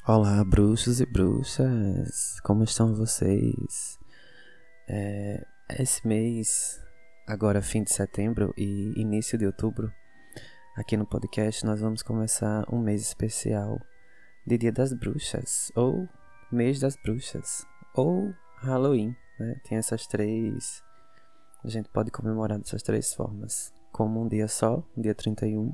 Olá, bruxos e bruxas, como estão vocês? Esse mês, agora fim de setembro e início de outubro, aqui no podcast nós vamos começar um mês especial de Dia das Bruxas, ou Mês das Bruxas, ou Halloween, né? Tem essas três, a gente pode comemorar dessas três formas, como um dia só, dia 31,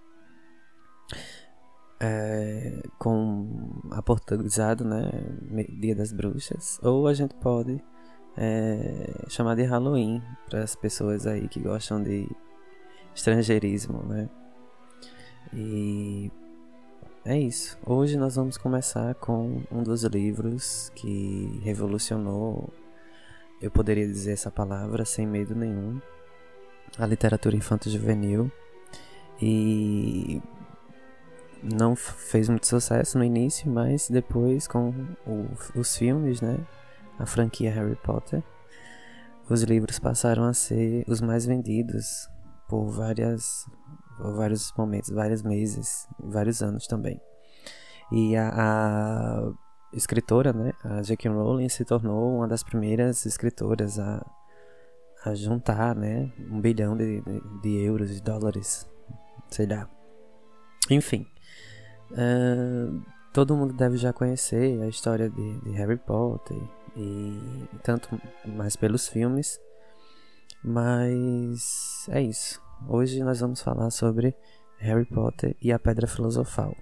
com aportuguesado, né, Dia das Bruxas, ou a gente pode chamar de Halloween para as pessoas aí que gostam de estrangeirismo, né? E é isso. Hoje nós vamos começar com um dos livros que revolucionou, eu poderia dizer essa palavra sem medo nenhum, a literatura infanto-juvenil, e não fez muito sucesso no início, mas depois com os filmes, né, a franquia Harry Potter, os livros passaram a ser os mais vendidos por vários momentos, vários meses, vários anos também. E a escritora, né, a J.K. Rowling, se tornou uma das primeiras escritoras a juntar, né, 1 bilhão de euros, de dólares, sei lá. Enfim, todo mundo deve já conhecer a história de Harry Potter, e tanto mais pelos filmes, mas é isso. Hoje nós vamos falar sobre Harry Potter e a Pedra Filosofal.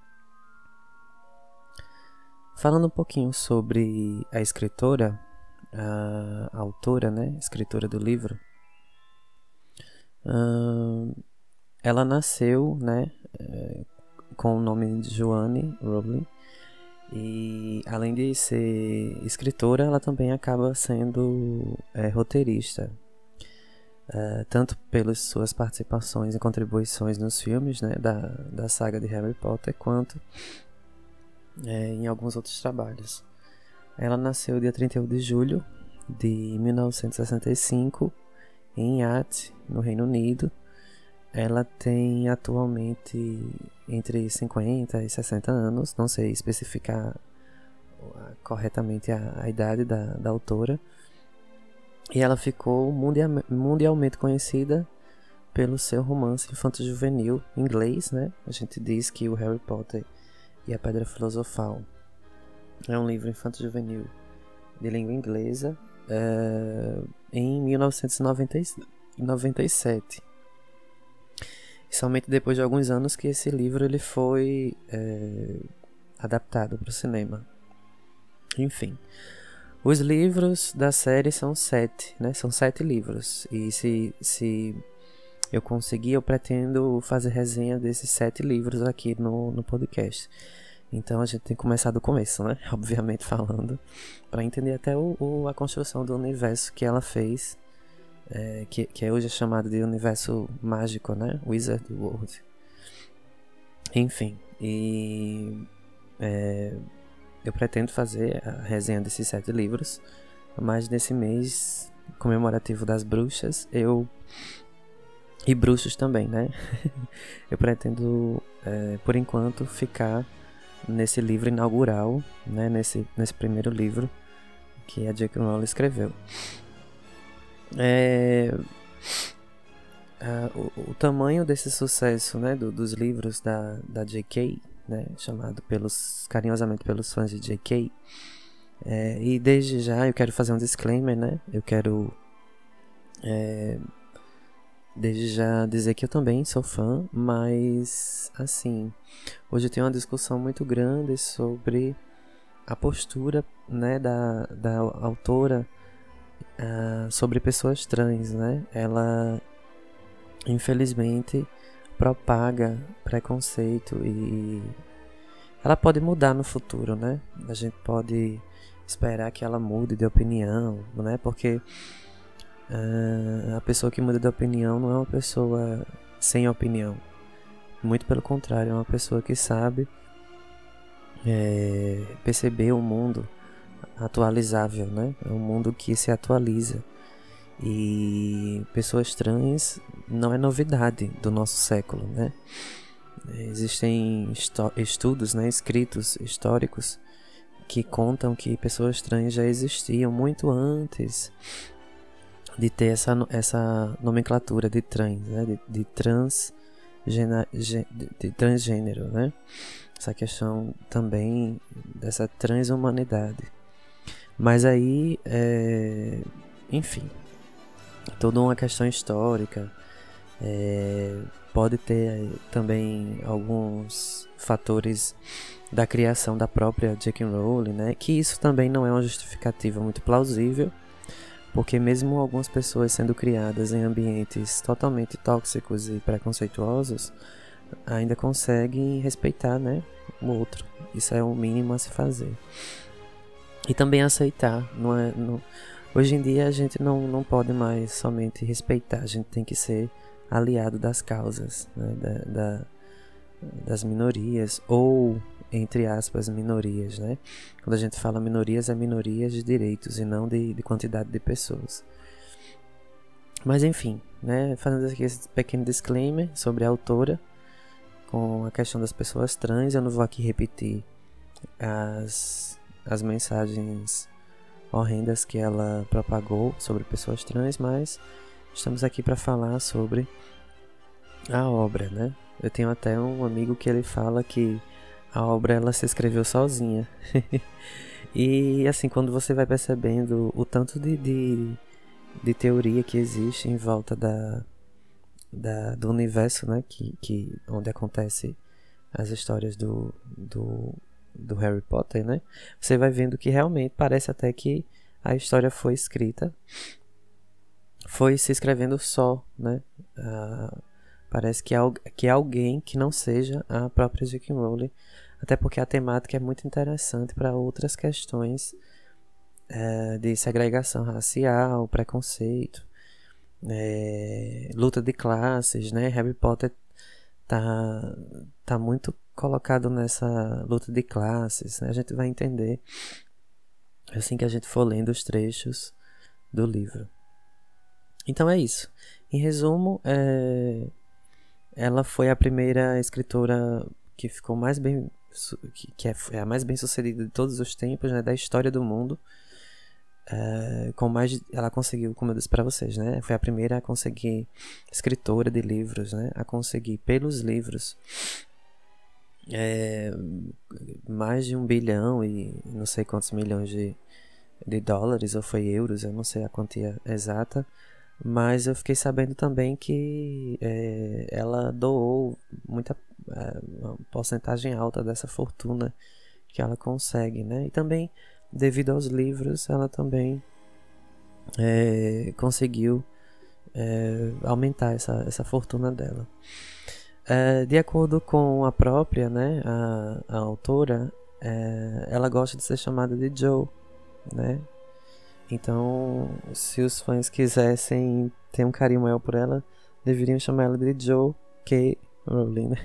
Falando um pouquinho sobre a escritora, a autora, né, escritora do livro, ela nasceu, né, com o nome de Joanne Rowling, e além de ser escritora, ela também acaba sendo roteirista, tanto pelas suas participações e contribuições nos filmes, né, da saga de Harry Potter, quanto em alguns outros trabalhos. Ela nasceu dia 31 de julho de 1965 em Yates, no Reino Unido. Ela tem atualmente entre 50 e 60 anos, não sei especificar corretamente a idade da autora. E ela ficou mundialmente conhecida pelo seu romance infanto-juvenil inglês, né? A gente diz que o Harry Potter e a Pedra Filosofal é um livro infanto-juvenil de língua inglesa, em 1997. E somente depois de alguns anos que esse livro ele foi adaptado para o cinema. Enfim, os livros da série são 7, né? São 7 livros. E se eu conseguir, eu pretendo fazer resenha desses 7 livros aqui no podcast. Então a gente tem que começar do começo, né? Obviamente falando, para entender até a construção do universo que ela fez, que hoje é chamado de universo mágico, né? Wizard World. Enfim, e eu pretendo fazer a resenha desses 7 livros, mas nesse mês comemorativo das bruxas, e bruxos também, né? Eu pretendo, por enquanto, ficar nesse livro inaugural, né? Nesse primeiro livro que a J.K. Rowling escreveu. O tamanho desse sucesso, né, dos livros da J.K., né, chamado carinhosamente pelos fãs de J.K., e desde já eu quero fazer um disclaimer, né? Eu quero desde já dizer que eu também sou fã, mas assim, hoje tem uma discussão muito grande sobre a postura, né, da autora sobre pessoas trans, né? Ela infelizmente propaga preconceito e ela pode mudar no futuro, né? A gente pode esperar que ela mude de opinião, né? Porque a pessoa que muda de opinião não é uma pessoa sem opinião. Muito pelo contrário, é uma pessoa que sabe perceber o mundo atualizável, né? É um mundo que se atualiza. E pessoas trans não é novidade do nosso século, né? Existem estudos, né, escritos históricos que contam que pessoas trans já existiam muito antes de ter essa nomenclatura de trans, né, de transgênero, né? Essa questão também dessa transhumanidade. Mas aí, enfim, toda uma questão histórica. Pode ter também alguns fatores da criação da própria J.K. Rowling, né? Que isso também não é uma justificativa muito plausível, porque mesmo algumas pessoas sendo criadas em ambientes totalmente tóxicos e preconceituosos, ainda conseguem respeitar, né, o outro. Isso é o mínimo a se fazer. E também aceitar. Hoje em dia a gente não pode mais somente respeitar, a gente tem que ser aliado das causas, né, das minorias, ou, entre aspas, minorias, né? Quando a gente fala minorias, é minorias de direitos e não de quantidade de pessoas. Mas enfim, né, fazendo aqui esse pequeno disclaimer sobre a autora com a questão das pessoas trans. Eu não vou aqui repetir as mensagens horrendas que ela propagou sobre pessoas trans, mas estamos aqui para falar sobre a obra, né? Eu tenho até um amigo que ele fala que a obra ela se escreveu sozinha. E assim, quando você vai percebendo o tanto de teoria que existe em volta do universo, né? Onde acontece as histórias do Harry Potter, né? Você vai vendo que realmente parece até que a história foi escrita, foi se escrevendo só, né? Parece que é alguém que não seja a própria J.K. Rowling, até porque a temática é muito interessante para outras questões de segregação racial, preconceito, luta de classes, né? Harry Potter tá muito colocado nessa luta de classes, né? A gente vai entender assim que a gente for lendo os trechos do livro. Então é isso. Em resumo, ela foi a primeira escritora que ficou mais bem, que é a mais bem sucedida de todos os tempos, né, da história do mundo. Ela conseguiu, como eu disse para vocês, né, foi a primeira a conseguir, escritora de livros, né, a conseguir pelos livros mais de 1 bilhão e não sei quantos milhões de dólares, ou foi euros, eu não sei a quantia exata. Mas eu fiquei sabendo também que ela doou uma porcentagem alta dessa fortuna que ela consegue, né? E também, devido aos livros, ela também conseguiu aumentar essa fortuna dela. De acordo com a própria, né, a autora, ela gosta de ser chamada de Joe, né? Então, se os fãs quisessem ter um carinho maior por ela, deveriam chamar ela de J.K. Rowling, né?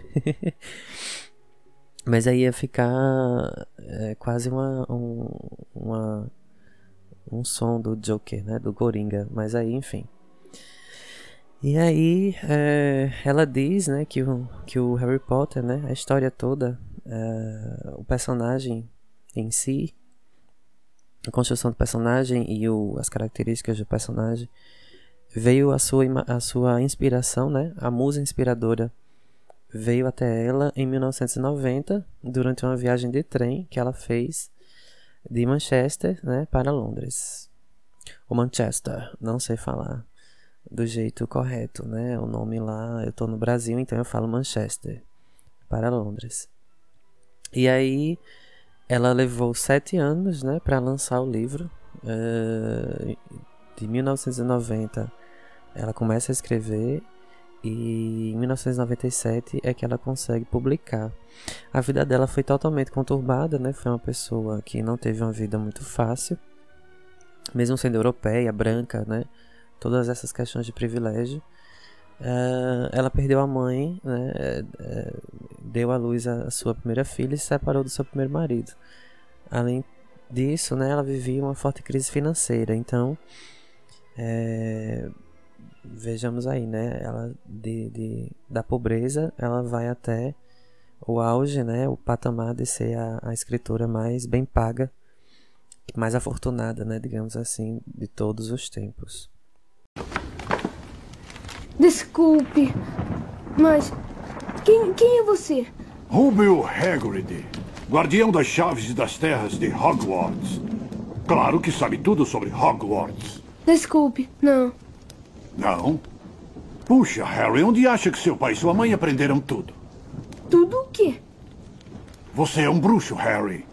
Mas aí ia ficar quase um som do Joker, né? Do Coringa. Mas aí, enfim. E aí, ela diz, né, que o Harry Potter, né? A história toda, o personagem em si, a construção do personagem e as características do personagem, veio a sua inspiração, né? A musa inspiradora veio até ela em 1990, durante uma viagem de trem que ela fez de Manchester, né, para Londres. Ou Manchester, não sei falar do jeito correto, né? O nome lá, eu tô no Brasil, então eu falo Manchester, para Londres. E aí ela levou 7 anos, né, para lançar o livro. De 1990 ela começa a escrever e em 1997 é que ela consegue publicar. A vida dela foi totalmente conturbada, né? Foi uma pessoa que não teve uma vida muito fácil, mesmo sendo europeia, branca, né? Todas essas questões de privilégio. Ela perdeu a mãe, né? Deu à luz a sua primeira filha e se separou do seu primeiro marido. Além disso, né, ela vivia uma forte crise financeira. Então, vejamos aí, né? Ela da pobreza, ela vai até o auge, né, o patamar de ser a escritora mais bem paga, mais afortunada, né, digamos assim, de todos os tempos. Desculpe, mas quem é você? Rubio Hagrid, guardião das chaves e das terras de Hogwarts. Claro que sabe tudo sobre Hogwarts. Desculpe, não. Não? Puxa, Harry, onde acha que seu pai e sua mãe aprenderam tudo? Tudo o quê? Você é um bruxo, Harry.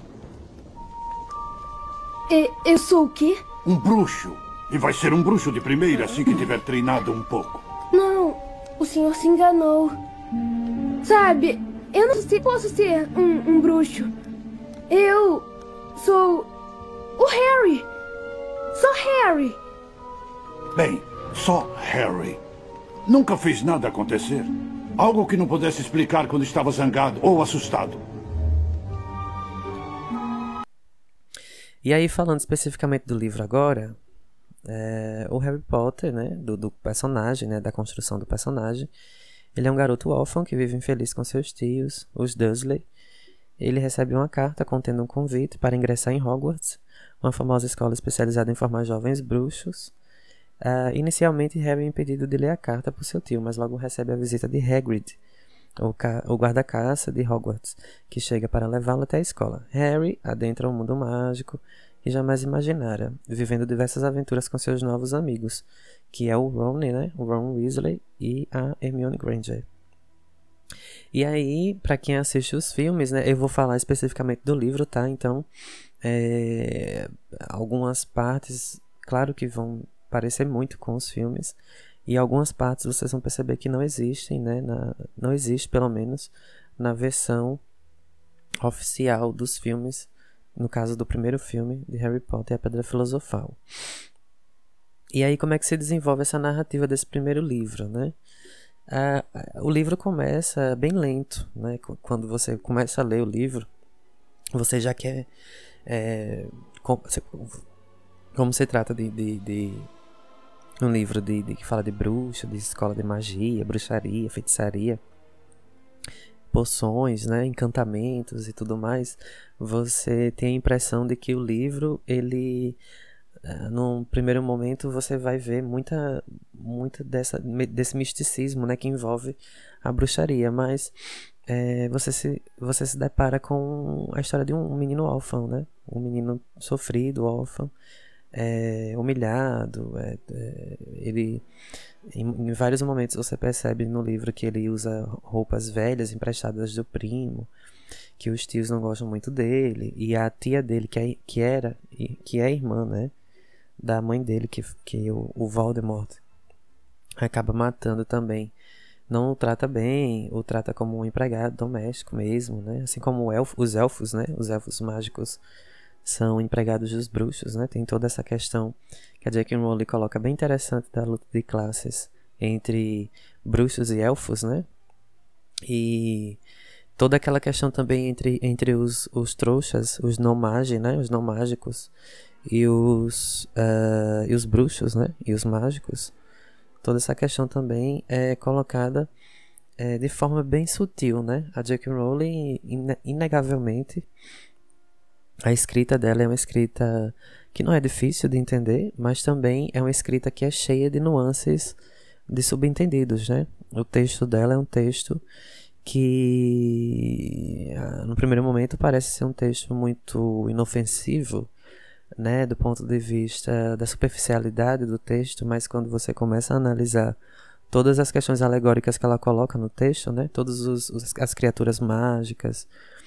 Eu sou o quê? Um bruxo. E vai ser um bruxo de primeira assim que tiver treinado um pouco. Não, o senhor se enganou. Sabe, eu não sei, posso ser um bruxo. Eu sou o Harry. Sou Harry. Bem, só Harry. Nunca fez nada acontecer? Algo que não pudesse explicar quando estava zangado ou assustado? E aí, falando especificamente do livro agora, o Harry Potter, né, do personagem, né, da construção do personagem, ele é um garoto órfão que vive infeliz com seus tios, os Dursley. Ele recebe uma carta contendo um convite para ingressar em Hogwarts, uma famosa escola especializada em formar jovens bruxos. Inicialmente, Harry é impedido de ler a carta por seu tio, mas logo recebe a visita de Hagrid, o guarda-caça de Hogwarts, que chega para levá-lo até a escola. Harry adentra um mundo mágico que jamais imaginara, vivendo diversas aventuras com seus novos amigos, que é o Ron, né? O Ron Weasley e a Hermione Granger. E aí, para quem assiste os filmes, né? Eu vou falar especificamente do livro, tá? Então, algumas partes, claro que vão parecer muito com os filmes, e algumas partes vocês vão perceber que não existem, né? Não existe, pelo menos, na versão oficial dos filmes, no caso do primeiro filme de Harry Potter e a Pedra Filosofal. E aí, como é que se desenvolve essa narrativa desse primeiro livro, né? O livro começa bem lento, né? Quando você começa a ler o livro, você já quer... como se trata de um livro que fala de bruxa, de escola de magia, bruxaria, feitiçaria, poções, né, encantamentos e tudo mais, você tem a impressão de que o livro, ele, num primeiro momento, você vai ver muita desse misticismo, né, que envolve a bruxaria, mas você se depara com a história de um menino órfão, né, um menino sofrido, órfão, humilhado, ele... Em vários momentos você percebe no livro que ele usa roupas velhas emprestadas do primo, que os tios não gostam muito dele, e a tia dele, que é irmã, né, da mãe dele, que o Voldemort acaba matando também, não o trata bem, o trata como um empregado doméstico mesmo, né, assim como os elfos, né, os elfos mágicos são empregados dos bruxos, né? Tem toda essa questão que a J.K. Rowling coloca bem interessante da luta de classes entre bruxos e elfos, né? E toda aquela questão também entre os trouxas, os não-magi, né? Os não-mágicos e os bruxos, né? E os mágicos. Toda essa questão também é colocada de forma bem sutil, né? A J.K. Rowling, inegavelmente, a escrita dela é uma escrita que não é difícil de entender, mas também é uma escrita que é cheia de nuances de subentendidos, né? O texto dela é um texto que, no primeiro momento, parece ser um texto muito inofensivo, né? Do ponto de vista da superficialidade do texto, mas quando você começa a analisar todas as questões alegóricas que ela coloca no texto, né? Todas as criaturas mágicas,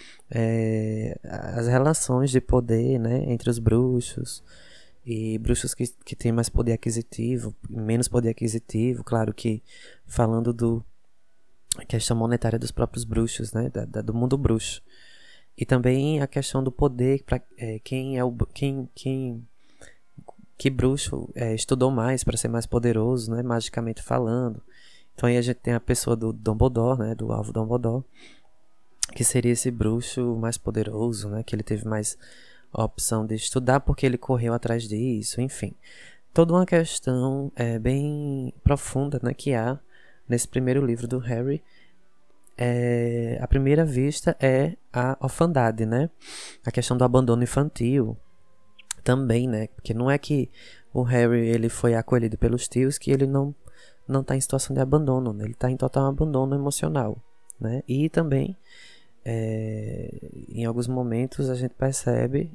as relações de poder, né, entre os bruxos e bruxos que têm mais poder aquisitivo, menos poder aquisitivo, claro que falando da questão monetária dos próprios bruxos, né, do mundo bruxo, e também a questão do poder para que bruxo estudou mais para ser mais poderoso, né, magicamente falando. Então aí a gente tem a pessoa do Dumbledore, né, do Alvo Dumbledore, que seria esse bruxo mais poderoso, né? Que ele teve mais a opção de estudar porque ele correu atrás disso, enfim. Toda uma questão bem profunda, né, que há nesse primeiro livro do Harry, a primeira vista é a orfandade, né? A questão do abandono infantil também, né? Porque não é que o Harry ele foi acolhido pelos tios que ele não está em situação de abandono, né? Ele está em total abandono emocional, né? E também em alguns momentos a gente percebe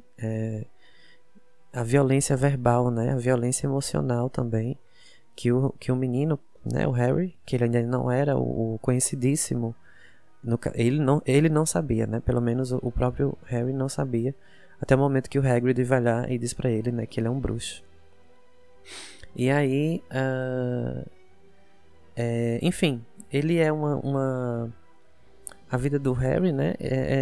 a violência verbal, né? A violência emocional também que o menino, né? O Harry, que ele ainda não era o conhecidíssimo, ele não sabia, né? Pelo menos o próprio Harry não sabia, até o momento que o Hagrid vai lá e diz pra ele, né, que ele é um bruxo. E aí, enfim, ele é a vida do Harry, né?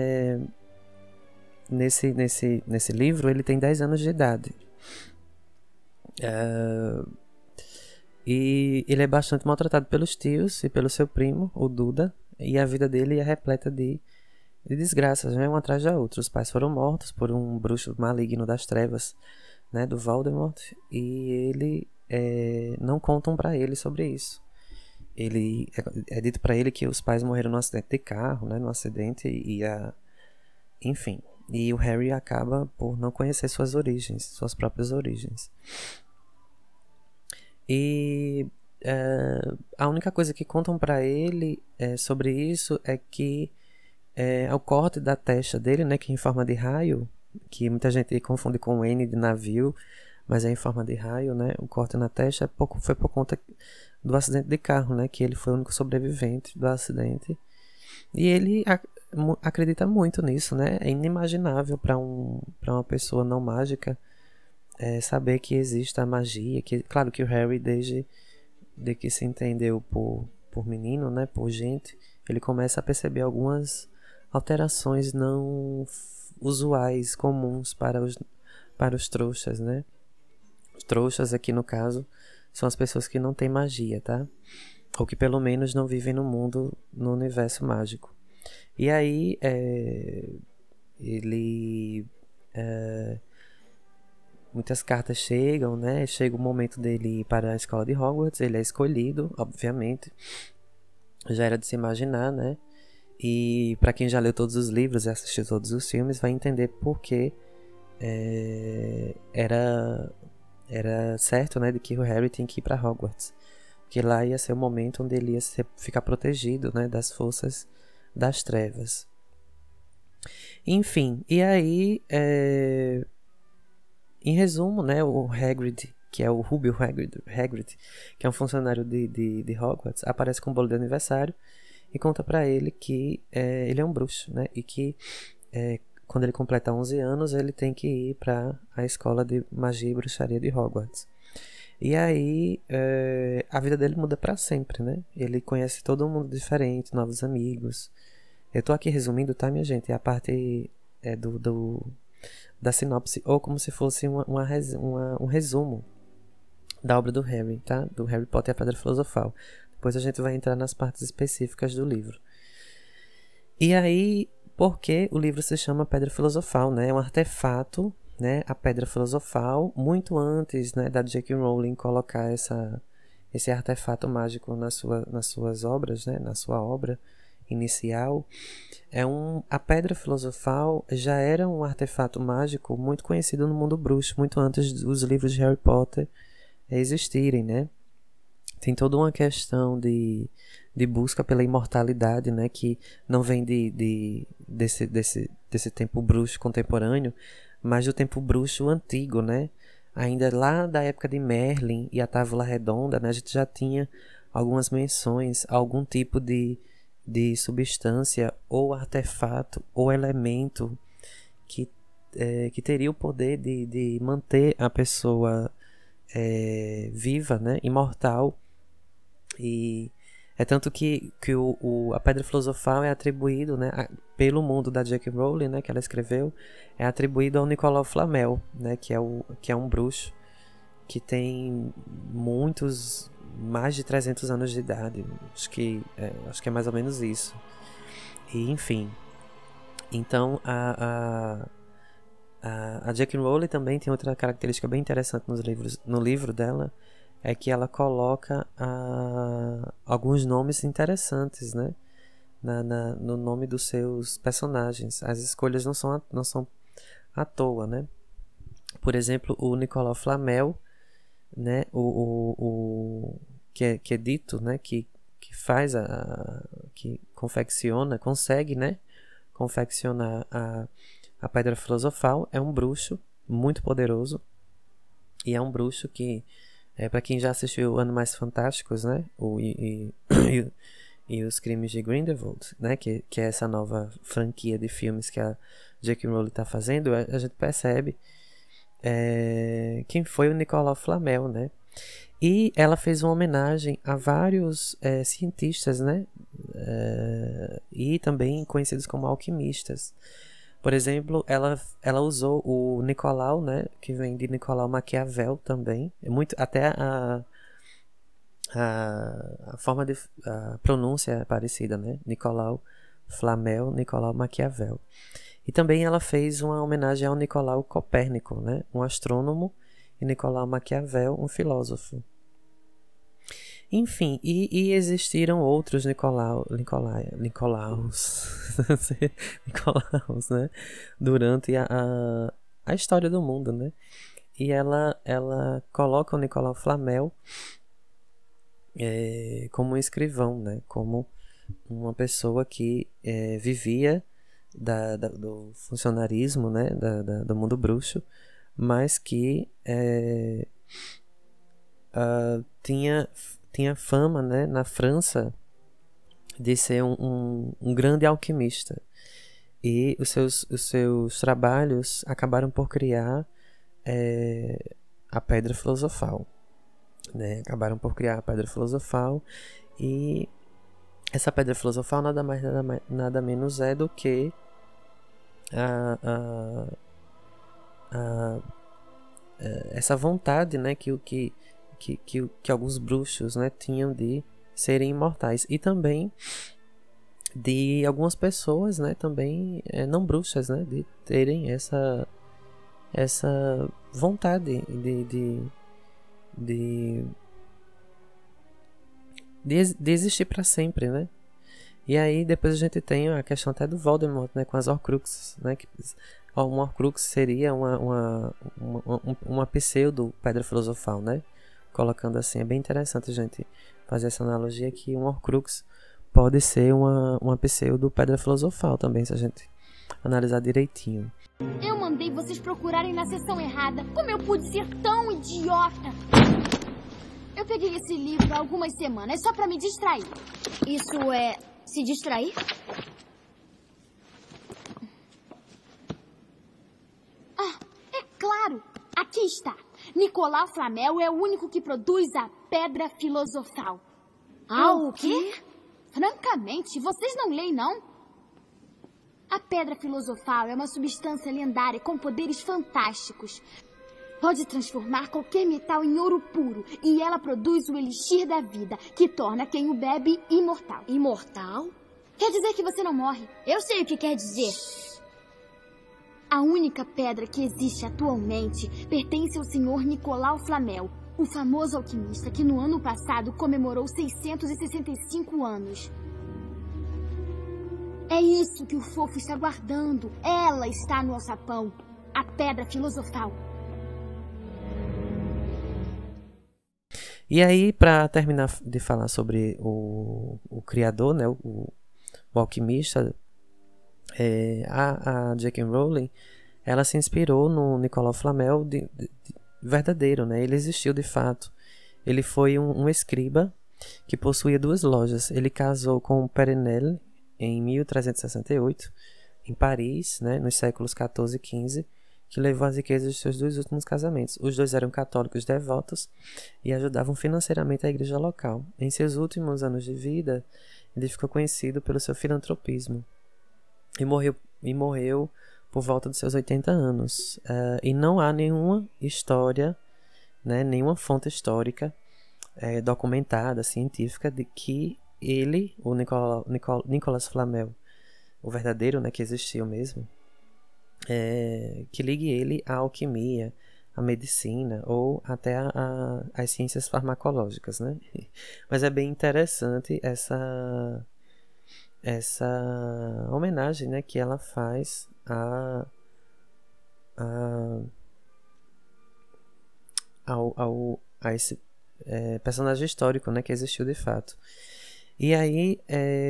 Nesse livro, ele tem 10 anos de idade. E ele é bastante maltratado pelos tios e pelo seu primo, o Duda. E a vida dele é repleta de desgraças, né? Uma atrás da outra. Os pais foram mortos por um bruxo maligno das trevas, né? Do Voldemort. E ele não contam pra ele sobre isso. É dito pra ele que os pais morreram num acidente de carro, né? Num acidente enfim. E o Harry acaba por não conhecer suas origens, suas próprias origens. E a única coisa que contam pra ele sobre isso é que o corte da testa dele, né, que é em forma de raio, que muita gente confunde com o N de navio, mas é em forma de raio, né? O corte na testa foi por conta do acidente de carro, né? Que ele foi o único sobrevivente do acidente. E ele acredita muito nisso, né? É inimaginável para uma pessoa não mágica saber que existe a magia. Claro que o Harry, desde que se entendeu por menino, né? Por gente, ele começa a perceber algumas alterações não usuais, comuns para os trouxas, né? Os trouxas aqui no caso são as pessoas que não têm magia, tá? Ou que pelo menos não vivem no universo mágico. E aí muitas cartas chegam, né? Chega o momento dele ir para a escola de Hogwarts. Ele é escolhido, obviamente. Já era de se imaginar, né? E para quem já leu todos os livros e assistiu todos os filmes, vai entender por que era certo, né, de que o Harry tinha que ir para Hogwarts, que lá ia ser o momento onde ele ia ficar protegido, né, das forças das trevas. Enfim, e aí em resumo, né, o Hagrid, que é o Rubio Hagrid, que é um funcionário de Hogwarts, aparece com um bolo de aniversário e conta pra ele que ele é um bruxo, né, e que quando ele completa 11 anos, ele tem que ir para a escola de magia e bruxaria de Hogwarts. E aí, a vida dele muda para sempre, né? Ele conhece todo mundo diferente, novos amigos. Eu tô aqui resumindo, tá, minha gente? A parte da sinopse, ou como se fosse um resumo da obra do Harry, tá? Do Harry Potter e a Pedra Filosofal. Depois a gente vai entrar nas partes específicas do livro. E aí, por que o livro se chama Pedra Filosofal, né? É um artefato, né? A Pedra Filosofal, muito antes, né, da J.K. Rowling colocar esse artefato mágico nas suas obras, né? Na sua obra inicial. A Pedra Filosofal já era um artefato mágico muito conhecido no mundo bruxo, muito antes dos livros de Harry Potter existirem, né? Tem toda uma questão de busca pela imortalidade, né? Que não vem desse tempo bruxo contemporâneo, mas do tempo bruxo antigo, né? Ainda lá da época de Merlin e a Távola Redonda, né? A gente já tinha algumas menções a algum tipo de substância ou artefato ou elemento que teria o poder de manter a pessoa viva, né? Imortal. E é tanto que a Pedra Filosofal é atribuído, né, pelo mundo da J.K. Rowling, né, que ela escreveu, é atribuído ao Nicolau Flamel, né, que é um bruxo que tem mais de 300 anos de idade. Acho que é mais ou menos isso. E, enfim. Então, a J.K. Rowling também tem outra característica bem interessante no livro dela, é que ela coloca alguns nomes interessantes, né, no nome dos seus personagens. As escolhas não são à toa, né? Por exemplo, o Nicolau Flamel, né? Que é dito, né? Que faz que confecciona, consegue, né? Confeccionar a Pedra Filosofal, é um bruxo muito poderoso, e é um bruxo que, para quem já assistiu Animais Fantásticos, né? E os Crimes de Grindelwald, né? Que é essa nova franquia de filmes que a J.K. Rowling está fazendo, a gente percebe quem foi o Nicolau Flamel, né? E ela fez uma homenagem a vários cientistas, né? E também conhecidos como alquimistas. Por exemplo, ela usou o Nicolau, né? Que vem de Nicolau Maquiavel também. Até a forma a pronúncia é parecida, né? Nicolau Flamel, Nicolau Maquiavel. E também ela fez uma homenagem ao Nicolau Copérnico, né? Um astrônomo, e Nicolau Maquiavel, um filósofo. Enfim, e existiram outros Nicolaus, Nicolaus, né? Durante a história do mundo, né? E ela coloca o Nicolau Flamel como um escrivão, né? Como uma pessoa que vivia do funcionarismo, né? Do mundo bruxo, mas que tinha fama, né, na França, de ser um grande alquimista. E os seus trabalhos acabaram por criar a Pedra Filosofal, né? Acabaram por criar a Pedra Filosofal, e essa Pedra Filosofal nada menos é do que essa vontade, né, que alguns bruxos, né, tinham de serem imortais, e também de algumas pessoas, né, também não bruxas, né, de terem essa vontade de existir para sempre, né? E aí depois a gente tem a questão até do Voldemort, né, com as Horcruxes, né, que uma Horcrux seria uma pseudo Pedra Filosofal, né? Colocando assim, é bem interessante a gente fazer essa analogia, que um Horcrux pode ser uma pseudo Pedra Filosofal também, se a gente analisar direitinho. Eu mandei vocês procurarem na seção errada. Como eu pude ser tão idiota? Eu peguei esse livro há algumas semanas só pra me distrair. Isso é se distrair? Ah, é claro! Aqui está. Nicolau Flamel é o único que produz a Pedra Filosofal. O quê? Francamente, vocês não leem, não? A Pedra Filosofal é uma substância lendária com poderes fantásticos. Pode transformar qualquer metal em ouro puro. E ela produz o elixir da vida, que torna quem o bebe imortal. Imortal? Quer dizer que você não morre. Eu sei o que quer dizer. A única pedra que existe atualmente pertence ao Sr. Nicolau Flamel, o famoso alquimista que no ano passado comemorou 665 anos. É isso que o fofo está guardando. Ela está no alçapão. A Pedra Filosofal. E aí, para terminar de falar sobre o criador, né, o alquimista, a J.K. Rowling, ela se inspirou no Nicolau Flamel verdadeiro, né? Ele existiu de fato. Ele foi um escriba que possuía 2 lojas. Ele casou com Perenelle em 1368, em Paris, né, nos séculos 14 e 15, que levou às riquezas de seus 2 últimos casamentos. Os 2 eram católicos devotos e ajudavam financeiramente a igreja local. Em seus últimos anos de vida, ele ficou conhecido pelo seu filantropismo e morreu por volta dos seus 80 anos. E não há nenhuma história, né, nenhuma fonte histórica documentada, científica, de que ele, o Nicolas Flamel, o verdadeiro, né, que existiu mesmo, que ligue ele à alquimia, à medicina ou até às ciências farmacológicas, né? Mas é bem interessante essa homenagem, né, que ela faz a esse personagem histórico, né, que existiu de fato. E aí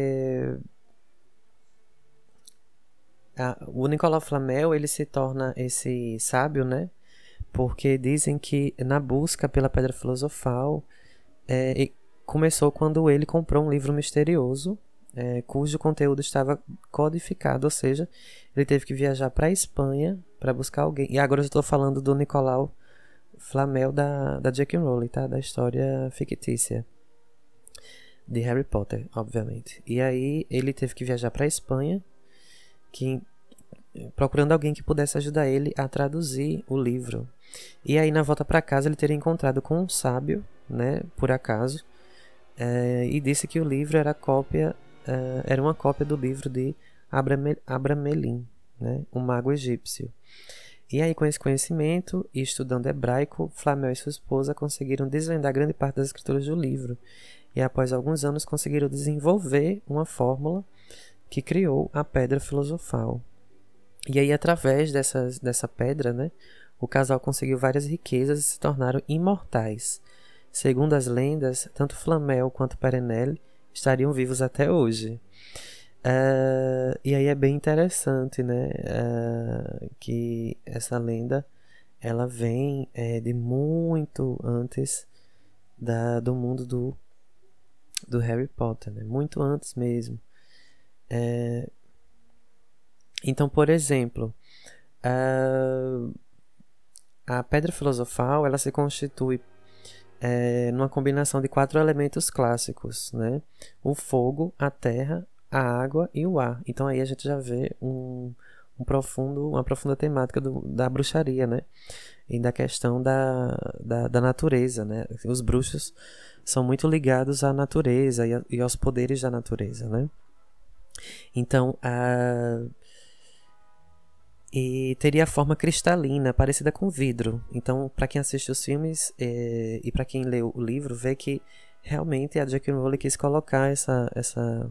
o Nicolau Flamel, ele se torna esse sábio, né, porque dizem que na busca pela Pedra Filosofal começou quando ele comprou um livro misterioso cujo conteúdo estava codificado, ou seja, ele teve que viajar para a Espanha para buscar alguém. E agora eu estou falando do Nicolau Flamel da J.K. Rowling, tá? Da história fictícia de Harry Potter, obviamente. E aí ele teve que viajar para a Espanha, procurando alguém que pudesse ajudar ele a traduzir o livro. E aí na volta para casa ele teria encontrado com um sábio, né, por acaso, e disse que o livro era uma cópia do livro de Abramelin, né, o mago egípcio. E aí, com esse conhecimento e estudando hebraico, Flamel e sua esposa conseguiram desvendar grande parte das escrituras do livro. E após alguns anos conseguiram desenvolver uma fórmula que criou a Pedra Filosofal. E aí, através dessa pedra, né, o casal conseguiu várias riquezas e se tornaram imortais. Segundo as lendas, tanto Flamel quanto Perenelle estariam vivos até hoje. E aí é bem interessante, né, que essa lenda ela vem de muito antes do mundo do Harry Potter, né? Muito antes mesmo. Então, por exemplo, a Pedra Filosofal ela se constitui numa combinação de 4 elementos clássicos, né? O fogo, a terra, a água e o ar. Então aí a gente já vê uma profunda temática da bruxaria, né? E da questão da natureza, né? Os bruxos são muito ligados à natureza e aos poderes da natureza, né? Então, e teria a forma cristalina, parecida com vidro. Então, para quem assiste os filmes e para quem lê o livro, vê que realmente a J.K. Rowling quis colocar essa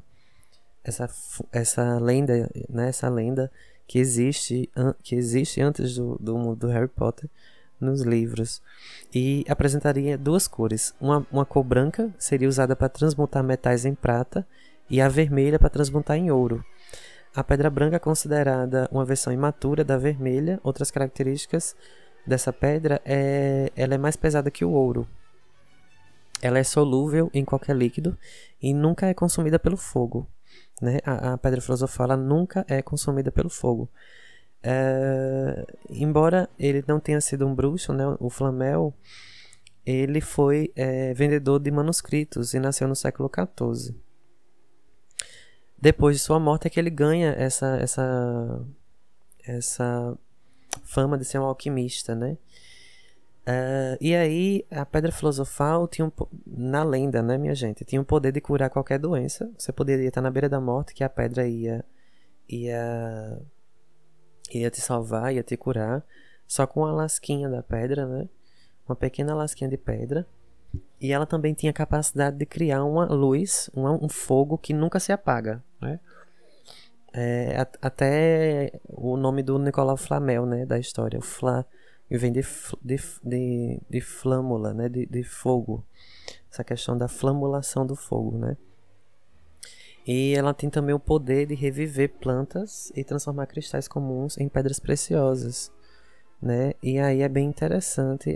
lenda, né? Essa lenda que existe antes do mundo do Harry Potter nos livros. E apresentaria 2 cores. Uma cor branca seria usada para transmutar metais em prata e a vermelha para transmutar em ouro. A pedra branca é considerada uma versão imatura da vermelha. Outras características dessa pedra ela é mais pesada que o ouro. Ela é solúvel em qualquer líquido e nunca é consumida pelo fogo, né? A Pedra Filosofal ela nunca é consumida pelo fogo. Embora ele não tenha sido um bruxo, né? O Flamel ele foi vendedor de manuscritos e nasceu no século XIV. Depois de sua morte é que ele ganha essa fama de ser um alquimista, né? E aí a Pedra Filosofal tinha na lenda, né, minha gente, tinha o poder de curar qualquer doença. Você poderia estar na beira da morte que a pedra ia te salvar, ia te curar, só com uma lasquinha da pedra, né? Uma pequena lasquinha de pedra. E ela também tinha a capacidade de criar uma luz, um fogo que nunca se apaga, né? Até o nome do Nicolau Flamel, né, da história, vem de flâmula, né, de fogo. Essa questão da flamulação do fogo, né? E ela tem também o poder de reviver plantas e transformar cristais comuns em pedras preciosas, né? E aí é bem interessante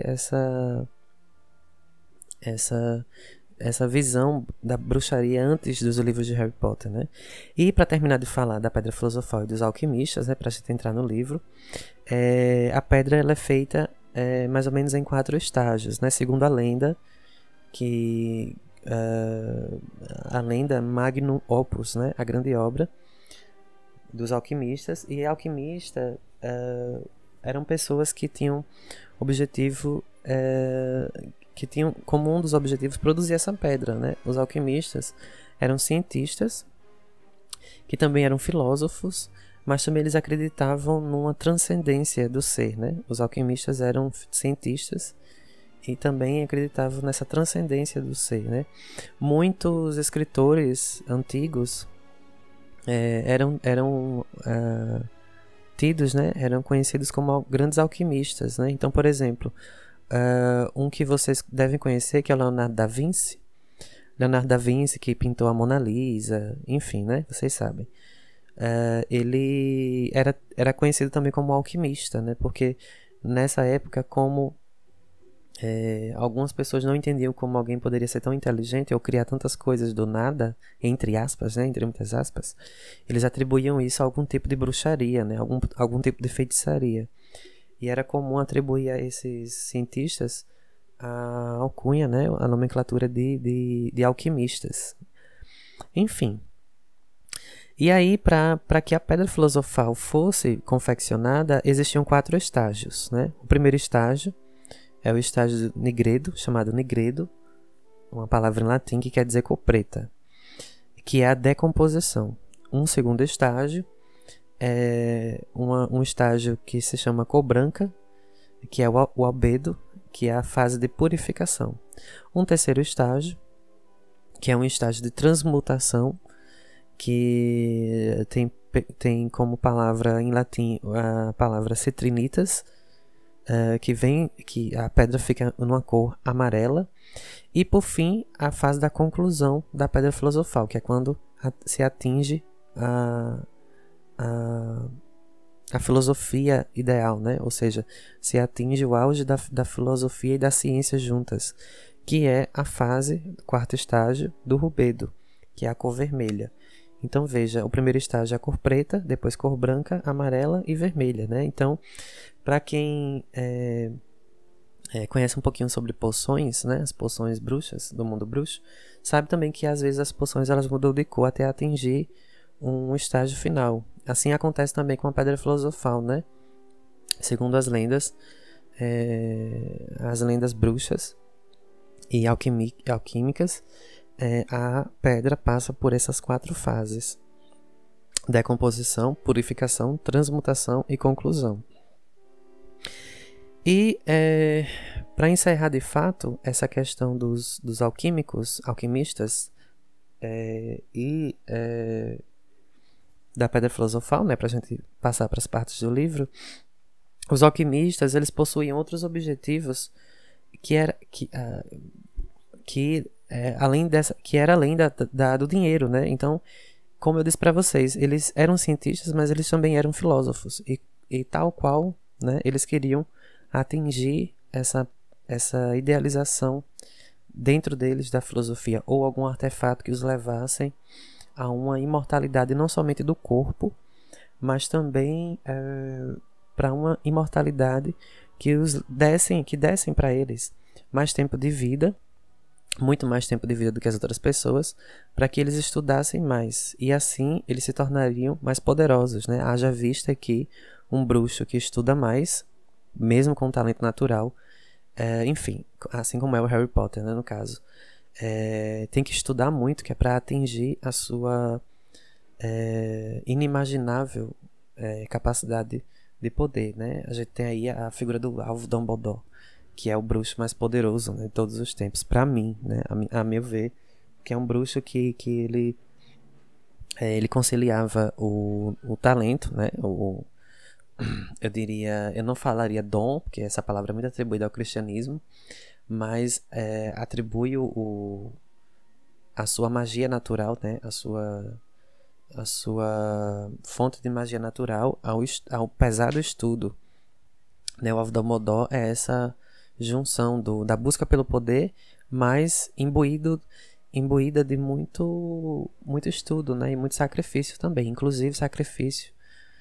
essa visão da bruxaria antes dos livros de Harry Potter, né? E para terminar de falar da Pedra Filosofal e dos alquimistas, né, para a gente entrar no livro, a pedra ela é feita mais ou menos em 4 estágios, né? Segundo a lenda, que a lenda Magnum Opus, né? A grande obra dos alquimistas. E alquimista eram pessoas que tinham objetivo que tinham como um dos objetivos produzir essa pedra, né? Os alquimistas eram cientistas que também eram filósofos, mas também eles acreditavam numa transcendência do ser, né? Os alquimistas eram cientistas e também acreditavam nessa transcendência do ser, né? Muitos escritores antigos eram tidos, né, eram conhecidos como grandes alquimistas, né? Então, por exemplo, um que vocês devem conhecer, que é o Leonardo da Vinci. Leonardo da Vinci, que pintou a Mona Lisa, enfim, né? Vocês sabem. Ele era conhecido também como alquimista, né? Porque nessa época, como algumas pessoas não entendiam como alguém poderia ser tão inteligente ou criar tantas coisas do nada, entre aspas, né? Entre muitas aspas, eles atribuíam isso a algum tipo de bruxaria, né? Algum tipo de feitiçaria. E era comum atribuir a esses cientistas a alcunha, né? A nomenclatura de alquimistas. Enfim. E aí, para que a pedra filosofal fosse confeccionada, existiam 4 estágios, né? O primeiro estágio é o estágio nigredo, chamado nigredo, uma palavra em latim que quer dizer cor preta, que é a decomposição. Um segundo estágio é um estágio que se chama cor branca, que é o albedo, que é a fase de purificação. Um terceiro estágio, que é um estágio de transmutação, que tem como palavra em latim a palavra citrinitas, que a pedra fica numa cor amarela. E por fim, a fase da conclusão da pedra filosofal, que é quando se atinge a filosofia ideal, né? Ou seja, se atinge o auge da filosofia e da ciência juntas, que é a fase, quarto estágio, do rubedo, que é a cor vermelha. Então veja, o primeiro estágio é a cor preta, depois cor branca, amarela e vermelha, né? Então, para quem conhece um pouquinho sobre poções, né? As poções bruxas, do mundo bruxo, sabe também que às vezes as poções elas mudam de cor até atingir um estágio final. Assim acontece também com a pedra filosofal, né? Segundo as lendas bruxas e alquímicas, a pedra passa por essas 4 fases: decomposição, purificação, transmutação e conclusão. E para encerrar de fato essa questão dos alquimistas e da pedra filosofal, né, para a gente passar para as partes do livro, os alquimistas eles possuíam outros objetivos que era além do dinheiro, né? Então, como eu disse para vocês, eles eram cientistas, mas eles também eram filósofos e tal qual, né, eles queriam atingir essa idealização dentro deles da filosofia, ou algum artefato que os levassem a uma imortalidade não somente do corpo, mas também para uma imortalidade que dessem para eles mais tempo de vida, muito mais tempo de vida do que as outras pessoas, para que eles estudassem mais e assim eles se tornariam mais poderosos, né? Haja vista que um bruxo que estuda mais, mesmo com talento natural, enfim, assim como é o Harry Potter, né, no caso, tem que estudar muito, que é para atingir a sua inimaginável capacidade de poder, né? A gente tem aí a figura do Alvo Dumbledore, que é o bruxo mais poderoso, né, de todos os tempos, para mim, né, a meu ver, que é um bruxo que ele conciliava o talento, né, eu não falaria dom, porque essa palavra é muito atribuída ao cristianismo, mas atribui a sua magia natural, né, a sua fonte de magia natural ao pesado estudo, né? O Alvo Dumbledore é essa junção da busca pelo poder, mas imbuída de muito estudo, né? E muito sacrifício também, inclusive sacrifício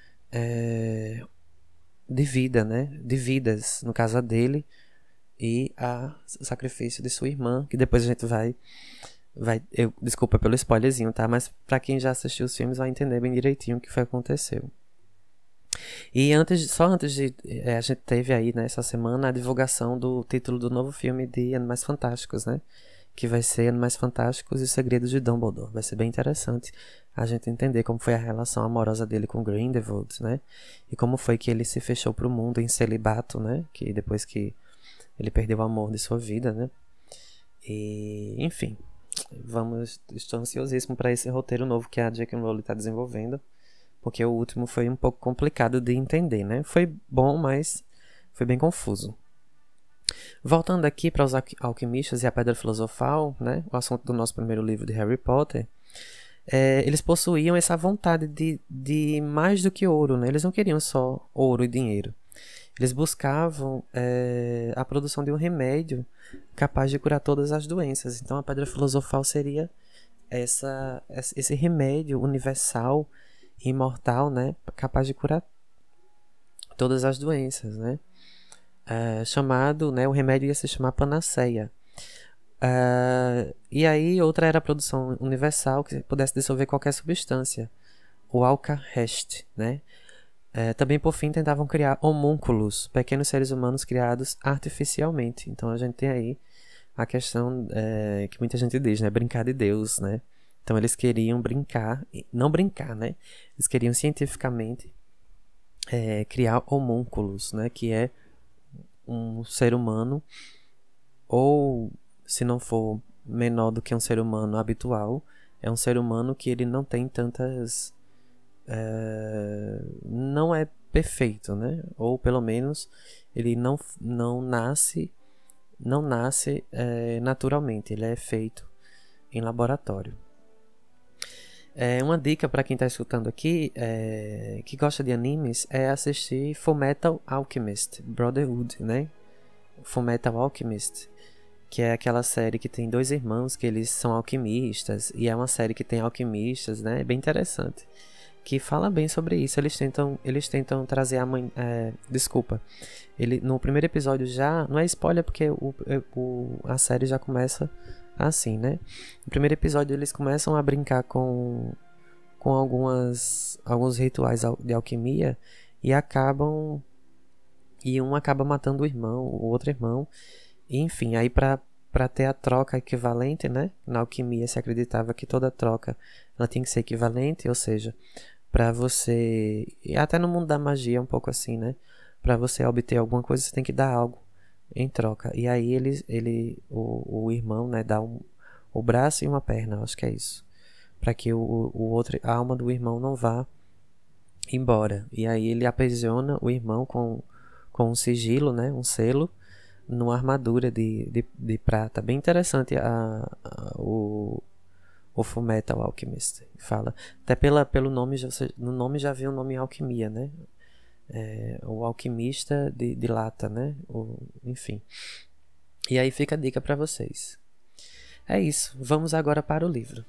de vida, né? De vidas, no caso dele, e o sacrifício de sua irmã, que depois a gente desculpa pelo spoilerzinho, tá? Mas pra quem já assistiu os filmes vai entender bem direitinho o que foi que aconteceu. E a gente teve aí nessa semana a divulgação do título do novo filme de Animais Fantásticos, né? Que vai ser Animais Fantásticos e os Segredos de Dumbledore. Vai ser bem interessante a gente entender como foi a relação amorosa dele com Grindelwald, né? E como foi que ele se fechou pro mundo em celibato, né? Que depois que ele perdeu o amor de sua vida, né? E, enfim, Estou ansiosíssimo para esse roteiro novo que a J.K. Rowling está desenvolvendo, porque o último foi um pouco complicado de entender, né? Foi bom, mas foi bem confuso. Voltando aqui para os alquimistas e a Pedra Filosofal, né? O assunto do nosso primeiro livro de Harry Potter, eles possuíam essa vontade de mais do que ouro, né? Eles não queriam só ouro e dinheiro. Eles buscavam a produção de um remédio capaz de curar todas as doenças. Então a Pedra Filosofal seria esse remédio universal e imortal, né? Capaz de curar todas as doenças, né? Chamado, né? O remédio ia se chamar Panaceia. E aí outra era a produção universal que pudesse dissolver qualquer substância, o Alcahest, né? Também por fim tentavam criar homúnculos, pequenos seres humanos criados artificialmente. Então a gente tem aí a questão que muita gente diz, né? Brincar de Deus, né? Então eles queriam brincar, não brincar, né? Eles queriam cientificamente criar homúnculos, né? Que é um ser humano, ou se não for menor do que um ser humano habitual, é um ser humano que ele não tem tantas... não é perfeito, né? Ou pelo menos ele não nasce naturalmente, ele é feito em laboratório. Uma dica para quem está escutando aqui, que gosta de animes, é assistir Fullmetal Alchemist Brotherhood, né? Fullmetal Alchemist, que é aquela série que tem dois irmãos que eles são alquimistas, e é uma série que tem alquimistas, né? É bem interessante, que fala bem sobre isso. Eles tentam trazer a mãe... desculpa. No primeiro episódio já... Não é spoiler porque a série já começa assim, né? No primeiro episódio eles começam a brincar com alguns rituais de alquimia e acabam... E um acaba matando o outro irmão. E, enfim, aí para ter a troca equivalente, né? Na alquimia se acreditava que toda troca ela tinha que ser equivalente, ou seja, para você... E até no mundo da magia é um pouco assim, né? Para você obter alguma coisa, você tem que dar algo em troca. E aí o irmão, né, dá o braço e uma perna, acho que é isso. Para que a alma do irmão não vá embora. E aí ele aprisiona o irmão com um sigilo, né, um selo, numa armadura de prata. Bem interessante o Fullmetal Alchemist. Fala. Até pelo nome, no nome já vê o nome alquimia, né? O alquimista de lata, né? Enfim. E aí fica a dica para vocês. É isso. Vamos agora para o livro.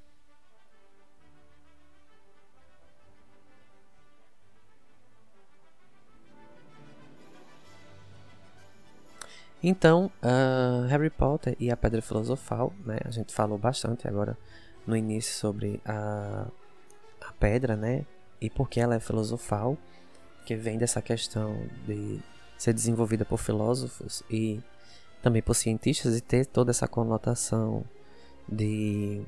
Então, Harry Potter e a Pedra Filosofal, né? A gente falou bastante agora no início sobre a pedra, né? E por que ela é filosofal, que vem dessa questão de ser desenvolvida por filósofos e também por cientistas e ter toda essa conotação de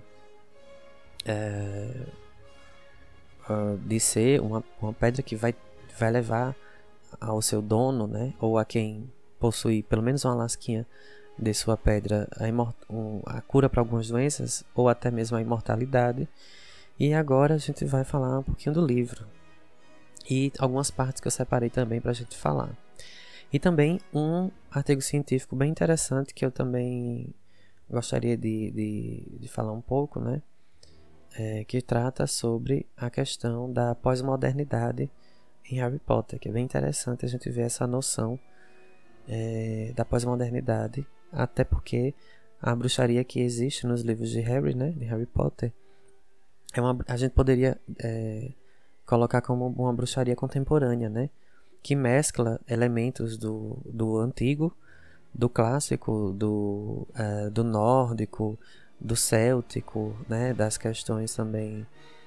ser uma pedra que vai levar ao seu dono, né? Ou a quem possui pelo menos uma lasquinha de sua pedra a cura para algumas doenças ou até mesmo a imortalidade. E agora a gente vai falar um pouquinho do livro e algumas partes que eu separei também para a gente falar. E também um artigo científico bem interessante que eu também gostaria de falar um pouco, né? Que trata sobre a questão da pós-modernidade em Harry Potter, que é bem interessante a gente ver essa noção da pós-modernidade, até porque a bruxaria que existe nos livros de Harry, né, de Harry Potter, a gente poderia colocar como uma bruxaria contemporânea, né, que mescla elementos do antigo, do clássico, do nórdico, do céltico, né, das questões também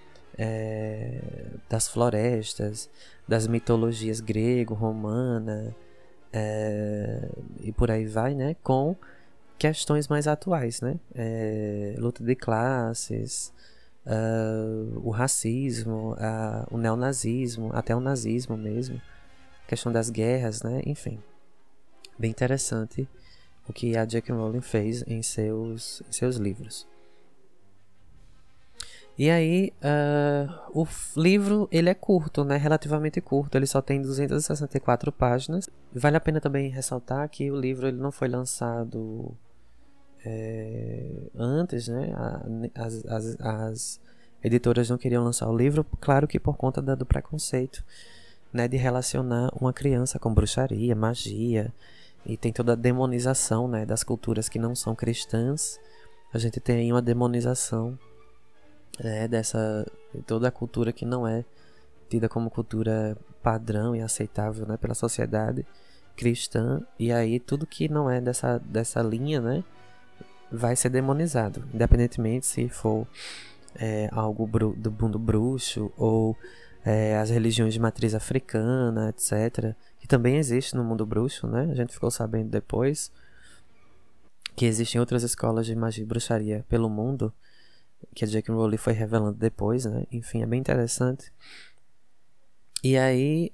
das florestas, das mitologias grego, romana, e por aí vai, né, com questões mais atuais, né, luta de classes, o racismo, o neonazismo, até o nazismo mesmo, questão das guerras, né, enfim, bem interessante o que a J.K. Rowling fez em seus livros. E aí, livro, ele é curto, né? Relativamente curto. Ele só tem 264 páginas. Vale a pena também ressaltar que o livro ele não foi lançado antes, né? As editoras não queriam lançar o livro, claro que por conta do preconceito, né? De relacionar uma criança com bruxaria, magia. E tem toda a demonização, né? Das culturas que não são cristãs. A gente tem aí uma demonização dessa toda a cultura que não é tida como cultura padrão e aceitável, né, pela sociedade cristã, e aí tudo que não é dessa linha, né, vai ser demonizado, independentemente se for algo do mundo bruxo ou as religiões de matriz africana, etc., que também existe no mundo bruxo, né? A gente ficou sabendo depois que existem outras escolas de magia e bruxaria pelo mundo, que a J.K. Rowling foi revelando depois, né? Enfim, é bem interessante. E aí,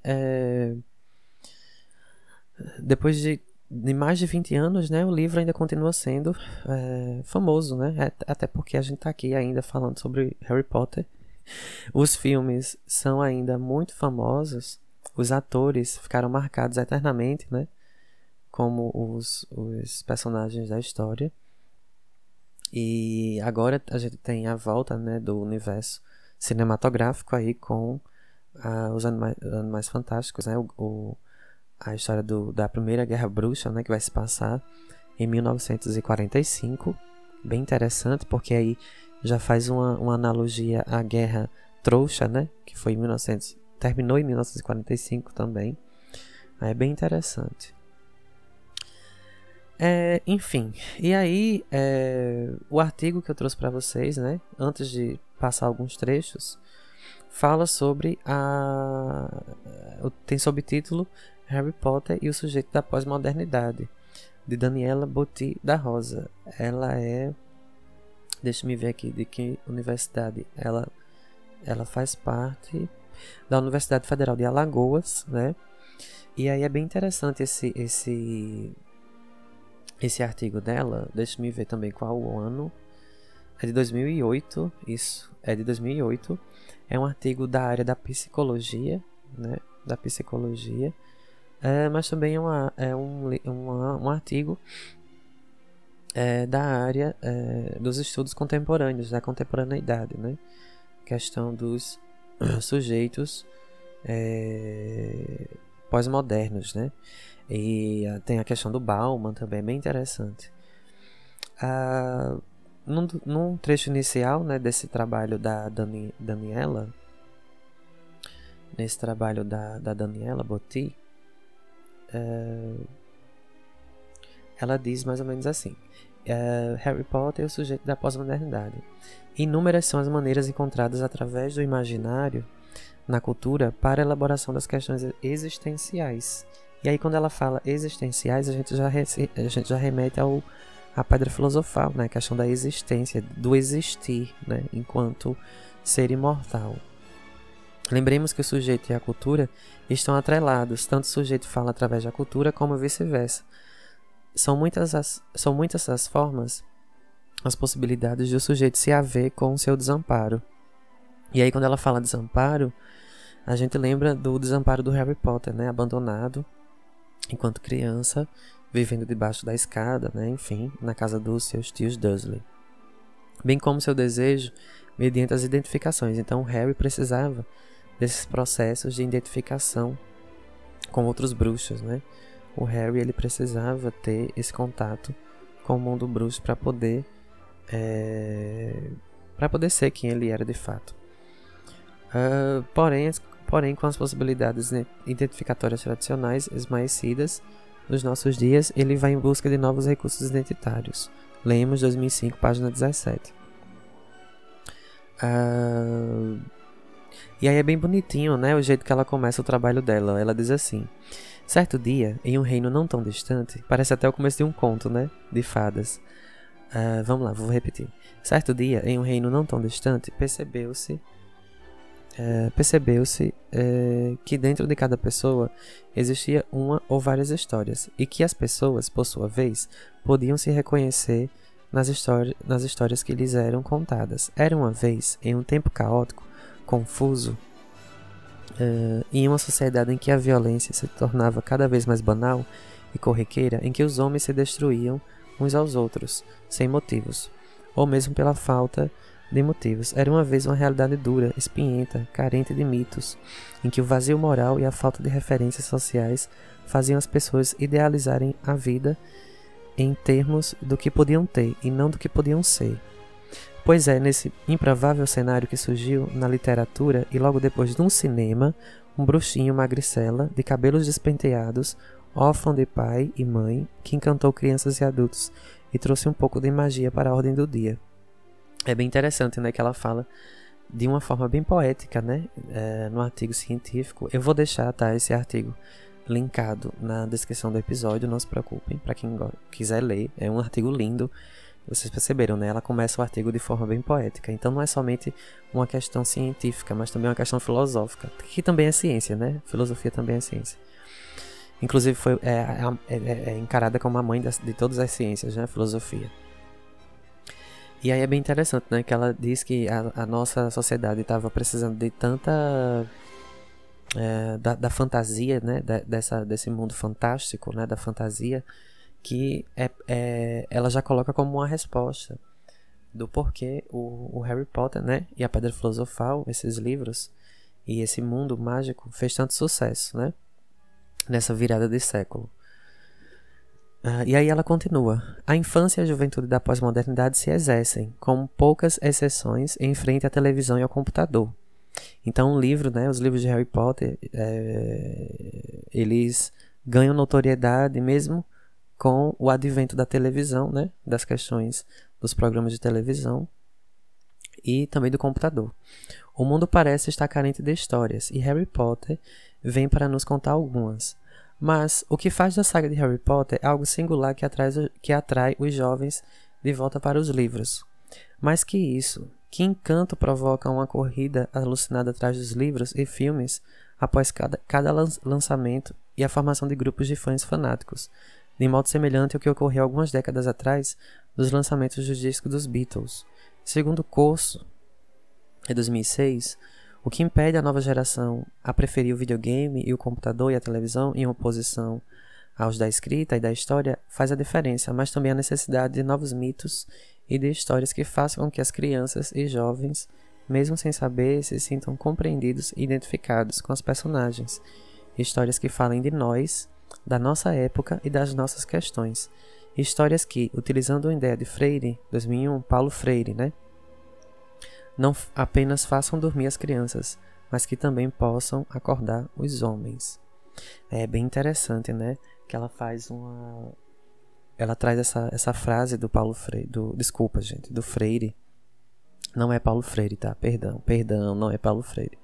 depois de mais de 20 anos, né, o livro ainda continua sendo famoso, né? Até porque a gente tá aqui ainda falando sobre Harry Potter. Os filmes são ainda muito famosos. Os atores ficaram marcados eternamente, né? Como os personagens da história. E agora a gente tem a volta, né, do universo cinematográfico aí com os Animais Fantásticos, né? A história da Primeira Guerra Bruxa, né, que vai se passar em 1945. Bem interessante, porque aí já faz uma analogia à Guerra Trouxa, né, que foi terminou em 1945 também. É bem interessante. Enfim, e aí o artigo que eu trouxe para vocês, né, antes de passar alguns trechos, fala sobre tem subtítulo Harry Potter e o sujeito da pós-modernidade, de Daniela Botti da Rosa. Ela deixa eu ver aqui de que universidade. Ela faz parte da Universidade Federal de Alagoas, né? E aí é bem interessante esse artigo dela. Deixa eu ver também qual o ano. É de 2008, isso, é de 2008. É um artigo da área da psicologia, né? Da psicologia. Mas também é um artigo da área dos estudos contemporâneos, da contemporaneidade, né? Questão dos sujeitos pós-modernos, né? E tem a questão do Bauman também, bem interessante. Num trecho inicial, né, desse trabalho da Daniela, nesse trabalho da Daniela Botti, ela diz mais ou menos assim: Harry Potter é o sujeito da pós-modernidade. Inúmeras são as maneiras encontradas através do imaginário na cultura para a elaboração das questões existenciais. E aí quando ela fala existenciais, a gente já remete à pedra filosofal, né? A questão da existência, do existir, né? Enquanto ser imortal. Lembremos que o sujeito e a cultura estão atrelados, tanto o sujeito fala através da cultura como vice-versa. São muitas as formas, as possibilidades de o sujeito se haver com o seu desamparo. E aí quando ela fala desamparo, a gente lembra do desamparo do Harry Potter, né? Abandonado enquanto criança, vivendo debaixo da escada, né? Enfim, na casa dos seus tios Dursley. Bem como seu desejo mediante as identificações. Então o Harry precisava desses processos de identificação com outros bruxos, né? O Harry ele precisava ter esse contato com o mundo bruxo para poder ser quem ele era de fato. Porém, com as possibilidades, né, identificatórias tradicionais esmaecidas nos nossos dias, ele vai em busca de novos recursos identitários. Lemos 2005, página 17. E aí é bem bonitinho, né, o jeito que ela começa o trabalho dela. Ela diz assim: certo dia, em um reino não tão distante, parece até o começo de um conto, né, de fadas. Vamos lá, vou repetir. Certo dia, em um reino não tão distante, percebeu-se que dentro de cada pessoa existia uma ou várias histórias, e que as pessoas, por sua vez, podiam se reconhecer nas histórias que lhes eram contadas. Era uma vez, em um tempo caótico, confuso, e em uma sociedade em que a violência se tornava cada vez mais banal e corriqueira, em que os homens se destruíam uns aos outros, sem motivos, ou mesmo pela falta de motivos. Era uma vez uma realidade dura, espinhenta, carente de mitos, em que o vazio moral e a falta de referências sociais faziam as pessoas idealizarem a vida em termos do que podiam ter e não do que podiam ser. Pois é nesse improvável cenário que surgiu na literatura e logo depois de um cinema, um bruxinho magricela, de cabelos despenteados, órfão de pai e mãe, que encantou crianças e adultos e trouxe um pouco de magia para a ordem do dia. É bem interessante, né, que ela fala de uma forma bem poética, né, no artigo científico. Eu vou deixar, tá, esse artigo linkado na descrição do episódio, não se preocupem, para quem quiser ler. É um artigo lindo, vocês perceberam, né, ela começa o artigo de forma bem poética. Então não é somente uma questão científica, mas também uma questão filosófica, que também é ciência, né, filosofia também é ciência. Inclusive é encarada como a mãe de todas as ciências, né, a filosofia. E aí é bem interessante, né, que ela diz que a nossa sociedade estava precisando de tanta... da fantasia, né, desse mundo fantástico, né, da fantasia, que ela já coloca como uma resposta do porquê o Harry Potter, né, e a Pedra Filosofal, esses livros, e esse mundo mágico fez tanto sucesso, né, nessa virada de século. E aí ela continua. A infância e a juventude da pós-modernidade se exercem, com poucas exceções, em frente à televisão e ao computador. Então o livro, né, os livros de Harry Potter, eles ganham notoriedade mesmo com o advento da televisão, né, das questões dos programas de televisão e também do computador. O mundo parece estar carente de histórias, e Harry Potter vem para nos contar algumas. Mas o que faz da saga de Harry Potter é algo singular que atrai os jovens de volta para os livros. Mais que isso, que encanto provoca uma corrida alucinada atrás dos livros e filmes após cada lançamento e a formação de grupos de fãs fanáticos, de modo semelhante ao que ocorreu algumas décadas atrás dos lançamentos dos discos dos Beatles. Segundo o curso, em 2006, o que impede a nova geração a preferir o videogame e o computador e a televisão em oposição aos da escrita e da história faz a diferença, mas também a necessidade de novos mitos e de histórias que façam com que as crianças e jovens, mesmo sem saber, se sintam compreendidos e identificados com os personagens. Histórias que falem de nós, da nossa época e das nossas questões. Histórias que, utilizando a ideia de Freire, 2001, Paulo Freire, né? Não apenas façam dormir as crianças, mas que também possam acordar os homens. É bem interessante, né? Que ela faz uma... Ela traz essa frase do Paulo Freire... Desculpa, gente, do Freire. Não é Paulo Freire, tá? Perdão, não é Paulo Freire.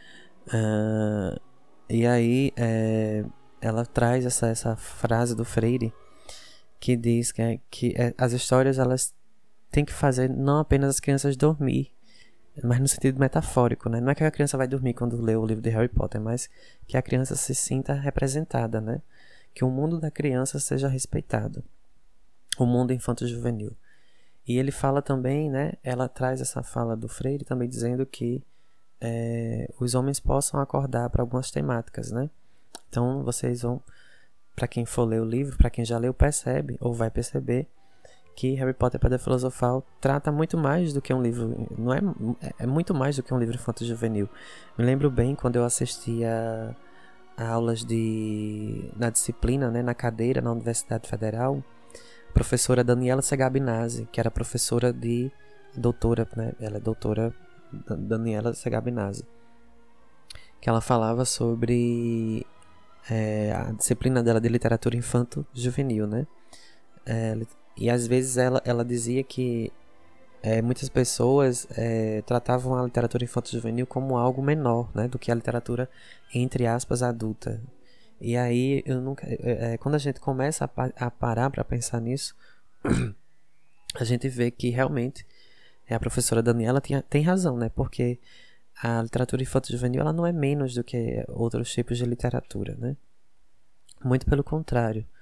E aí, ela traz essa frase do Freire que diz que as histórias, elas têm que fazer não apenas as crianças dormir, mas no sentido metafórico, né? Não é que a criança vai dormir quando lê o livro de Harry Potter, mas que a criança se sinta representada, né? Que o mundo da criança seja respeitado, o mundo infanto-juvenil. E ele fala também, né? Ela traz essa fala do Freire também dizendo que os homens possam acordar para algumas temáticas, né? Então vocês vão, para quem for ler o livro, para quem já leu, percebe ou vai perceber que Harry Potter e a Pedra Filosofal trata muito mais do que um livro, não é muito mais do que um livro infanto-juvenil. Me lembro bem quando eu assistia a aulas na disciplina, né, na cadeira na Universidade Federal, a professora Daniela Segabinazzi, que era professora de doutora, né, ela é doutora Daniela Segabinazzi, que ela falava sobre a disciplina dela de literatura infanto-juvenil, né? E às vezes ela dizia que muitas pessoas tratavam a literatura infanto-juvenil como algo menor, né, do que a literatura, entre aspas, adulta. E aí, quando a gente começa a parar para pensar nisso, a gente vê que realmente a professora Daniela tem razão, né, porque a literatura infanto-juvenil ela não é menos do que outros tipos de literatura, né? Muito pelo contrário.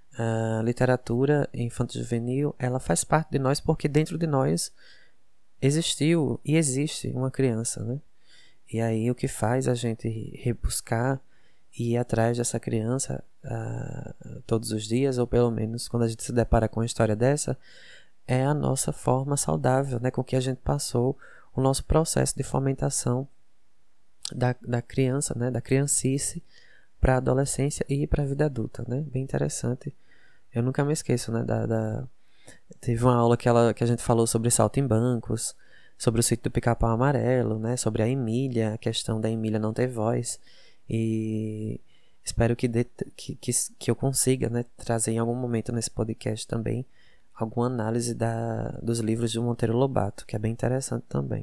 A literatura infanto-juvenil, ela faz parte de nós porque dentro de nós existiu e existe uma criança, né? E aí o que faz a gente rebuscar e ir atrás dessa criança todos os dias, ou pelo menos quando a gente se depara com uma história dessa, é a nossa forma saudável, né? Com que a gente passou o nosso processo de fomentação da criança, né? Da criancice para a adolescência e para a vida adulta, né? Bem interessante. Eu nunca me esqueço, né? Teve uma aula que a gente falou sobre saltimbancos, sobre o sítio do Pica-Pau Amarelo, né? Sobre a Emília, a questão da Emília não ter voz. E espero que eu consiga, né, trazer em algum momento nesse podcast também alguma análise dos livros de Monteiro Lobato, que é bem interessante também.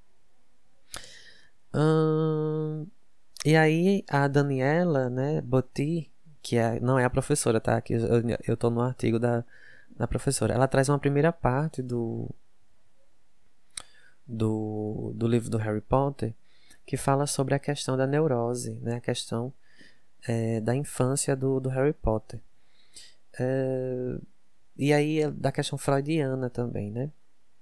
E aí a Daniela, né, Botti, que não é a professora, tá? Aqui eu tô no artigo da professora. Ela traz uma primeira parte do livro do Harry Potter, que fala sobre a questão da neurose, né? A questão da infância do Harry Potter. E aí da questão freudiana também, né?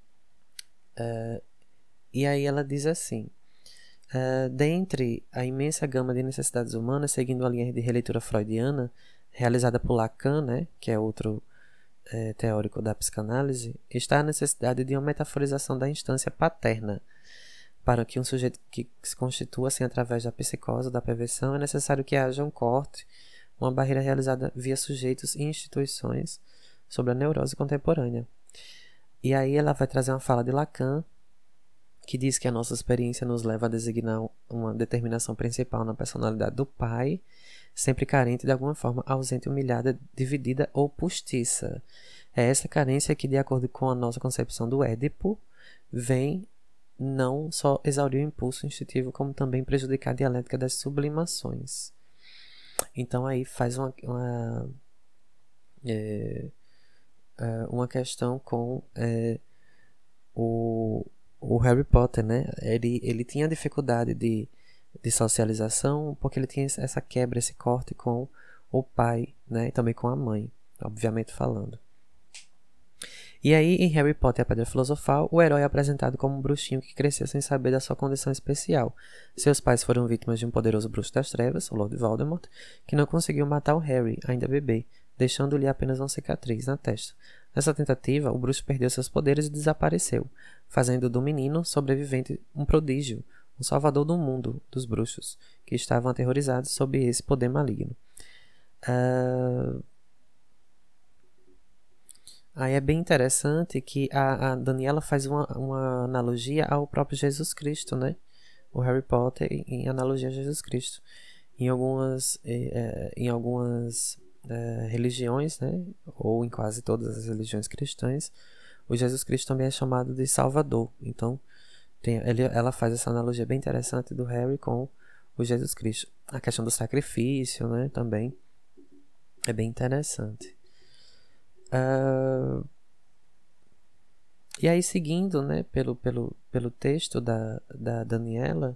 E aí ela diz assim: dentre a imensa gama de necessidades humanas, seguindo a linha de releitura freudiana realizada por Lacan, né, que é outro teórico da psicanálise, está a necessidade de uma metaforização da instância paterna. Para que um sujeito que se constitua assim através da psicose ou da perversão, é necessário que haja um corte, uma barreira realizada via sujeitos e instituições sobre a neurose contemporânea. E aí ela vai trazer uma fala de Lacan, que diz que a nossa experiência nos leva a designar uma determinação principal na personalidade do pai, sempre carente de alguma forma, ausente, humilhada, dividida ou postiça. É essa carência que, de acordo com a nossa concepção do Édipo, vem não só exaurir o impulso instintivo, como também prejudicar a dialética das sublimações. Então aí faz uma questão com o Harry Potter, né? Ele tinha dificuldade de socialização porque ele tinha essa quebra, esse corte com o pai, né? E também com a mãe, obviamente falando. E aí, em Harry Potter e a Pedra Filosofal, o herói é apresentado como um bruxinho que cresceu sem saber da sua condição especial. Seus pais foram vítimas de um poderoso bruxo das trevas, o Lord Voldemort, que não conseguiu matar o Harry, ainda bebê, deixando-lhe apenas uma cicatriz na testa. Nessa tentativa, o bruxo perdeu seus poderes e desapareceu, fazendo do menino sobrevivente um prodígio, um salvador do mundo dos bruxos, que estavam aterrorizados sob esse poder maligno. Aí é bem interessante que a Daniela faz uma analogia ao próprio Jesus Cristo, né? O Harry Potter em analogia a Jesus Cristo. Em algumas religiões, né? Ou em quase todas as religiões cristãs, o Jesus Cristo também é chamado de Salvador. Então, ela faz essa analogia bem interessante do Harry com o Jesus Cristo. A questão do sacrifício, né? Também é bem interessante. E aí, seguindo, né, pelo texto da Daniela,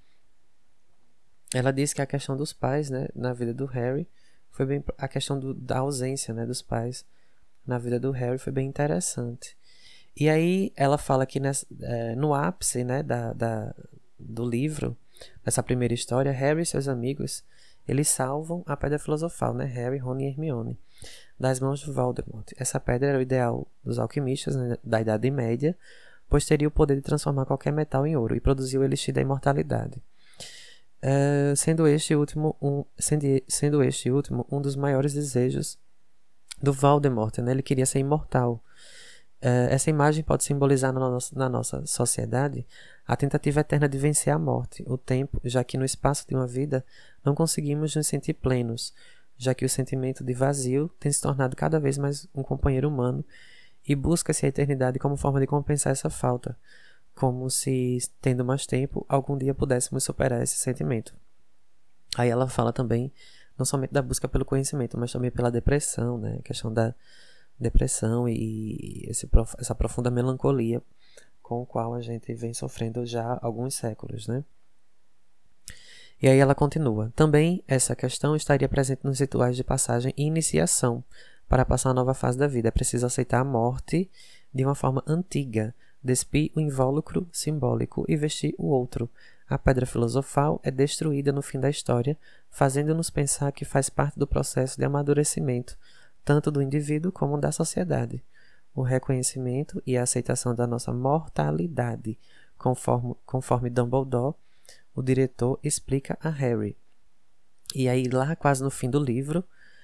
ela diz que a questão dos pais, né, na vida do Harry foi bem, a questão da ausência, né, dos pais na vida do Harry foi bem interessante. E aí ela fala que no ápice, né, do livro, dessa primeira história, Harry e seus amigos, eles salvam a Pedra Filosofal, né, Harry, Ron e Hermione, das mãos de Voldemort. Essa pedra era o ideal dos alquimistas, né, da Idade Média, pois teria o poder de transformar qualquer metal em ouro e produzir o elixir da imortalidade. Sendo este último um dos maiores desejos do Voldemort, né? Ele queria ser imortal. Essa imagem pode simbolizar na nossa sociedade a tentativa eterna de vencer a morte, o tempo, já que no espaço de uma vida não conseguimos nos sentir plenos, já que o sentimento de vazio tem se tornado cada vez mais um companheiro humano e busca-se a eternidade como forma de compensar essa falta, como se, tendo mais tempo, algum dia pudéssemos superar esse sentimento. Aí ela fala também, não somente da busca pelo conhecimento, mas também pela depressão, né? A questão da depressão e essa profunda melancolia com o qual a gente vem sofrendo já há alguns séculos, né? E aí ela continua. Também essa questão estaria presente nos rituais de passagem e iniciação. Para passar a nova fase da vida, é preciso aceitar a morte de uma forma antiga, despir o invólucro simbólico e vestir o outro. A pedra filosofal é destruída no fim da história, fazendo-nos pensar que faz parte do processo de amadurecimento, tanto do indivíduo como da sociedade. O reconhecimento e a aceitação da nossa mortalidade, conforme Dumbledore, o diretor, explica a Harry. E aí, lá quase no fim do livro,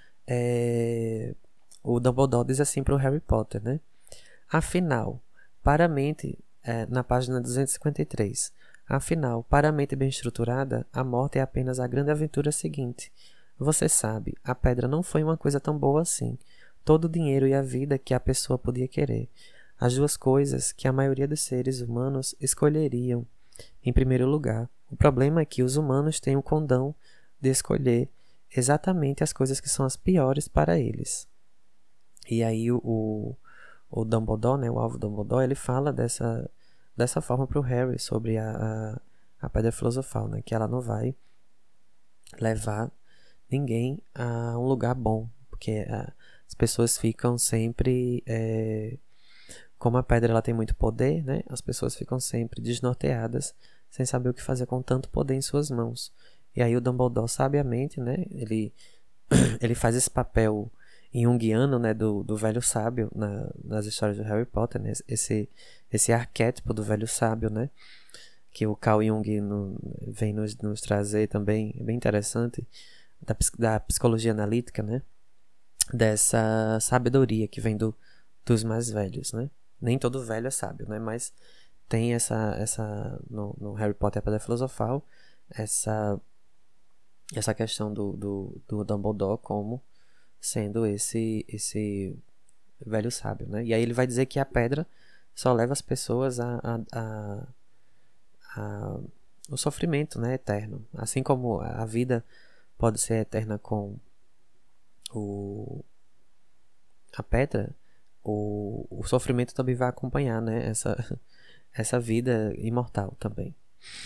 o Dumbledore diz assim para o Harry Potter, né? Afinal, para a mente, na página 253, afinal, para a mente bem estruturada, a morte é apenas a grande aventura seguinte. Você sabe, a pedra não foi uma coisa tão boa assim. Todo o dinheiro e a vida que a pessoa podia querer. As duas coisas que a maioria dos seres humanos escolheriam. Em primeiro lugar, o problema é que os humanos têm o condão de escolher exatamente as coisas que são as piores para eles. E aí o Dumbledore, né, o Alvo Dumbledore, ele fala dessa forma para o Harry sobre a Pedra Filosofal, né, que ela não vai levar ninguém a um lugar bom, porque as pessoas ficam sempre, como a pedra ela tem muito poder, né, as pessoas ficam sempre desnorteadas, sem saber o que fazer com tanto poder em suas mãos. E aí o Dumbledore, sabiamente, né, ele faz esse papel junguiano, né, do velho sábio nas histórias do Harry Potter, né, esse arquétipo do velho sábio, né, que o Carl Jung vem nos trazer também, é bem interessante, da psicologia analítica, né, dessa sabedoria que vem dos mais velhos, né. Nem todo velho é sábio, né, mas tem no Harry Potter e a Pedra Filosofal essa questão do Dumbledore como sendo esse velho sábio, né? E aí ele vai dizer que a pedra só leva as pessoas o sofrimento, né, eterno. Assim como a vida pode ser eterna com a pedra, o sofrimento também vai acompanhar, né, essa vida imortal também.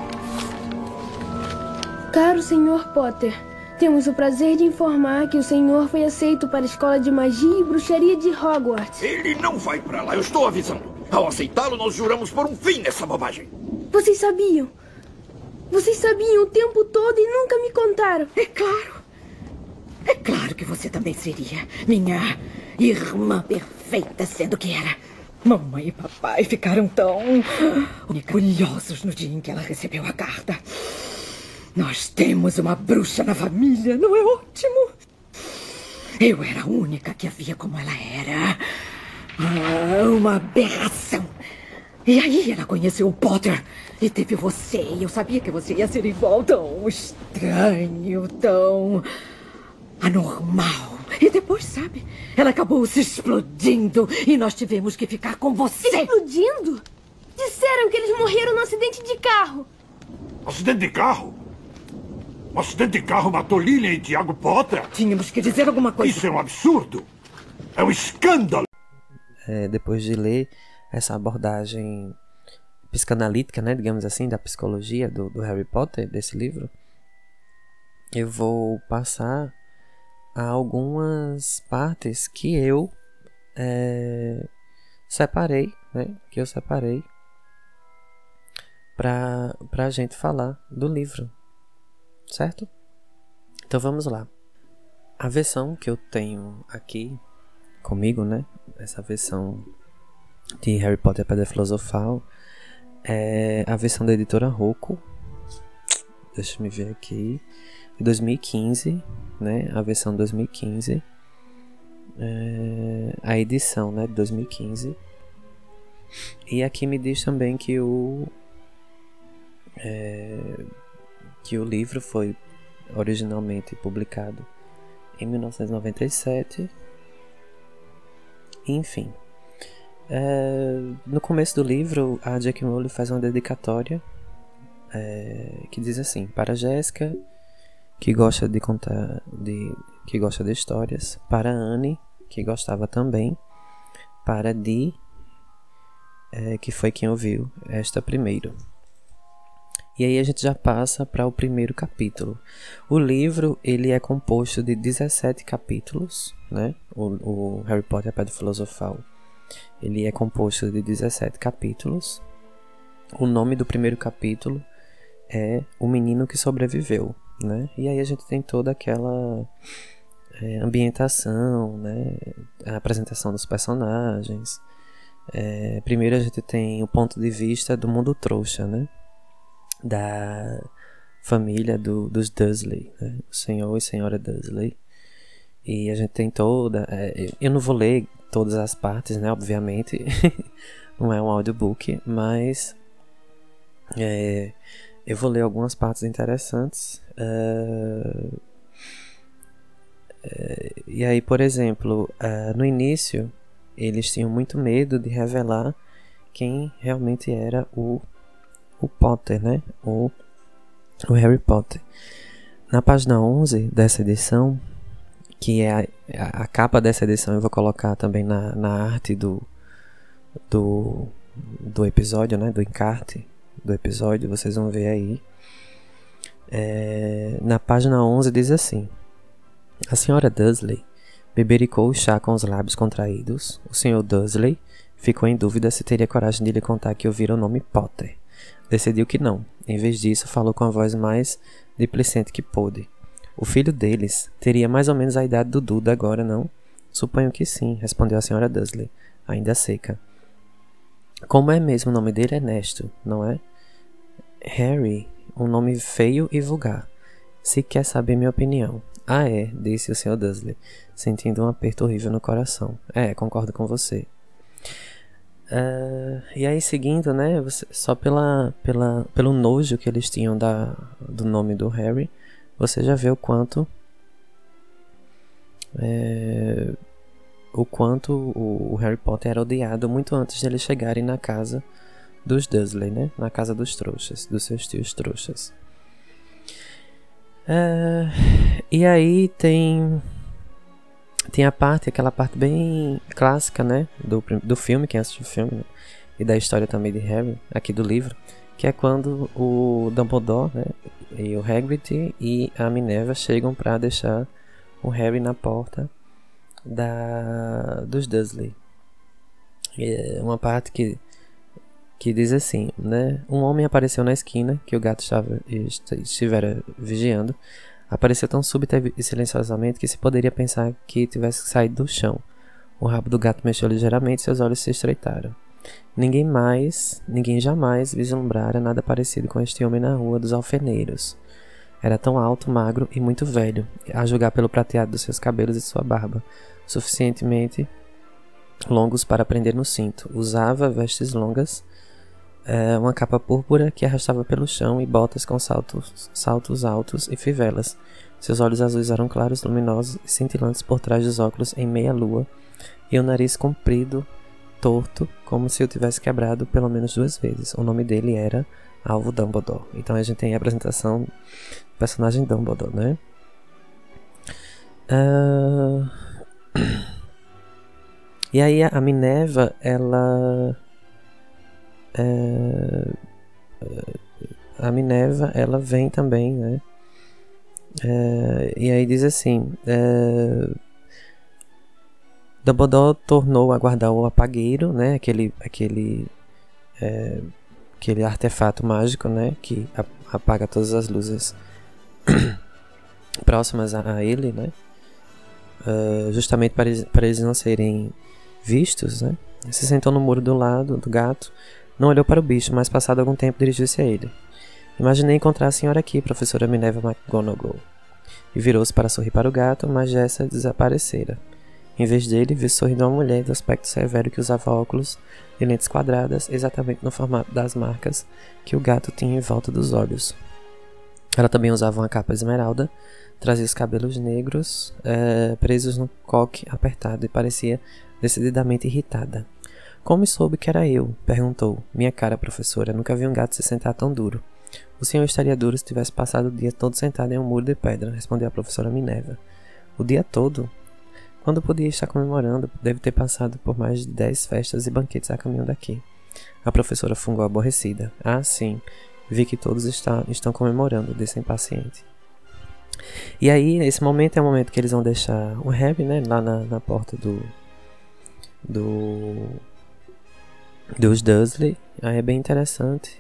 Caro Sr. Potter, temos o prazer de informar que o senhor foi aceito para a Escola de Magia e Bruxaria de Hogwarts. Ele não vai pra lá, eu estou avisando. Ao aceitá-lo, nós juramos por um fim nessa bobagem. Vocês sabiam? Vocês sabiam o tempo todo e nunca me contaram. É claro. É claro que você também seria minha irmã perfeita, sendo que era. Mamãe e papai ficaram tão orgulhosos no dia em que ela recebeu a carta. Nós temos uma bruxa na família, não é ótimo? Eu era a única que a via como ela era. Uma aberração. E aí ela conheceu o Potter e teve você. E eu sabia que você ia ser igual, tão estranho, tão anormal. E depois, sabe, ela acabou se explodindo e nós tivemos que ficar com você. Explodindo? Disseram que eles morreram num acidente de carro. Acidente de carro? Um acidente de carro matou Lilian e Tiago Potter? Tínhamos que dizer alguma coisa. Isso é um absurdo. É um escândalo. Depois de ler essa abordagem psicanalítica, né, digamos assim, da psicologia do Harry Potter, desse livro, eu vou passar a algumas partes que eu separei, né, pra gente falar do livro, certo? Então vamos lá. A versão que eu tenho aqui comigo, né, essa versão de Harry Potter e a Pedra Filosofal, é a versão da editora Rocco. Deixa eu ver aqui, de 2015, né, a versão 2015, a edição, né, de 2015. E aqui me diz também que o livro foi originalmente publicado em 1997. Enfim, no começo do livro a J.K. Rowling faz uma dedicatória que diz assim: para Jéssica, que gosta de contar, que gosta de histórias; para Anne, que gostava também; para Dee, que foi quem ouviu esta primeiro. E aí a gente já passa para o primeiro capítulo. O livro, ele é composto de 17 capítulos, né? O Harry Potter e a Pedra Filosofal, ele é composto de 17 capítulos. O nome do primeiro capítulo é O Menino que Sobreviveu, né? E aí a gente tem toda aquela ambientação, né? A apresentação dos personagens. Primeiro a gente tem o ponto de vista do mundo trouxa, né? Da família dos Dursley, né? O senhor e senhora Dursley. E a gente tem toda... eu não vou ler todas as partes, né? Obviamente. Não é um audiobook, mas... eu vou ler algumas partes interessantes. E aí, por exemplo, no início, eles tinham muito medo de revelar quem realmente era o Potter, né? O Harry Potter. Na página 11 dessa edição, que é a capa dessa edição, eu vou colocar também na arte do episódio, né? Do encarte do episódio, vocês vão ver aí. Na página 11 diz assim: a senhora Dursley bebericou o chá com os lábios contraídos. O senhor Dursley ficou em dúvida se teria coragem de lhe contar que ouvira o nome Potter. Decidiu que não. Em vez disso, falou com a voz mais displicente que pôde. O filho deles teria mais ou menos a idade do Duda agora, não? Suponho que sim, respondeu a senhora Dursley, ainda seca. Como é mesmo o nome dele? Ernesto, não é? Harry, um nome feio e vulgar. Se quer saber minha opinião. Ah, disse o Sr. Dursley, sentindo um aperto horrível no coração. Concordo com você. E aí, seguindo, né, só pelo nojo que eles tinham do nome do Harry, você já vê o quanto o Harry Potter era odiado muito antes de eles chegarem na casa dos Dursley, né, na casa dos trouxas, dos seus tios trouxas. E aí tem aquela parte bem clássica, né, do filme, quem assistiu o filme, né, e da história também de Harry, aqui do livro, que é quando o Dumbledore, né, e o Hagrid e a Minerva chegam para deixar o Harry na porta dos Dursley. É uma parte que diz assim, né? Um homem apareceu na esquina que o gato estivera vigiando. Apareceu tão súbita e silenciosamente que se poderia pensar que tivesse saído do chão. O rabo do gato mexeu ligeiramente e seus olhos se estreitaram. Ninguém jamais vislumbrara nada parecido com este homem na rua dos alfeneiros. Era tão alto, magro e muito velho, a julgar pelo prateado dos seus cabelos e sua barba, suficientemente longos para prender no cinto. Usava vestes longas, uma capa púrpura que arrastava pelo chão e botas com saltos altos e fivelas. Seus olhos azuis eram claros, luminosos e cintilantes por trás dos óculos em meia lua, e o nariz comprido, torto, como se o tivesse quebrado pelo menos 2 vezes. O nome dele era Alvo Dumbledore. Então a gente tem a apresentação do personagem Dumbledore, né? E aí a Minerva, ela vem também, né? E aí diz assim: Dumbledore tornou a guardar o apagueiro, né? Aquele artefato mágico, né? Que apaga todas as luzes próximas a ele, né? Justamente para eles não serem vistos, né? Se sentou no muro do lado do gato, não olhou para o bicho, mas passado algum tempo dirigiu-se a ele. Imaginei encontrar a senhora aqui, professora Minerva McGonagall. E virou-se para sorrir para o gato, mas essa desaparecera. Em vez dele, viu sorrindo uma mulher de aspecto severo que usava óculos e lentes quadradas, exatamente no formato das marcas que o gato tinha em volta dos olhos. Ela também usava uma capa esmeralda, trazia os cabelos negros presos no coque apertado e parecia decididamente irritada. Como soube que era eu? Perguntou. Minha cara, professora, nunca vi um gato se sentar tão duro. O senhor estaria duro se tivesse passado o dia todo sentado em um muro de pedra, respondeu a professora Minerva. O dia todo? Quando podia estar comemorando, deve ter passado por mais de 10 festas e banquetes a caminho daqui. A professora fungou aborrecida. Ah, sim. vi que todos estão comemorando desse impaciente. E aí, esse momento é o momento que eles vão deixar o Harry, né, lá na porta dos Dursley. Aí é bem interessante.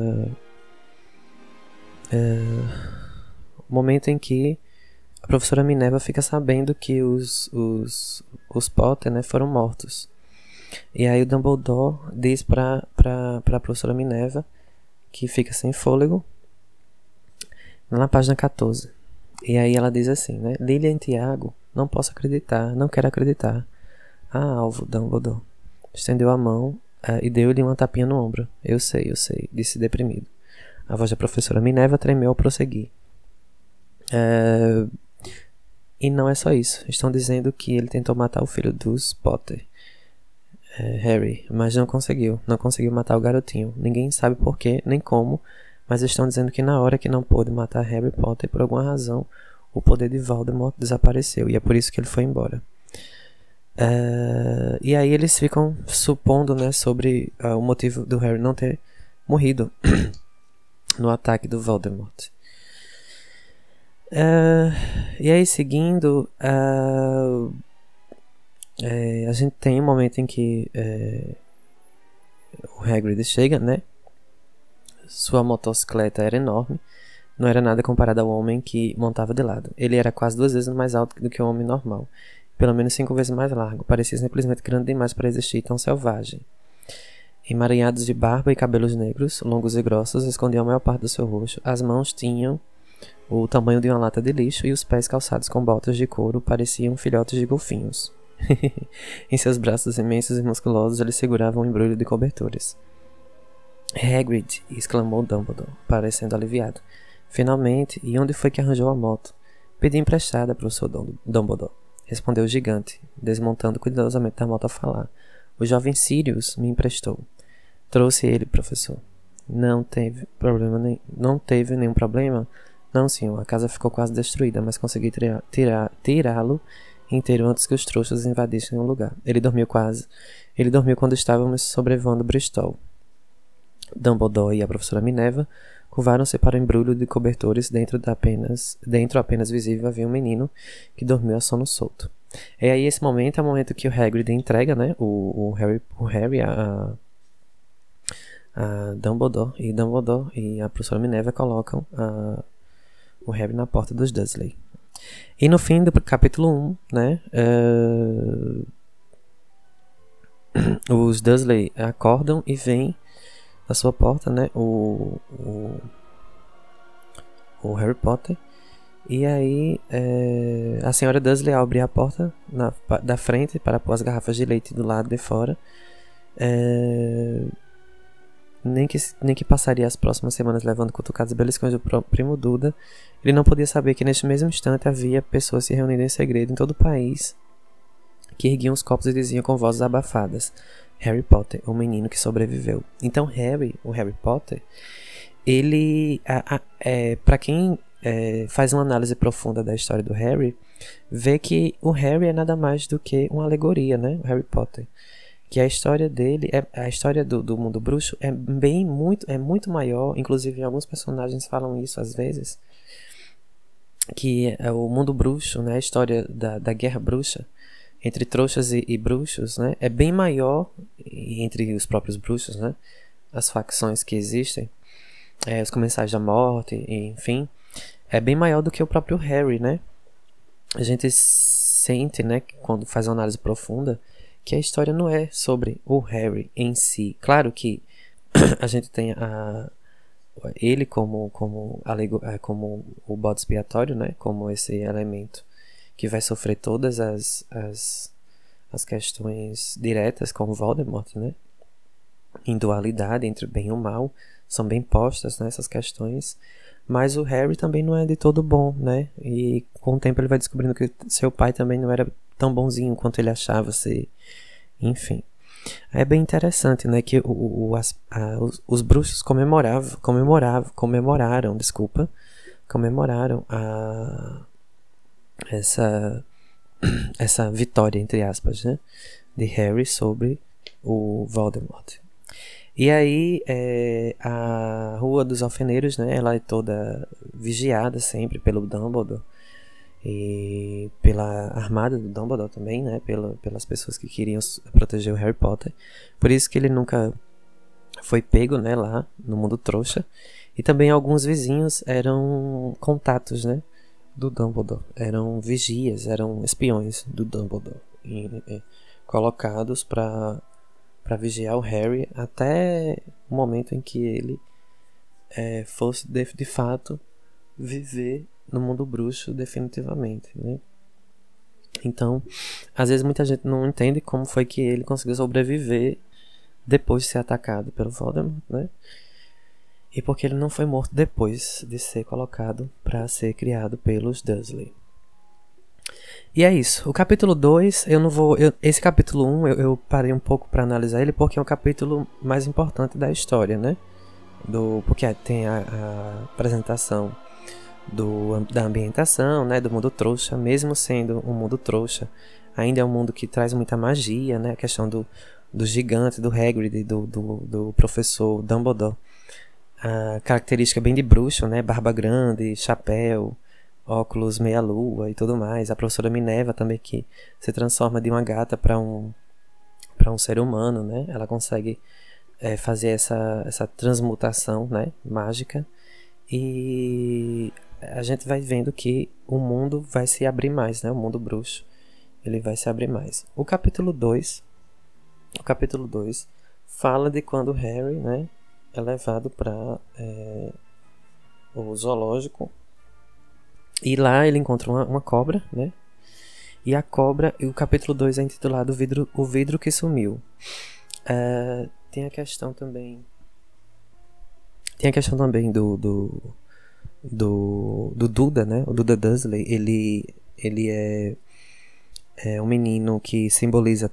O momento em que a professora Minerva fica sabendo que os Potter, né, foram mortos. E aí o Dumbledore diz pra professora Minerva, que fica sem fôlego, na página 14. E aí ela diz assim, né? Lilian Tiago, não posso acreditar, não quero acreditar. Alvo, Dumbledore. Estendeu a mão e deu-lhe uma tapinha no ombro. Eu sei, disse deprimido. A voz da professora Minerva tremeu ao prosseguir. E não é só isso. Estão dizendo que ele tentou matar o filho dos Potter, Harry, mas não conseguiu matar o garotinho. Ninguém sabe porquê, nem como, mas estão dizendo que na hora que não pôde matar Harry Potter, por alguma razão, o poder de Voldemort desapareceu, e é por isso que ele foi embora. E aí eles ficam supondo, né, sobre o motivo do Harry não ter morrido no ataque do Voldemort. E aí, seguindo, a gente tem um momento em que o Hagrid chega, né? Sua motocicleta era enorme, não era nada comparado ao homem que montava de lado. Ele era quase 2 vezes mais alto do que o homem normal, pelo menos 5 vezes mais largo. Parecia simplesmente grande demais para existir, tão selvagem. Emaranhados de barba e cabelos negros, longos e grossos, escondiam a maior parte do seu rosto. As mãos tinham o tamanho de uma lata de lixo e os pés calçados com botas de couro pareciam filhotes de golfinhos. Em seus braços imensos e musculosos ele segurava um embrulho de cobertores. Hagrid! Exclamou Dumbledore, parecendo aliviado. Finalmente, e onde foi que arranjou a moto? Pedi emprestada, professor Dumbledore, respondeu o gigante, desmontando cuidadosamente da moto a falar. O jovem Sirius me emprestou. Trouxe ele, professor. Não teve nenhum problema? Não, senhor, a casa ficou quase destruída, mas consegui tirá-lo inteiro antes que os trouxas invadissem o lugar. Ele dormiu quando estávamos sobrevoando Bristol. Dumbledore e a professora Minerva curvaram-se para o embrulho de cobertores. Dentro apenas visível havia um menino que dormiu a sono solto. E aí esse momento é o momento que o Hagrid entrega, né, o Harry a Dumbledore e a professora Minerva colocam o Harry na porta dos Dursley. E no fim do capítulo 1, né, os Dursley acordam e veem na sua porta, né, o Harry Potter. E aí a senhora Dursley abre a porta da frente para pôr as garrafas de leite do lado de fora. Nem que passaria as próximas semanas levando cutucadas e beliscões do próprio primo Duda, ele não podia saber que neste mesmo instante havia pessoas se reunindo em segredo em todo o país, que erguiam os copos e diziam com vozes abafadas: Harry Potter, o menino que sobreviveu. Então o Harry Potter, ele, para quem faz uma análise profunda da história do Harry, vê que o Harry é nada mais do que uma alegoria, né? O Harry Potter. Que a história dele, a história do mundo bruxo é muito maior. Inclusive alguns personagens falam isso às vezes, que o mundo bruxo, né, a história da guerra bruxa entre trouxas e bruxos, né, é bem maior entre os próprios bruxos, né, as facções que existem, os comensais da morte, enfim, é bem maior do que o próprio Harry, né. A gente sente, né, quando faz uma análise profunda, que a história não é sobre o Harry em si. Claro que a gente tem ele como o bode expiatório, né? Como esse elemento que vai sofrer todas as questões diretas com o Voldemort, né? Em dualidade entre o bem e o mal, são bem postas, né, essas questões. Mas o Harry também não é de todo bom, né? E com o tempo ele vai descobrindo que seu pai também não era tão bonzinho quanto ele achava ser. Enfim, é bem interessante, né, que os bruxos comemoraram essa vitória, entre aspas, né, de Harry sobre o Voldemort. E aí, a Rua dos Alfeneiros, né, ela é toda vigiada sempre pelo Dumbledore e pela armada do Dumbledore também, né, pelas pessoas que queriam proteger o Harry Potter. Por isso que ele nunca foi pego, né, lá no mundo trouxa. E também alguns vizinhos eram contatos, né, do Dumbledore. Eram vigias, eram espiões do Dumbledore, colocados para vigiar o Harry até o momento em que ele fosse de fato viver no mundo bruxo definitivamente, né? Então, às vezes muita gente não entende como foi que ele conseguiu sobreviver depois de ser atacado pelo Voldemort, né? E porque ele não foi morto depois de ser colocado para ser criado pelos Dursley. E é isso. O capítulo 2, eu não vou... esse capítulo 1, eu parei um pouco para analisar ele, porque é o capítulo mais importante da história, né? Porque tem a apresentação da ambientação, né? Do mundo trouxa. Mesmo sendo um mundo trouxa, ainda é um mundo que traz muita magia, né? A questão do gigante, do Hagrid, do professor Dumbledore. A característica bem de bruxo, né? Barba grande, chapéu, óculos meia-lua e tudo mais. A professora Minerva também, que se transforma de uma gata para um ser humano, né? Ela consegue fazer essa transmutação, né? Mágica. E a gente vai vendo que o mundo vai se abrir mais, né? O mundo bruxo, ele vai se abrir mais. O capítulo 2 fala de quando o Harry, né, é levado para o zoológico. E lá ele encontra uma cobra, né? E a cobra... E o capítulo 2 é intitulado O Vidro que Sumiu. Tem a questão também... do Duda, né? O Duda Dursley. Ele é um menino que simboliza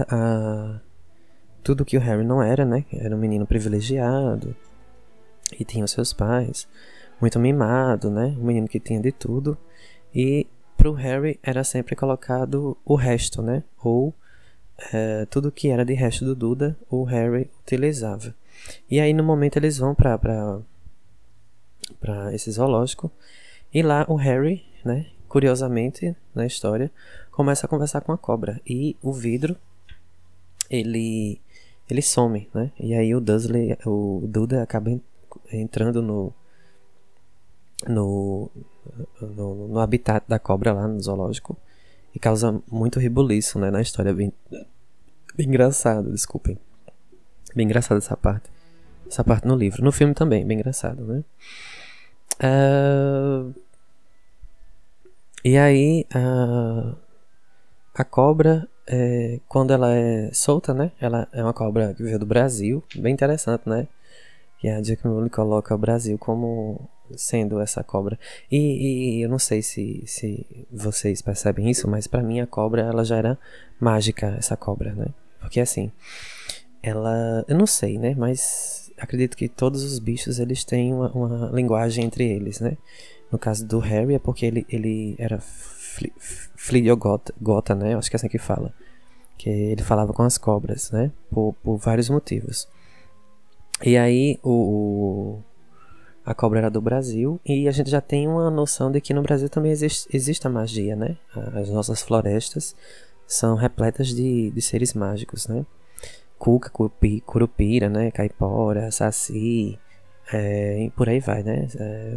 tudo que o Harry não era, né? Era um menino privilegiado. E tinha os seus pais... muito mimado, né? Um menino que tinha de tudo. E pro Harry era sempre colocado o resto, né? Ou tudo que era de resto do Duda, o Harry utilizava. E aí no momento eles vão pra esse zoológico. E lá o Harry, né? Curiosamente na história, começa a conversar com a cobra. E o vidro, ele some, né? E aí o Duda acaba entrando no habitat da cobra lá no zoológico e causa muito rebuliço, né, na história. Bem engraçado, desculpem. Bem engraçada essa parte no livro. No filme também, bem engraçado, né? E aí a cobra, quando ela é solta, né, ela é uma cobra que veio do Brasil, bem interessante, né? E a J.K. Rowling coloca o Brasil como sendo essa cobra. E eu não sei se vocês percebem isso, mas pra mim a cobra, ela já era mágica, essa cobra, né? Porque assim, eu não sei, né? Mas acredito que todos os bichos, eles têm uma linguagem entre eles, né? No caso do Harry é porque ele era fliogota, né? Eu acho que é assim que fala. Que ele falava com as cobras, né? Por vários motivos. E aí a cobra era do Brasil, e a gente já tem uma noção de que no Brasil também existe a magia, né? As nossas florestas são repletas de seres mágicos, né? Cuca, curupira, né? Caipora, saci, e por aí vai, né?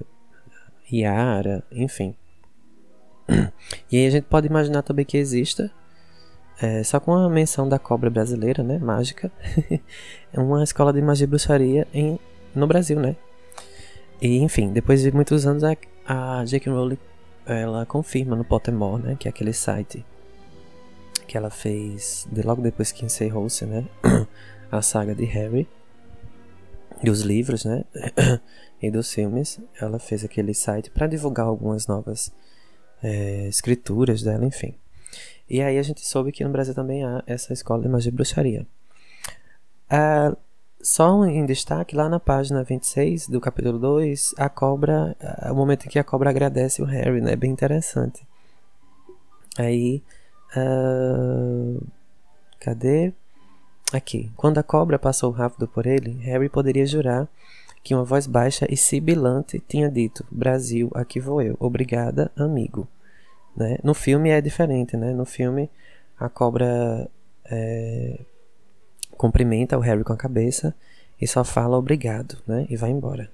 Iara, enfim. E aí a gente pode imaginar também que exista, só com a menção da cobra brasileira, né? Mágica, uma escola de magia e bruxaria no Brasil, né? E enfim, depois de muitos anos a J.K. Rowling, ela confirma no Pottermore, né, que é aquele site que ela fez logo depois que encerrou-se, né, a saga de Harry, dos livros, né, e dos filmes. Ela fez aquele site para divulgar algumas novas escrituras dela, enfim. E aí a gente soube que no Brasil também há essa escola de magia e bruxaria. Só em destaque, lá na página 26 do capítulo 2, a cobra, o momento em que a cobra agradece o Harry, né? Bem interessante. Aí, cadê? Aqui. Quando a cobra passou rápido por ele, Harry poderia jurar que uma voz baixa e sibilante tinha dito: Brasil, aqui vou eu. Obrigada, amigo. Né? No filme é diferente, né? No filme a cobra cumprimenta o Harry com a cabeça e só fala obrigado, né? E vai embora.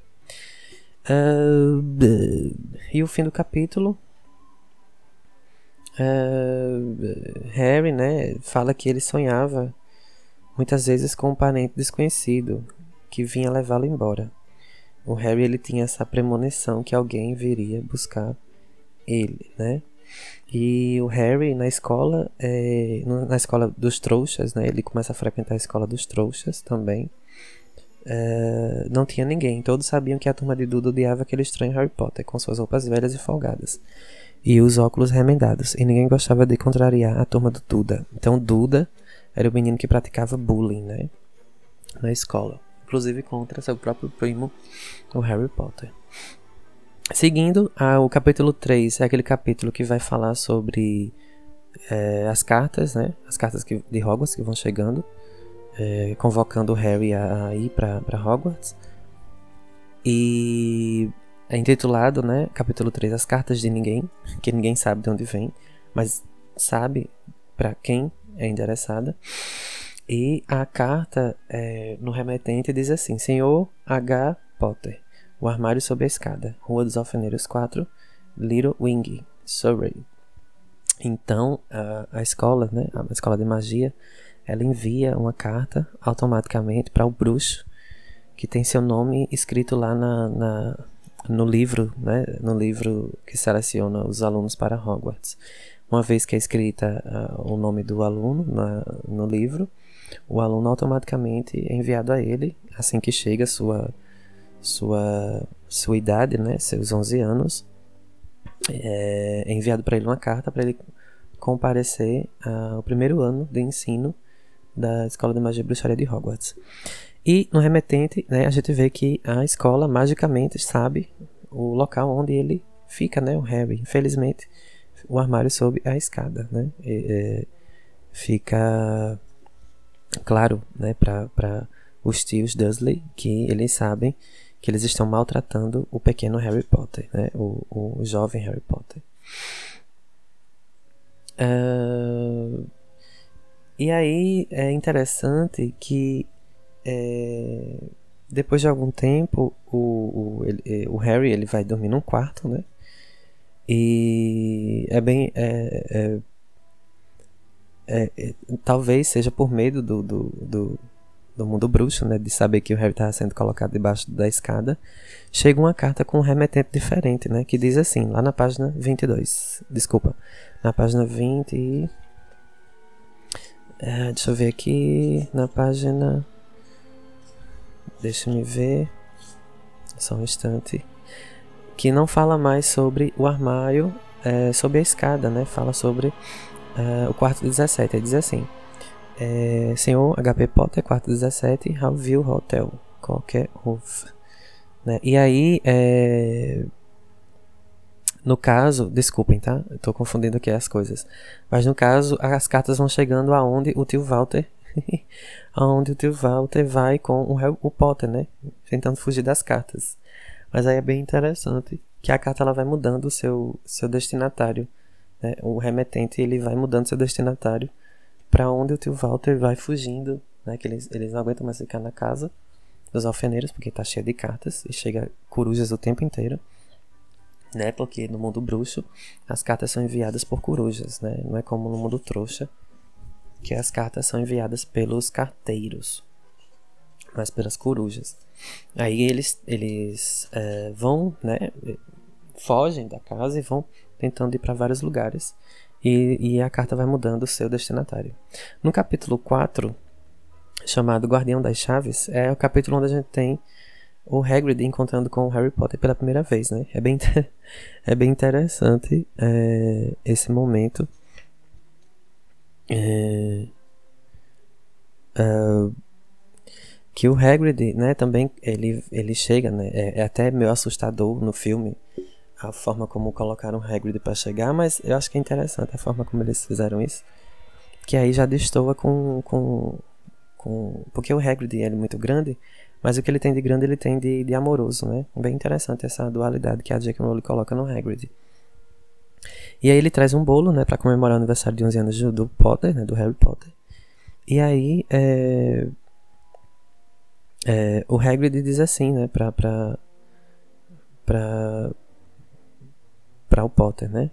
E o fim do capítulo, Harry, né, fala que ele sonhava muitas vezes com um parente desconhecido que vinha levá-lo embora. O Harry, ele tinha essa premonição que alguém viria buscar ele, né? E o Harry na escola dos trouxas, né? Ele começa a frequentar a escola dos trouxas também. Não tinha ninguém. Todos sabiam que a turma de Duda odiava aquele estranho Harry Potter, com suas roupas velhas e folgadas e os óculos remendados. E ninguém gostava de contrariar a turma do Duda. Então Duda era o menino que praticava bullying, né, na escola, inclusive contra seu próprio primo, o Harry Potter. Seguindo, o capítulo 3 é aquele capítulo que vai falar sobre as cartas, né, as cartas de Hogwarts que vão chegando, convocando o Harry a ir para Hogwarts. E é intitulado, né, capítulo 3, As Cartas de Ninguém, que ninguém sabe de onde vem, mas sabe para quem é endereçada. E a carta no remetente diz assim: Senhor H. Potter, o armário sob a escada, Rua dos Alfeneiros 4, Little Wing, Surrey. Então a escola, né, a escola de magia, ela envia uma carta automaticamente para o bruxo, que tem seu nome escrito lá no livro, né, no livro que seleciona os alunos para Hogwarts. Uma vez que é escrita o nome do aluno no livro, o aluno automaticamente é enviado a ele, assim que chega sua idade, né, seus 11 anos, é enviado para ele uma carta para ele comparecer ao primeiro ano de ensino da Escola de Magia e Bruxaria de Hogwarts. E no remetente, né, a gente vê que a escola magicamente sabe o local onde ele fica, né, o Harry. Infelizmente, o armário sob a escada, né, fica claro, né, para os tios Dursley que eles sabem que eles estão maltratando o pequeno Harry Potter, né, o jovem Harry Potter. E aí é interessante que depois de algum tempo o Harry, ele vai dormir num quarto, né? E talvez seja por medo do mundo bruxo, né, de saber que o Harry estava sendo colocado debaixo da escada. Chega uma carta com um remetente diferente, né, que diz assim, lá na página 22, desculpa, na página 20 deixa eu ver aqui, na página, deixa me ver, só um instante, que não fala mais sobre o armário sobre a escada, né, fala sobre o quarto 17, ele diz assim: Senhor H.P. Potter, quarto 17, Hallville Hotel, qualquer roof, né? E aí, no caso, desculpem, tá? Eu tô confundindo aqui as coisas. Mas no caso, as cartas vão chegando aonde o tio Walter aonde o tio Walter vai com o Potter, né? Tentando fugir das cartas. Mas aí é bem interessante que a carta ela vai mudando o seu destinatário, né? O remetente ele vai mudando seu destinatário para onde o tio Walter vai fugindo, né? Que eles não aguentam mais ficar na casa dos alfeneiros porque tá cheio de cartas e chega corujas o tempo inteiro, né? Porque no mundo bruxo as cartas são enviadas por corujas, né? Não é como no mundo trouxa, que as cartas são enviadas pelos carteiros, mas pelas corujas. Aí eles vão, né? Fogem da casa e vão tentando ir para vários lugares. E a carta vai mudando o seu destinatário. No capítulo 4, chamado Guardião das Chaves, é o capítulo onde a gente tem o Hagrid encontrando com o Harry Potter pela primeira vez, né? É bem interessante esse momento. Que o Hagrid, né, também ele chega, né? É até meio assustador no filme a forma como colocaram o Hagrid para chegar, mas eu acho que é interessante a forma como eles fizeram isso, que aí já destoa com Porque o Hagrid ele é muito grande, mas o que ele tem de grande ele tem de amoroso, né? Bem interessante essa dualidade que a J.K. Rowling coloca no Hagrid. E aí ele traz um bolo, né, pra comemorar o aniversário de 11 anos do Potter, né, do Harry Potter. E aí o Hagrid diz assim, né, pra o Potter, né?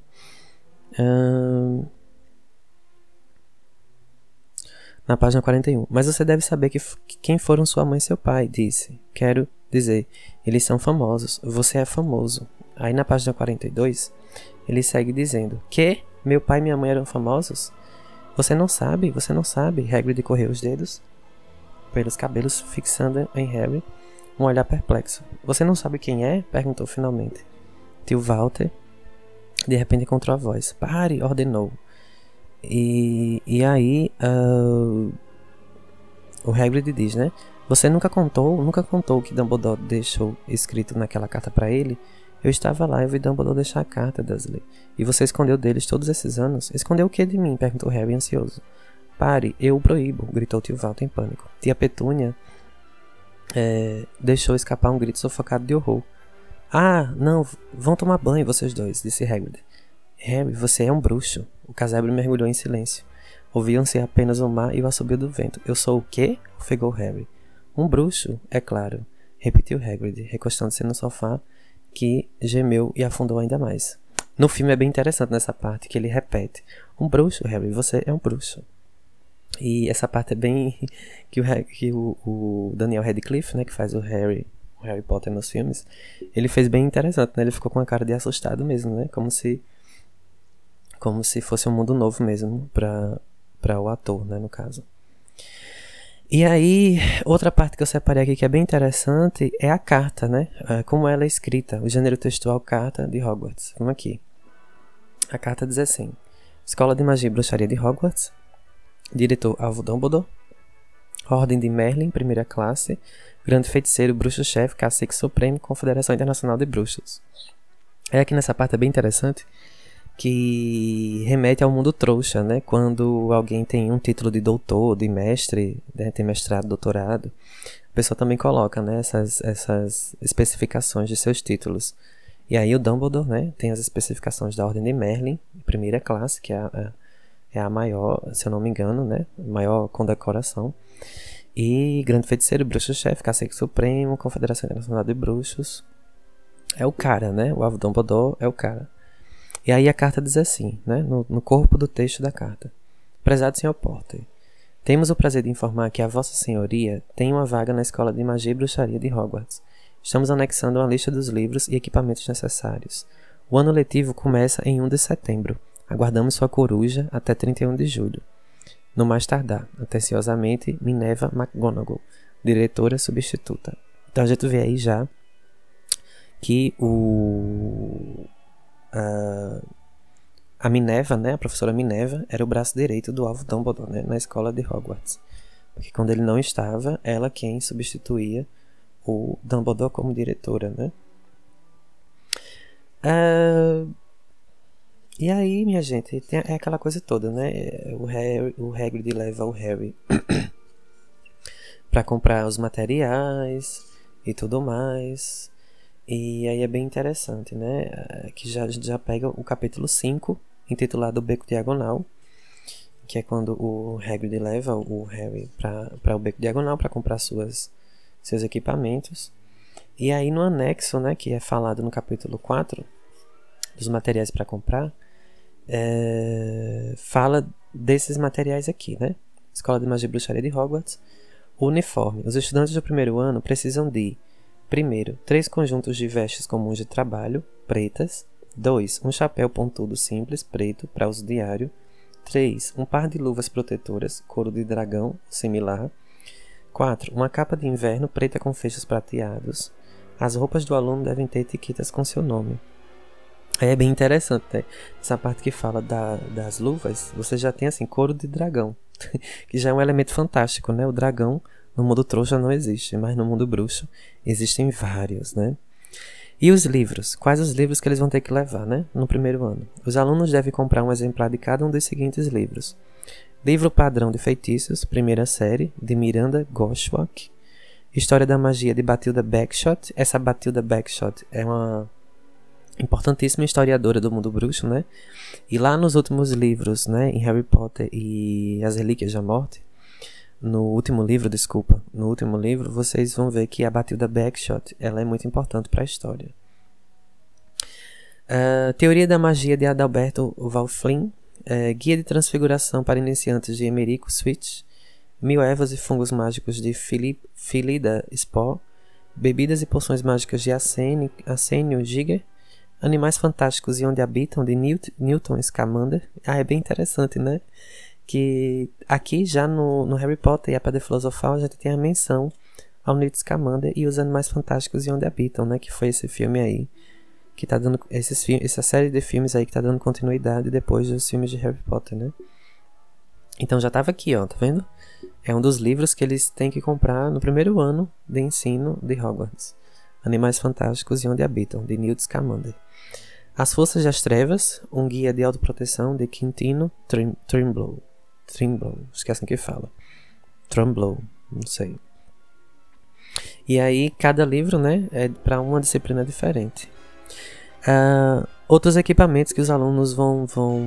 Na página 41. Mas você deve saber que quem foram sua mãe e seu pai, disse. Quero dizer, eles são famosos. Você é famoso. Aí na página 42, ele segue dizendo: que meu pai e minha mãe eram famosos? Você não sabe? Hagrid correu os dedos pelos cabelos, fixando em Harry um olhar perplexo. Você não sabe quem é? Perguntou finalmente. Tio Walter de repente encontrou a voz. Pare, ordenou. E aí o Hagrid diz, né? Você nunca contou o que Dumbledore deixou escrito naquela carta para ele? Eu estava lá e vi Dumbledore deixar a carta, Dursley. E você escondeu deles todos esses anos? Escondeu o que de mim? Perguntou Harry ansioso. Pare, eu o proíbo, gritou tio Walter em pânico. Tia Petúnia deixou escapar um grito sufocado de horror. Ah, não, vão tomar banho vocês dois, disse Hagrid. Harry, você é um bruxo. O casebre mergulhou em silêncio. Ouviam-se apenas o mar e o assobio do vento. Eu sou o quê? Ofegou Harry. Um bruxo, é claro, repetiu Hagrid, recostando-se no sofá, que gemeu e afundou ainda mais. No filme é bem interessante nessa parte que ele repete. Um bruxo, Harry, você é um bruxo. E essa parte é bem que o Daniel Radcliffe, né, que faz o Harry Potter nos filmes, ele fez bem interessante, né? Ele ficou com a cara de assustado mesmo, né? Como se fosse um mundo novo mesmo para o ator, né, no caso. E aí, outra parte que eu separei aqui que é bem interessante é a carta, né? Como ela é escrita, o gênero textual carta de Hogwarts. Vamos aqui. A carta diz assim: Escola de Magia e Bruxaria de Hogwarts, diretor Alvo Dumbledore, Ordem de Merlin, primeira classe, Grande Feiticeiro, Bruxo-Chefe, Cacique Supremo, Confederação Internacional de Bruxos. Aqui nessa parte é bem interessante, que remete ao mundo trouxa, né? Quando alguém tem um título de doutor, de mestre, né? Tem mestrado, doutorado, a pessoa também coloca, né? essas especificações de seus títulos. E aí o Dumbledore, né? Tem as especificações da Ordem de Merlin, primeira classe, que é a maior, se eu não me engano, né? Maior condecoração. E Grande Feiticeiro, Bruxo-Chefe, Cacique Supremo, Confederação Internacional de Bruxos. É o cara, né? O Alvo Dumbledore é o cara. E aí a carta diz assim, né, no corpo do texto da carta. Prezado Sr. Potter, temos o prazer de informar que a Vossa Senhoria tem uma vaga na Escola de Magia e Bruxaria de Hogwarts. Estamos anexando uma lista dos livros e equipamentos necessários. O ano letivo começa em 1 de setembro. Aguardamos sua coruja até 31 de julho. No mais tardar, atenciosamente, Minerva McGonagall, diretora substituta. Então a gente vê aí já que a Minerva, né, a professora Minerva, era o braço direito do Alvo Dumbledore, né, na escola de Hogwarts. Porque quando ele não estava, ela quem substituía o Dumbledore como diretora, né. E aí, minha gente, é aquela coisa toda, né. O Hagrid leva o Harry para comprar os materiais e tudo mais. E aí é bem interessante, né? Que já pega o capítulo 5, intitulado O Beco Diagonal, que é quando o Hagrid leva o Harry para o Beco Diagonal para comprar seus equipamentos. E aí no anexo, né, que é falado no capítulo 4, dos materiais para comprar, fala desses materiais aqui, né? Escola de Magia e Bruxaria de Hogwarts. O uniforme. Os estudantes do primeiro ano precisam de: primeiro, 3 conjuntos de vestes comuns de trabalho, pretas. 2. Um chapéu pontudo simples, preto, para uso diário. 3. Um par de luvas protetoras, couro de dragão, similar. 4. Uma capa de inverno preta com fechos prateados. As roupas do aluno devem ter etiquetas com seu nome. Aí é bem interessante, né? Essa parte que fala das luvas, você já tem assim, couro de dragão, que já é um elemento fantástico, né? O dragão no mundo trouxa não existe, mas no mundo bruxo existem vários, né? E os livros? Quais os livros que eles vão ter que levar, né? No primeiro ano. Os alunos devem comprar um exemplar de cada um dos seguintes livros: Livro Padrão de Feitiços, primeira série, de Miranda Goshawk. História da Magia, de Batilda Bagshot. Essa Batilda Bagshot é uma importantíssima historiadora do mundo bruxo, né? E lá nos últimos livros, né, em Harry Potter e As Relíquias da Morte, no último livro, vocês vão ver que a Batilda Bagshot, ela é muito importante para a história. Teoria da Magia, de Adalberto Wallflin. Guia de Transfiguração para Iniciantes, de Emerico Switch. 1000 Ervas e Fungos Mágicos, de Philida Spohr. Bebidas e Poções Mágicas, de Arsenio Giger. Animais Fantásticos e Onde Habitam, de Newton Scamander. É bem interessante, né? Que aqui já no Harry Potter e a Pedra Filosofal a gente tem a menção ao Newt Scamander e os Animais Fantásticos e Onde Habitam, né? Que foi esse filme aí que tá dando essa série de filmes aí que tá dando continuidade depois dos filmes de Harry Potter, né? Então já tava aqui, ó, tá vendo? É um dos livros que eles têm que comprar no primeiro ano de ensino de Hogwarts. Animais Fantásticos e Onde Habitam, de Newt Scamander. As Forças das Trevas, um guia de autoproteção, de Quintino Trimble, acho que é assim que fala. Trumblow, não sei. E aí, cada livro, né, é para uma disciplina diferente. Outros equipamentos que os alunos vão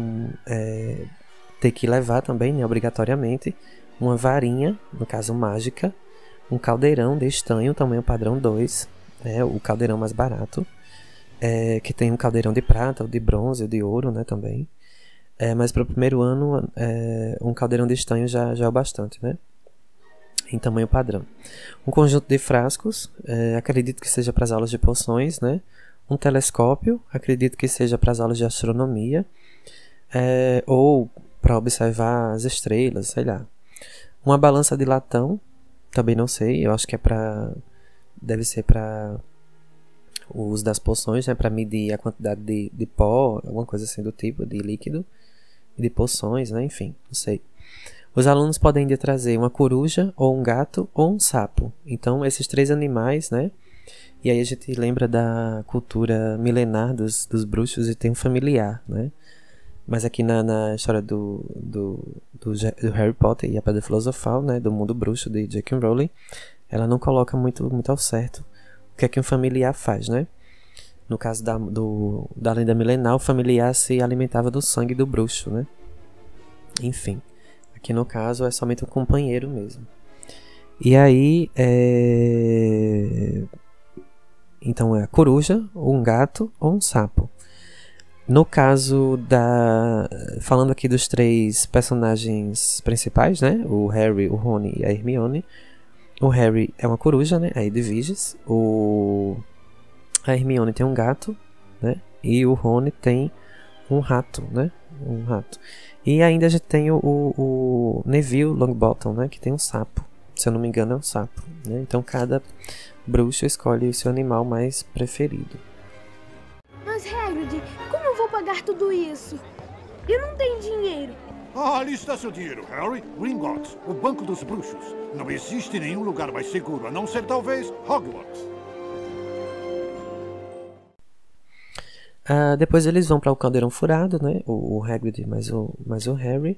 ter que levar também, né, obrigatoriamente. Uma varinha, no caso mágica. Um caldeirão de estanho, tamanho padrão 2. O caldeirão mais barato. Que tem um caldeirão de prata, de bronze, de ouro, né, também. Mas para o primeiro ano, um caldeirão de estanho já é o bastante, né? Em tamanho padrão. Um conjunto de frascos, acredito que seja para as aulas de poções, né? Um telescópio, acredito que seja para as aulas de astronomia, ou para observar as estrelas, sei lá. Uma balança de latão, também não sei, eu acho que deve ser para o uso das poções, né, para medir a quantidade de pó, alguma coisa assim do tipo, de líquido, e de poções, né, enfim, não sei. Os alunos podem ainda trazer uma coruja, ou um gato, ou um sapo. Então, esses 3 animais, né, e aí a gente lembra da cultura milenar dos bruxos e tem um familiar, né, mas aqui na história do Harry Potter e a Pedra Filosofal, né, do mundo bruxo de J.K. Rowling, ela não coloca muito ao certo o que é que um familiar faz, né? No caso da lenda milenar, o familiar se alimentava do sangue do bruxo, né? Enfim, aqui no caso é somente um companheiro mesmo. E aí, então é a coruja, um gato ou um sapo. No caso falando aqui dos 3 personagens principais, né? O Harry, o Rony e a Hermione. O Harry é uma coruja, né? A Edwiges. A Hermione tem um gato, né? E o Rony tem um rato, né? Um rato. E ainda a gente tem o Neville Longbottom, né? Que tem um sapo. Se eu não me engano é um sapo, né? Então cada bruxo escolhe o seu animal mais preferido. Mas Hagrid, como eu vou pagar tudo isso? Eu não tenho dinheiro. Ali está seu dinheiro, Harry. Gringotts, o Banco dos Bruxos. Não existe nenhum lugar mais seguro, a não ser talvez Hogwarts. Depois eles vão para o Caldeirão Furado, né? O Hagrid mais o Harry.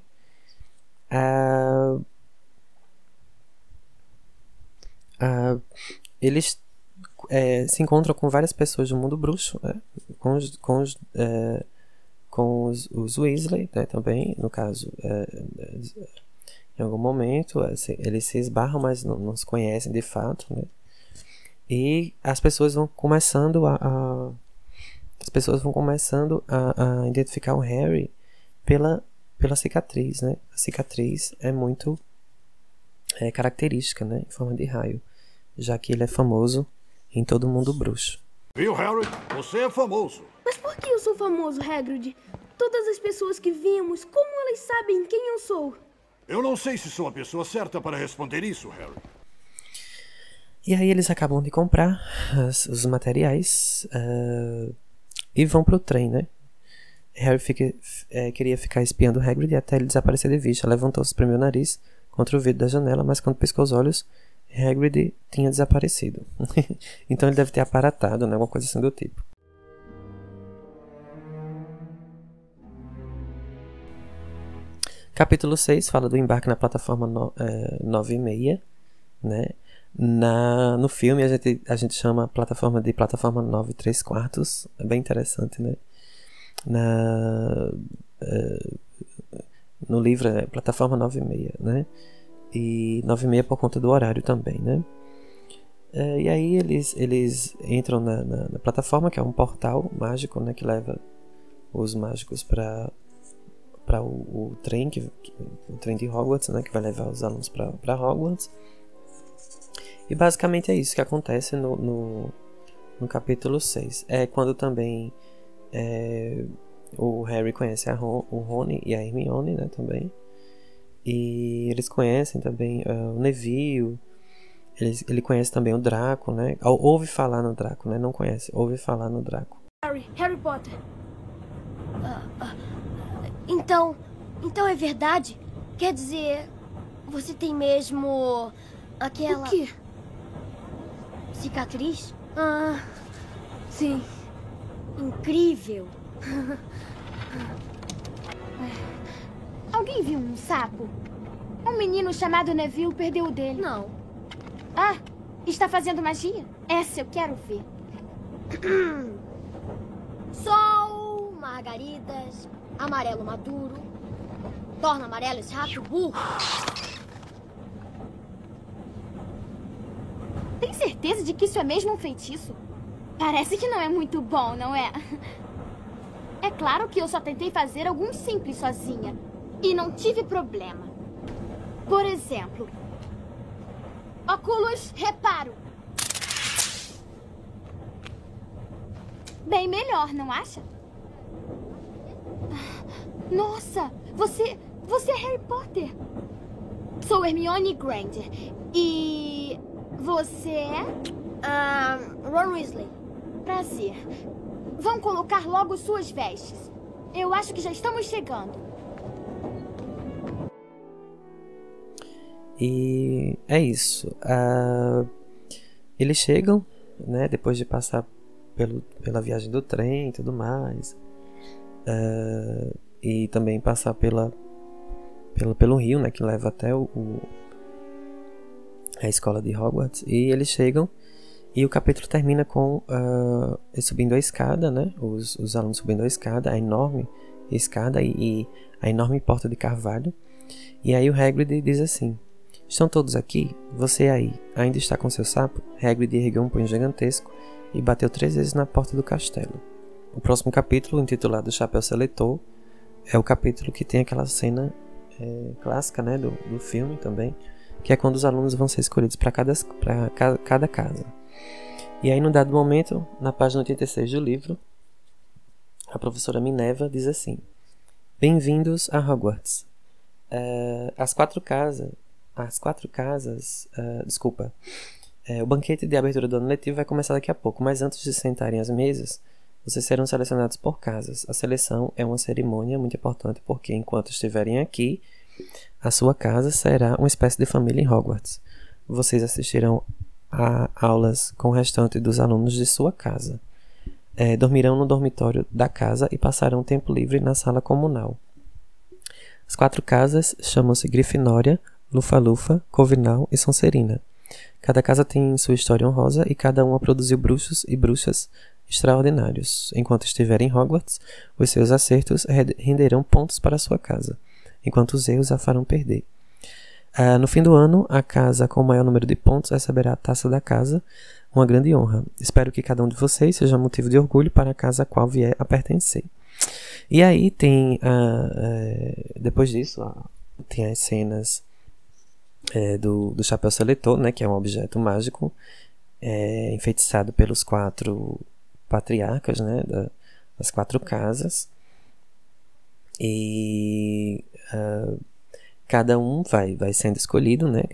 Eles se encontram com várias pessoas do mundo bruxo, né? Com os Weasley, né, também, no caso, em algum momento eles se esbarram, mas não se conhecem de fato, né? E as pessoas vão começando a identificar o Harry pela cicatriz, né? A cicatriz é muito característica, né, em forma de raio, já que ele é famoso em todo o mundo bruxo. Viu, Harry? Você é famoso. Mas por que eu sou famoso, Hagrid? Todas as pessoas que vimos, como elas sabem quem eu sou? Eu não sei se sou a pessoa certa para responder isso, Harry. E aí eles acabam de comprar os materiais e vão pro trem, né? Harry queria ficar espiando o Hagrid até ele desaparecer de vista. Levantou-se, espremeu o nariz contra o vidro da janela, mas quando piscou os olhos, Hagrid tinha desaparecido. Então ele deve ter aparatado, né? Alguma coisa assim do tipo. Capítulo 6 fala do embarque na plataforma 9,6, né? No filme a gente chama a plataforma de plataforma 9,3/4. É bem interessante, né? No livro é plataforma 9,6, né? E 9,6 por conta do horário também, né? E aí eles entram na plataforma, que é um portal mágico, né? Que leva os mágicos para o trem, o trem de Hogwarts, né? Que vai levar os alunos para Hogwarts. E basicamente é isso que acontece no capítulo 6. É quando também o Harry conhece o Rony e a Hermione, né, também. E eles conhecem também o Neville. Ele conhece também o Draco, né? Ouve falar no Draco, né? Não conhece, ouve falar no Draco. Harry Potter. Então é verdade? Quer dizer, você tem mesmo aquela... O quê? Cicatriz? Sim. Incrível. Alguém viu um sapo? Um menino chamado Neville perdeu o dele. Não. Está fazendo magia? Essa eu quero ver. Sol, margaridas, amarelo maduro, torna amarelo esse rato burro. Tem certeza de que isso é mesmo um feitiço? Parece que não é muito bom, não é? É claro que eu só tentei fazer alguns simples sozinha. E não tive problema. Por exemplo, óculos reparo. Bem melhor, não acha? Nossa, você é Harry Potter. Sou Hermione Granger. E você é? Ron Weasley. Prazer. Vão colocar logo suas vestes. Eu acho que já estamos chegando. E é isso. Eles chegam, né, depois de passar pela viagem do trem e tudo mais. E também passar pelo rio, né, que leva até a escola de Hogwarts. E eles chegam e o capítulo termina com eles subindo a escada, né, os alunos subindo a escada, a enorme escada e a enorme porta de carvalho. E aí o Hagrid diz assim: estão todos aqui? Você aí ainda está com seu sapo? Hagrid ergueu um punho gigantesco e bateu 3 vezes na porta do castelo. O próximo capítulo, intitulado Chapéu Seletor, é o capítulo que tem aquela cena clássica, né, do filme também, que é quando os alunos vão ser escolhidos para cada casa. E aí, num dado momento, na página 86 do livro, a professora Minerva diz assim: bem-vindos a Hogwarts. O banquete de abertura do ano letivo vai começar daqui a pouco, mas antes de sentarem às mesas, vocês serão selecionados por casas. A seleção é uma cerimônia muito importante porque, enquanto estiverem aqui, a sua casa será uma espécie de família em Hogwarts. Vocês assistirão a aulas com o restante dos alunos de sua casa. Dormirão no dormitório da casa e passarão tempo livre na sala comunal. As 4 casas chamam-se Grifinória, Lufa-Lufa, Corvinal e Sonserina. Cada casa tem sua história honrosa e cada uma produziu bruxos e bruxas extraordinários. Enquanto estiverem em Hogwarts, os seus acertos renderão pontos para a sua casa, enquanto os erros a farão perder. No fim do ano, a casa com o maior número de pontos receberá a taça da casa, uma grande honra. Espero que cada um de vocês seja motivo de orgulho para a casa a qual vier a pertencer. E aí tem, depois disso, tem as cenas do Chapéu Seletor, né, que é um objeto mágico enfeitiçado pelos 4 patriarcas, né, das 4 casas. E cada um vai sendo escolhido, né?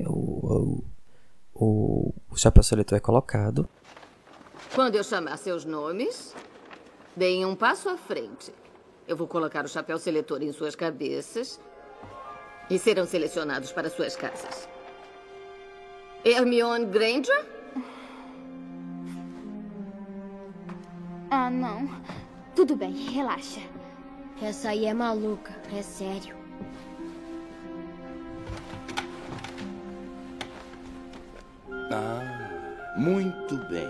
O Chapéu Seletor é colocado. Quando eu chamar seus nomes, deem um passo à frente. Eu vou colocar o Chapéu Seletor em suas cabeças e serão selecionados para suas casas. Hermione Granger? Não. Tudo bem, relaxa. Essa aí é maluca, é sério. Ah, muito bem.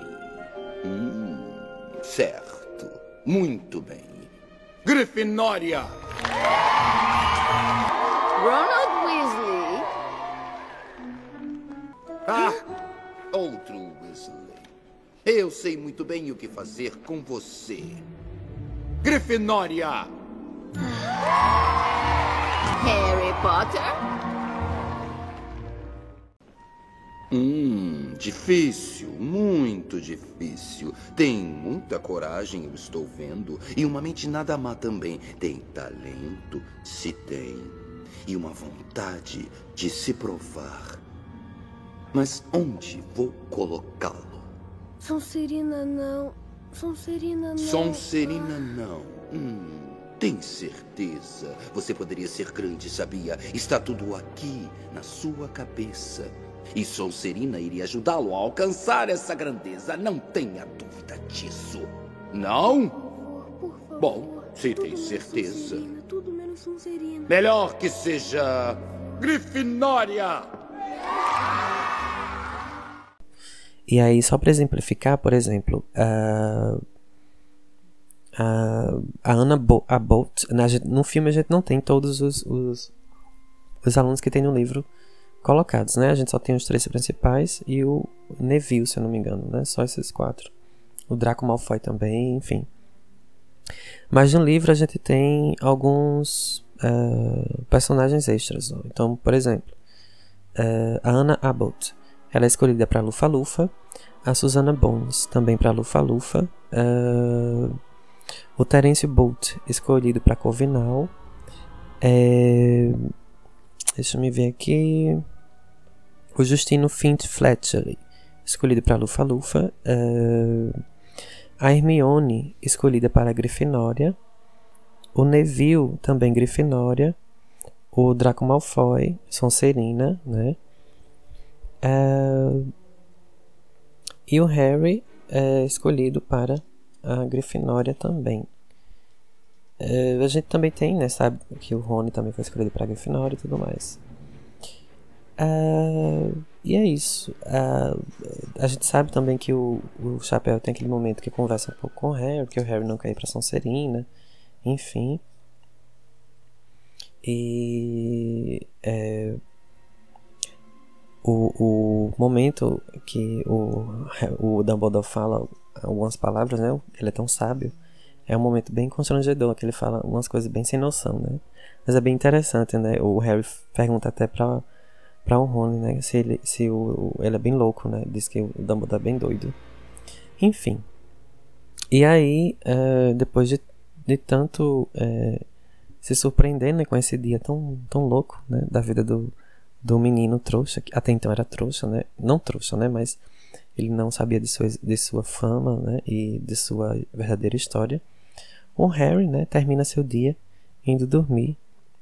Certo. Muito bem. Grifinória! Ronald Weasley. Ah, outro Weasley. Eu sei muito bem o que fazer com você. Grifinória! Harry Potter. Difícil, muito difícil. Tem muita coragem, eu estou vendo. E uma mente nada má também. Tem talento, se tem. E uma vontade de se provar. Mas onde vou colocá-lo? Sonserina não. Sonserina não. Sonserina não. Tem certeza? Você poderia ser grande, sabia? Está tudo aqui, na sua cabeça. E Sonserina iria ajudá-lo a alcançar essa grandeza. Não tenha dúvida disso. Não? Por favor. Bom, se tem Tudo menos certeza. Sonserina, tudo menos Sonserina. Melhor que seja Grifinória. E aí, só para exemplificar, por exemplo, a Anna Bolt, no filme a gente não tem todos os alunos que tem no livro colocados, né? A gente só tem os 3 principais e o Neville, se eu não me engano, né? Só esses 4. O Draco Malfoy também, enfim. Mas no livro a gente tem alguns personagens extras. Ó. Então, por exemplo, a Anna Abbott, ela é escolhida para Lufa-Lufa. A Susannah Bones, também para Lufa-Lufa. O Terence Bolt, escolhido para Corvinal. Deixa eu me ver aqui. O Justino Fint Fletcher, escolhido para Lufa-Lufa. A Hermione, escolhida para Grifinória. O Neville, também Grifinória. O Draco Malfoy, Sonserina, né? E o Harry é escolhido para a Grifinória também. A gente também tem, né? Sabe que o Rony também foi escolhido para a Grifinória e tudo mais. E é isso. A gente sabe também que o Chapéu tem aquele momento que conversa um pouco com o Harry, que o Harry não quer ir para Sonserina, enfim. E o momento que o Dumbledore fala algumas palavras, né? Ele é tão sábio. É um momento bem constrangedor, que ele fala umas coisas bem sem noção, né? Mas é bem interessante, né? O Harry pergunta até para o Rony, né? Se ele é bem louco, né? Diz que o Dumbledore é bem doido. Enfim. E aí, depois de tanto se surpreender, né, com esse dia tão louco, né? Da vida do menino trouxa, que até então era trouxa, né? Não trouxa, né? Mas ele não sabia de sua fama, né? E de sua verdadeira história. O Harry, né? Termina seu dia indo dormir.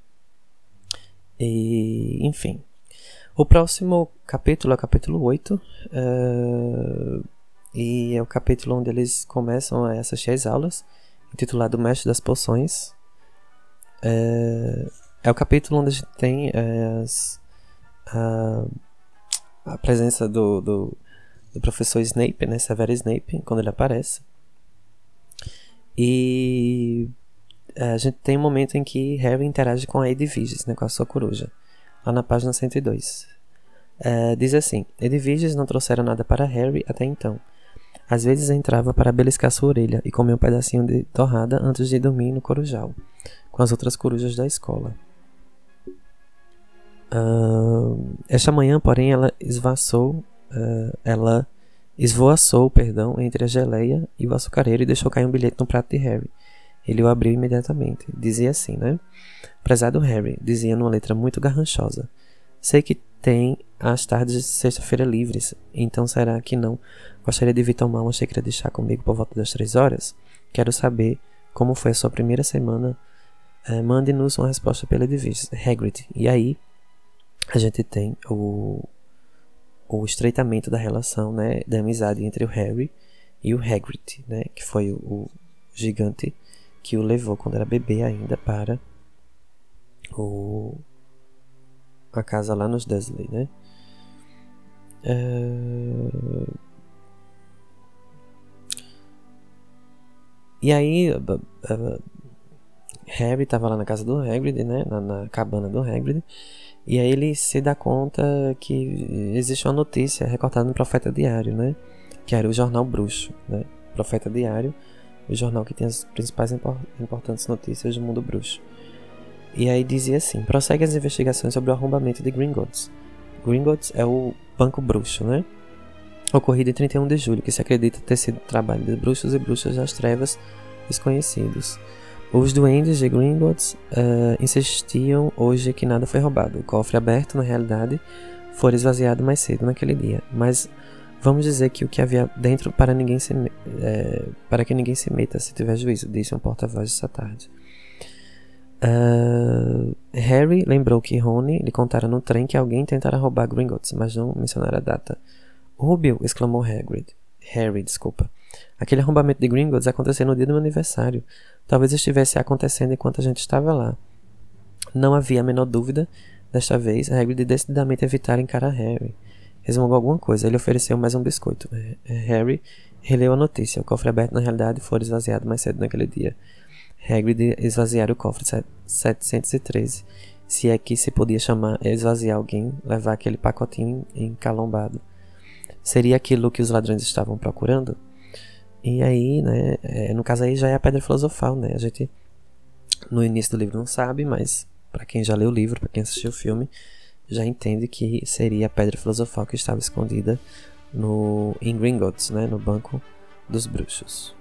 E, enfim. O próximo capítulo é o capítulo 8. E é o capítulo onde eles começam a assistir às aulas, intitulado Mestre das Poções. É o capítulo onde a gente tem a presença do professor Snape, né, Severo Snape, quando ele aparece. E a gente tem um momento em que Harry interage com a Edwiges, né, com a sua coruja, lá na página 102. Diz assim: Edwiges não trouxeram nada para Harry até então. Às vezes entrava para beliscar sua orelha e comer um pedacinho de torrada antes de dormir no corujal, com as outras corujas da escola. Esta manhã, porém, ela esvoaçou, entre a geleia e o açucareiro e deixou cair um bilhete no prato de Harry. Ele o abriu imediatamente. Dizia assim, né? Prezado Harry, dizia numa letra muito garranchosa. Sei que tem as tardes de sexta-feira livres, então será que não gostaria de vir tomar uma xícara de chá comigo por volta das 3 horas? Quero saber como foi a sua primeira semana. Mande-nos uma resposta pela Edwiges, Hagrid. E aí a gente tem o estreitamento da relação, né, da amizade entre o Harry e o Hagrid, né, que foi o gigante que o levou quando era bebê ainda para a casa lá nos Dursley, né. E aí, Harry estava lá na casa do Hagrid, né? Na cabana do Hagrid. E aí ele se dá conta que existe uma notícia recortada no Profeta Diário, né? Que era o jornal bruxo, né? Profeta Diário, o jornal que tem as principais importantes notícias do mundo bruxo. E aí dizia assim: prossegue as investigações sobre o arrombamento de Gringotts. Gringotts é o banco bruxo, né? Ocorrido em 31 de julho, que se acredita ter sido trabalho de bruxos e bruxas das trevas desconhecidos. Os duendes de Gringotts insistiam hoje que nada foi roubado. O cofre aberto, na realidade, foi esvaziado mais cedo naquele dia. Mas vamos dizer que o que havia dentro para que ninguém se meta se tiver juízo, disse um porta-voz essa tarde. Harry lembrou que Rony lhe contara no trem que alguém tentara roubar Gringotts, mas não mencionara a data. Rubio, exclamou Harry, aquele arrombamento de Gringotts aconteceu no dia do meu aniversário. Talvez estivesse acontecendo enquanto a gente estava lá. Não havia a menor dúvida. Desta vez, Hagrid decididamente evitara encarar Harry. Resmungou alguma coisa. Ele ofereceu mais um biscoito. Harry releu a notícia. O cofre aberto, na realidade, foi esvaziado mais cedo naquele dia. Hagrid esvaziara o cofre 713. Se é que se podia chamar esvaziar alguém, levar aquele pacotinho encalombado. Seria aquilo que os ladrões estavam procurando? E aí, né, no caso aí já é a Pedra Filosofal, né? A gente no início do livro não sabe, mas para quem já leu o livro, para quem assistiu o filme, já entende que seria a Pedra Filosofal que estava escondida em Gringotts, né, no Banco dos Bruxos.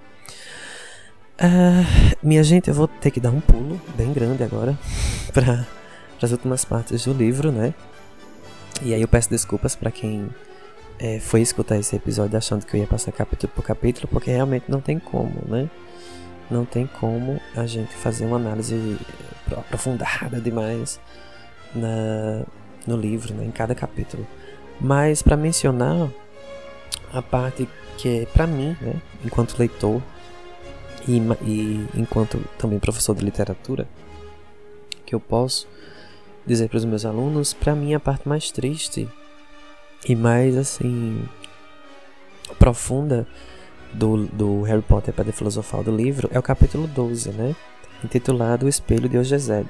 Minha gente, eu vou ter que dar um pulo bem grande agora para as últimas partes do livro, né? E aí eu peço desculpas para quem foi escutar esse episódio achando que eu ia passar capítulo por capítulo, porque realmente não tem como, né? Não tem como a gente fazer uma análise aprofundada demais no livro, né? Em cada capítulo. Mas para mencionar a parte que para mim, né, enquanto leitor e enquanto também professor de literatura, que eu posso dizer para os meus alunos, para mim a parte mais triste e mais assim profunda do Harry Potter, a Pedra Filosofal do livro é o capítulo 12, né? Intitulado O Espelho de Ogezed.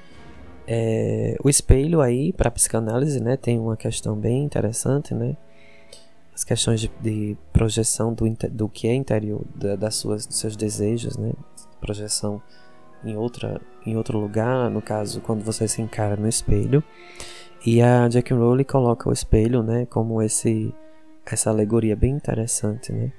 O espelho aí, para a psicanálise, né, tem uma questão bem interessante, né? As questões de projeção do que é interior, dos seus desejos, né? Projeção em outro lugar, no caso, quando você se encara no espelho. E a J.K. Rowling coloca o espelho, né, como essa alegoria bem interessante, né?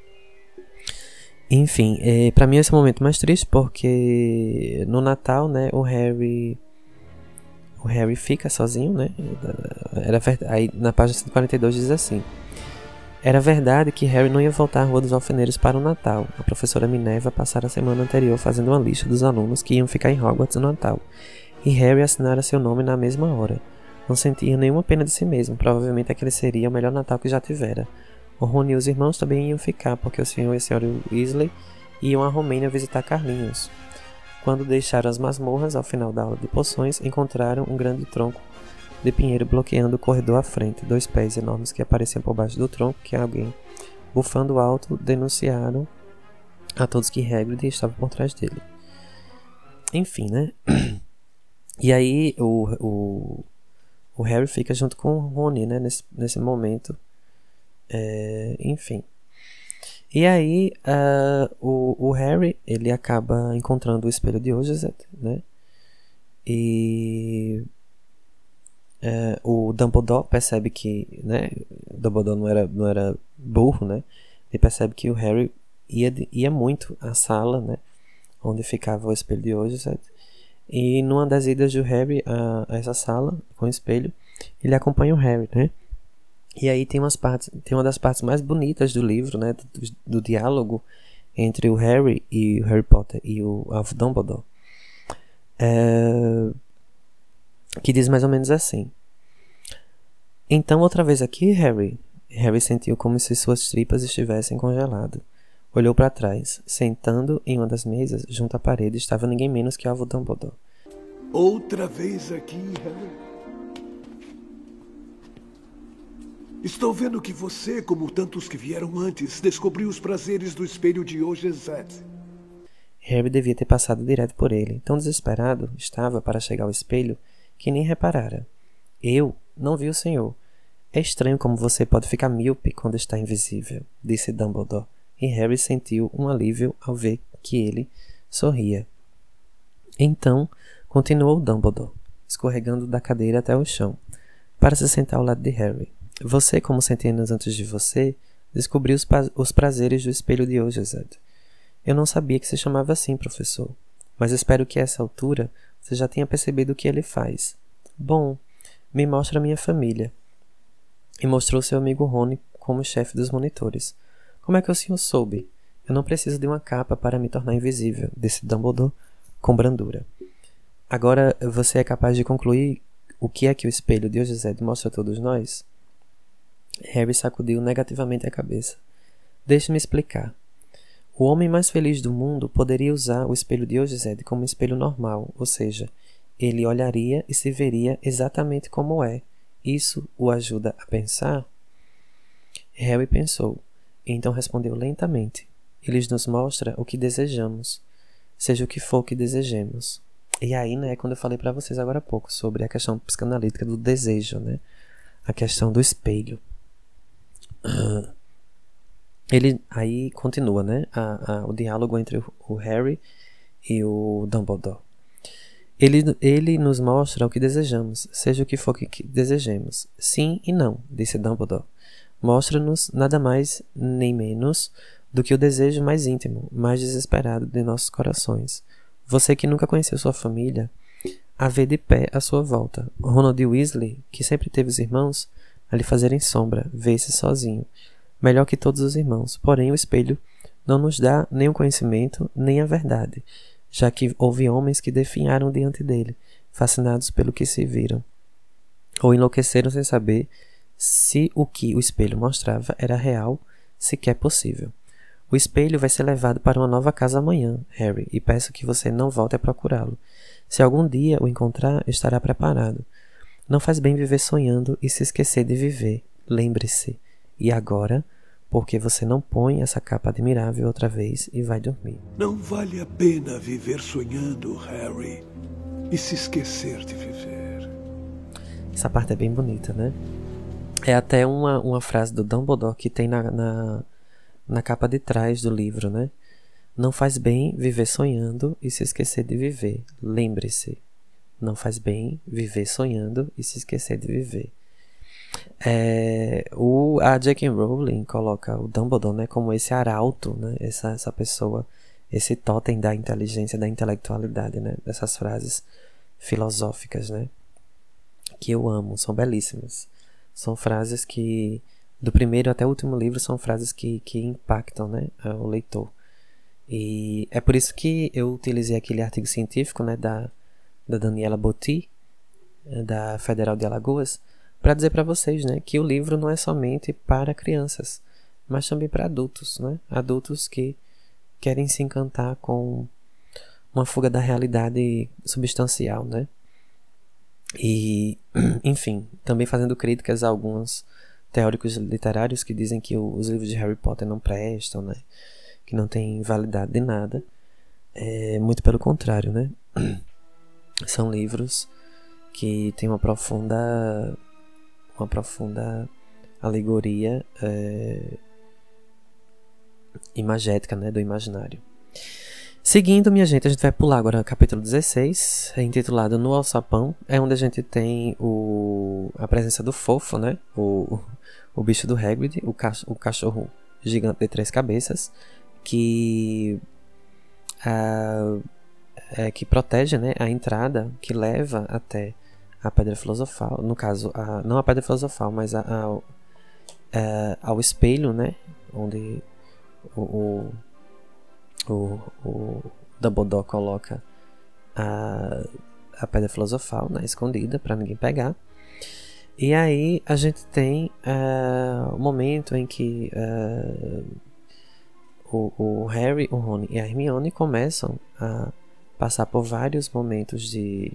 Enfim, para mim esse é o momento mais triste porque no Natal, né, o Harry fica sozinho, né? Aí na página 142 diz assim: era verdade que Harry não ia voltar à Rua dos Alfeneiros para o Natal. A professora Minerva passara a semana anterior fazendo uma lista dos alunos que iam ficar em Hogwarts no Natal, e Harry assinara seu nome na mesma hora. Não sentia nenhuma pena de si mesmo, provavelmente aquele seria o melhor Natal que já tivera. O Rony e os irmãos também iam ficar, porque o Sr. e a Sra. Weasley iam à Romênia visitar Carlinhos. Quando deixaram as masmorras, ao final da aula de poções, encontraram um grande tronco de pinheiro bloqueando o corredor à frente. 2 pés enormes que apareciam por baixo do tronco, que alguém, bufando alto, denunciaram a todos que Hagrid estava por trás dele. Enfim, né? E aí o Harry fica junto com o Rony, né? Nesse momento. Enfim. E aí o Harry, ele acaba encontrando o espelho de Ogezed, né? E o Dumbledore percebe que, né, o Dumbledore não era burro, né? Ele percebe que o Harry ia muito à sala, né, onde ficava o espelho de Ogezed. E numa das idas do Harry a essa sala com o espelho, ele acompanha o Harry, né? E aí tem uma das partes mais bonitas do livro, né, do diálogo entre o Harry e o Harry Potter e o Alvo Dumbledore, que diz mais ou menos assim: então outra vez aqui, Harry? Harry sentiu como se suas tripas estivessem congeladas. Olhou para trás. Sentando em uma das mesas, junto à parede, estava ninguém menos que Alvo Dumbledore. Outra vez aqui, Harry? Estou vendo que você, como tantos que vieram antes, descobriu os prazeres do espelho de Ogezed. Harry devia ter passado direto por ele. Tão desesperado estava para chegar ao espelho que nem reparara. Eu não vi o senhor. É estranho como você pode ficar míope quando está invisível, disse Dumbledore, e Harry sentiu um alívio ao ver que ele sorria. Então, continuou Dumbledore, escorregando da cadeira até o chão, para se sentar ao lado de Harry. Você, como centenas antes de você, descobriu os prazeres do espelho de Oxezad. Eu não sabia que se chamava assim, professor, mas espero que a essa altura você já tenha percebido o que ele faz. Bom, me mostra minha família. E mostrou seu amigo Rony como chefe dos monitores. Como é que o senhor soube? Eu não preciso de uma capa para me tornar invisível, disse Dumbledore com brandura. Agora você é capaz de concluir o que é que o espelho de Oxezad mostra a todos nós? Harry sacudiu negativamente a cabeça. Deixe-me explicar. O homem mais feliz do mundo poderia usar o espelho de Oxezad como um espelho normal, ou seja, ele olharia e se veria exatamente como é. Isso o ajuda a pensar? Harry pensou, e então respondeu lentamente. Ele nos mostra o que desejamos, seja o que for que desejemos. E aí, né, quando eu falei para vocês agora há pouco sobre a questão psicanalítica do desejo, né, a questão do espelho. Ele aí continua, né, o diálogo entre o Harry e o Dumbledore. Ele nos mostra o que desejamos, seja o que for que desejemos. Sim e não, disse Dumbledore. Mostra-nos nada mais nem menos do que o desejo mais íntimo, mais desesperado de nossos corações. Você que nunca conheceu sua família, a vê de pé à sua volta. Ronald Weasley, que sempre teve os irmãos, a lhe fazerem sombra, vê-se sozinho, melhor que todos os irmãos. Porém, o espelho não nos dá nem o conhecimento, nem a verdade, já que houve homens que definharam diante dele, fascinados pelo que se viram, ou enlouqueceram sem saber se o que o espelho mostrava era real, sequer possível. O espelho vai ser levado para uma nova casa amanhã, Harry, e peço que você não volte a procurá-lo. Se algum dia o encontrar, estará preparado. Não faz bem viver sonhando e se esquecer de viver. Lembre-se. E agora, porque você não põe essa capa admirável outra vez e vai dormir. Não vale a pena viver sonhando, Harry, e se esquecer de viver. Essa parte é bem bonita, né? É até uma frase do Dumbledore que tem na capa de trás do livro, né? Não faz bem viver sonhando e se esquecer de viver. Lembre-se. Não faz bem viver sonhando e se esquecer de viver. A J.K. Rowling coloca o Dumbledore, né, como esse arauto, né, essa pessoa, esse totem da inteligência, da intelectualidade, né, dessas frases filosóficas, né, que eu amo, são belíssimas. São frases que, do primeiro até o último livro, são frases que impactam, né, o leitor. E é por isso que eu utilizei aquele artigo científico, né, da Daniela Botti, da Federal de Alagoas, para dizer para vocês, né, que o livro não é somente para crianças, mas também para adultos, né, adultos que querem se encantar com uma fuga da realidade substancial, né. E, enfim, também fazendo críticas a alguns teóricos literários que dizem que os livros de Harry Potter não prestam, né, que não tem validade de nada. Muito pelo contrário, né. São livros que têm uma profunda alegoria imagética, né, do imaginário. Seguindo, minha gente, a gente vai pular agora o capítulo 16, intitulado No Alçapão, onde a gente tem a presença do Fofo, né, o bicho do Hagrid, o cachorro gigante de 3 cabeças, que protege, né, a entrada que leva até a Pedra Filosofal, no caso, não a Pedra Filosofal, mas ao espelho, né, onde o Dumbledore coloca a Pedra Filosofal, né, escondida para ninguém pegar. E aí a gente tem o momento em que o Harry, o Rony e a Hermione começam a passar por vários momentos de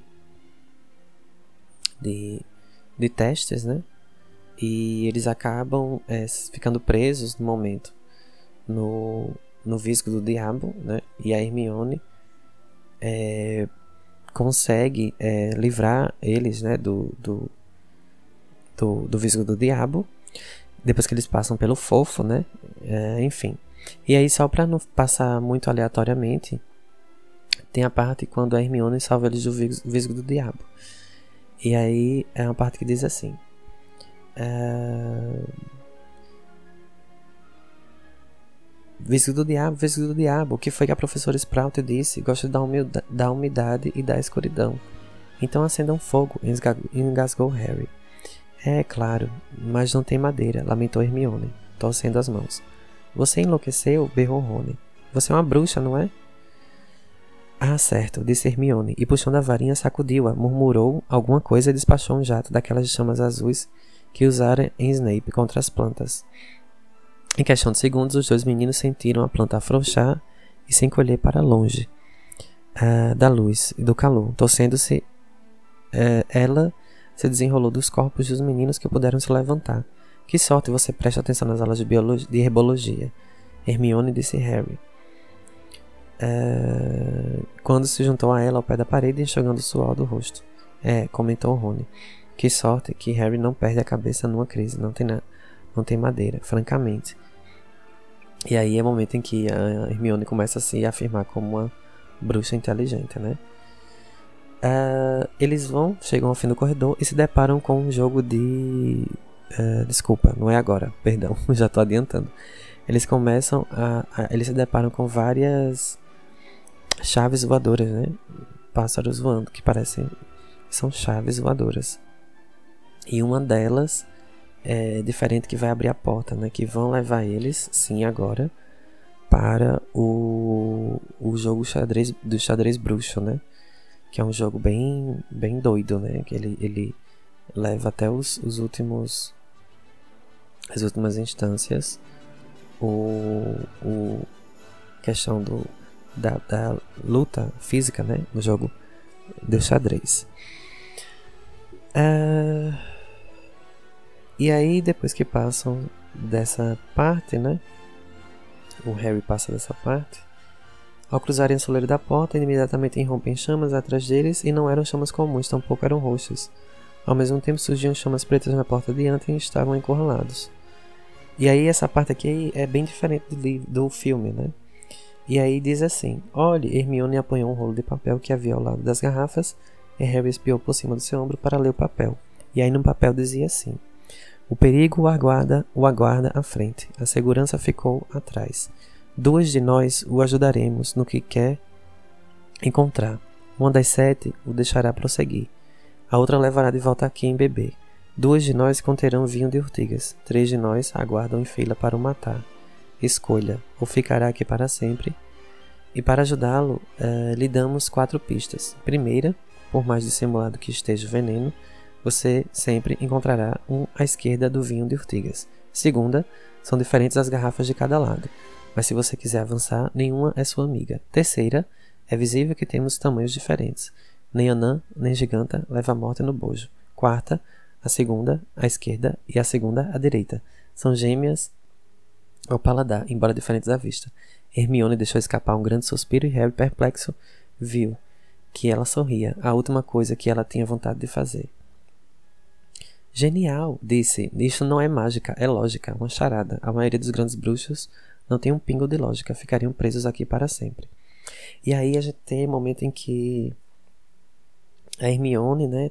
testes, né? E eles acabam ficando presos no momento no no Visgo do Diabo, né? E a Hermione consegue livrar eles, né? Do Visgo do Diabo, depois que eles passam pelo Fofo, né? Enfim. E aí, só para não passar muito aleatoriamente, tem a parte quando a Hermione salva eles do Visgo do Diabo. E aí é uma parte que diz assim: Visgo do Diabo, o que foi que a professora Sprout disse? Gosta da umidade e da escuridão. Então acenda um fogo, engasgou Harry. É claro, mas não tem madeira, lamentou Hermione, torcendo as mãos. Você enlouqueceu? Berrou Rony. Você é uma bruxa, não é? Ah, certo, disse Hermione, e puxando a varinha sacudiu-a, murmurou alguma coisa e despachou um jato daquelas chamas azuis que usara em Snape contra as plantas. Em questão de segundos, os dois meninos sentiram a planta afrouxar e se encolher para longe da luz e do calor. Torcendo-se, ela se desenrolou dos corpos dos meninos que puderam se levantar. Que sorte você presta atenção nas aulas de herbologia, Hermione, disse Harry, quando se juntou a ela ao pé da parede, enxugando o suor do rosto. Comentou Rony. Que sorte que Harry não perde a cabeça numa crise. Não tem madeira, francamente. E aí é o momento em que a Hermione começa a se afirmar como uma bruxa inteligente, né? Eles chegam ao fim do corredor e se deparam com um jogo de... desculpa, não é agora, perdão, já estou adiantando. Eles eles se deparam com várias chaves voadoras, né? Pássaros voando, que parecem... são chaves voadoras. E uma delas é diferente, que vai abrir a porta, né? Que vão levar eles, sim, agora, para o jogo do xadrez bruxo, né? Que é um jogo bem doido, né? Que ele leva até as últimas instâncias questão da luta física, né? No jogo do xadrez. E aí, depois que passam dessa parte, né? O Harry passa dessa parte. Ao cruzarem a soleira da porta, imediatamente irrompem chamas atrás deles, e não eram chamas comuns, tampouco eram roxas. Ao mesmo tempo surgiam chamas pretas na porta diante e estavam encurralados. E aí essa parte aqui é bem diferente do filme, né? E aí diz assim: olhe, Hermione apanhou um rolo de papel que havia ao lado das garrafas, e Harry espiou por cima do seu ombro para ler o papel. E aí no papel dizia assim: o perigo o aguarda à frente, a segurança ficou atrás. 2 de nós o ajudaremos no que quer encontrar. Uma das 7 o deixará prosseguir. A outra levará de volta aqui em bebê. 2 de nós conterão vinho de urtigas. 3 de nós aguardam em fila para o matar. Escolha, ou ficará aqui para sempre. E para ajudá-lo, lhe damos 4 pistas. Primeira, por mais dissimulado que esteja o veneno, você sempre encontrará um à esquerda do vinho de urtigas. Segunda, são diferentes as garrafas de cada lado, mas se você quiser avançar, nenhuma é sua amiga. Terceira, é visível que temos tamanhos diferentes. Nem anã, nem giganta leva a morte no bojo. Quarta, a segunda à esquerda e a segunda à direita. São gêmeas ao paladar, embora diferentes à vista. Hermione deixou escapar um grande suspiro e Harry, perplexo, viu que ela sorria, a última coisa que ela tinha vontade de fazer. Genial, disse. Isto não é mágica, é lógica, uma charada. A maioria dos grandes bruxos não tem um pingo de lógica, ficariam presos aqui para sempre. E aí a gente tem um momento em que a Hermione, né,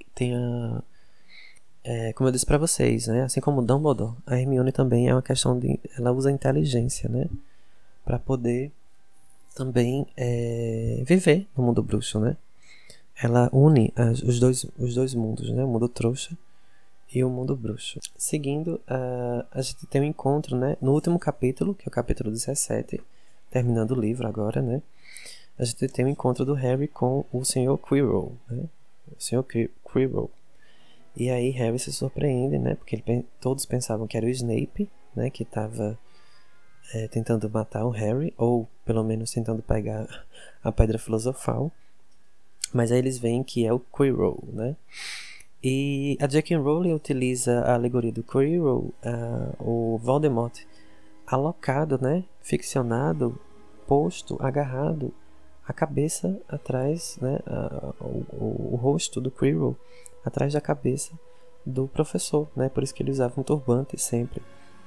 como eu disse para vocês, né, assim como Dumbledore, a Hermione também é uma questão de... ela usa a inteligência, né, para poder também viver no mundo bruxo, né. Ela une os dois mundos, né, o mundo trouxa e o mundo bruxo. Seguindo, a gente tem um encontro, né, no último capítulo, que é o capítulo 17, terminando o livro agora, né, a gente tem um encontro do Harry com o Sr. Quirrell, né, o Sr. Quirrell. E aí Harry se surpreende, né, porque todos pensavam que era o Snape, né, que estava tentando matar o Harry, ou pelo menos tentando pegar a Pedra Filosofal, mas aí eles veem que é o Quirrell, né. E a J.K. Rowling utiliza a alegoria do Quirrell, o Voldemort, alocado, né? Ficcionado, posto, agarrado, a cabeça atrás, né? O rosto do Quirrell atrás da cabeça do professor, né? Por isso que ele usava um turbante sempre.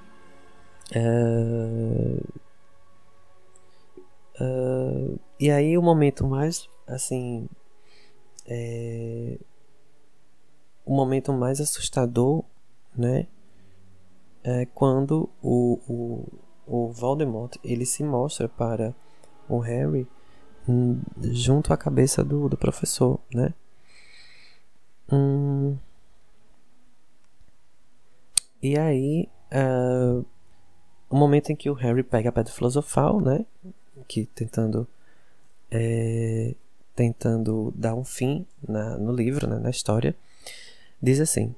E aí o momento mais, assim, o momento mais assustador, né? É quando o Voldemort ele se mostra para o Harry junto à cabeça do professor, né? E aí o momento em que o Harry pega a Pedra Filosofal, né? Que tentando dar um fim no livro, né? Na história, diz assim: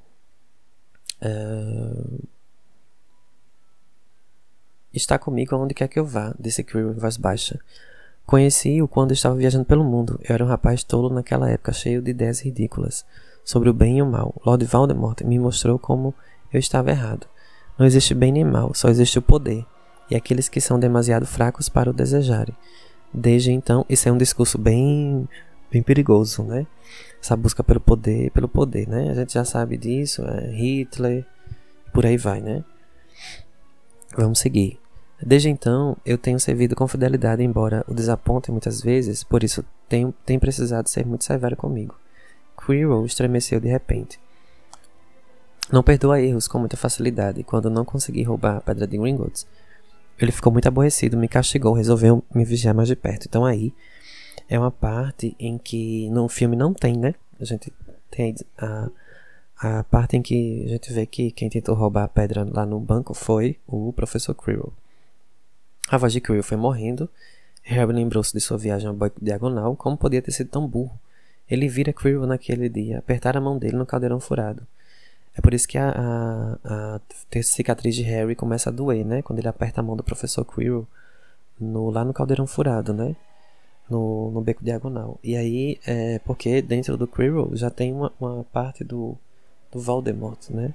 está comigo aonde quer que eu vá, disse Quirrell em voz baixa. Conheci-o quando estava viajando pelo mundo. Eu era um rapaz tolo naquela época, cheio de ideias ridículas sobre o bem e o mal. Lord Voldemort me mostrou como eu estava errado. Não existe bem nem mal, só existe o poder, e aqueles que são demasiado fracos para o desejarem. Desde então, isso é um discurso bem perigoso, né? Essa busca pelo poder, né? A gente já sabe disso, Hitler, por aí vai, né? Vamos seguir. Desde então, eu tenho servido com fidelidade, embora o desaponte muitas vezes, por isso tenho precisado ser muito severo comigo. Quirrell estremeceu de repente. Não perdoa erros com muita facilidade, e quando não consegui roubar a pedra de Gringotts, ele ficou muito aborrecido, me castigou, resolveu me vigiar mais de perto. Então aí é uma parte em que no filme não tem, né? A gente tem a parte em que a gente vê que quem tentou roubar a pedra lá no banco foi o professor Quirrell. A voz de Quirrell foi morrendo. Harry lembrou-se de sua viagem ao Beco Diagonal. Como podia ter sido tão burro? Ele vira Quirrell naquele dia, apertar a mão dele no caldeirão furado. É por isso que a cicatriz de Harry começa a doer, né? Quando ele aperta a mão do professor Quirrell lá no caldeirão furado, né? No Beco Diagonal. E aí, porque dentro do Quirrell já tem uma parte do Voldemort, né?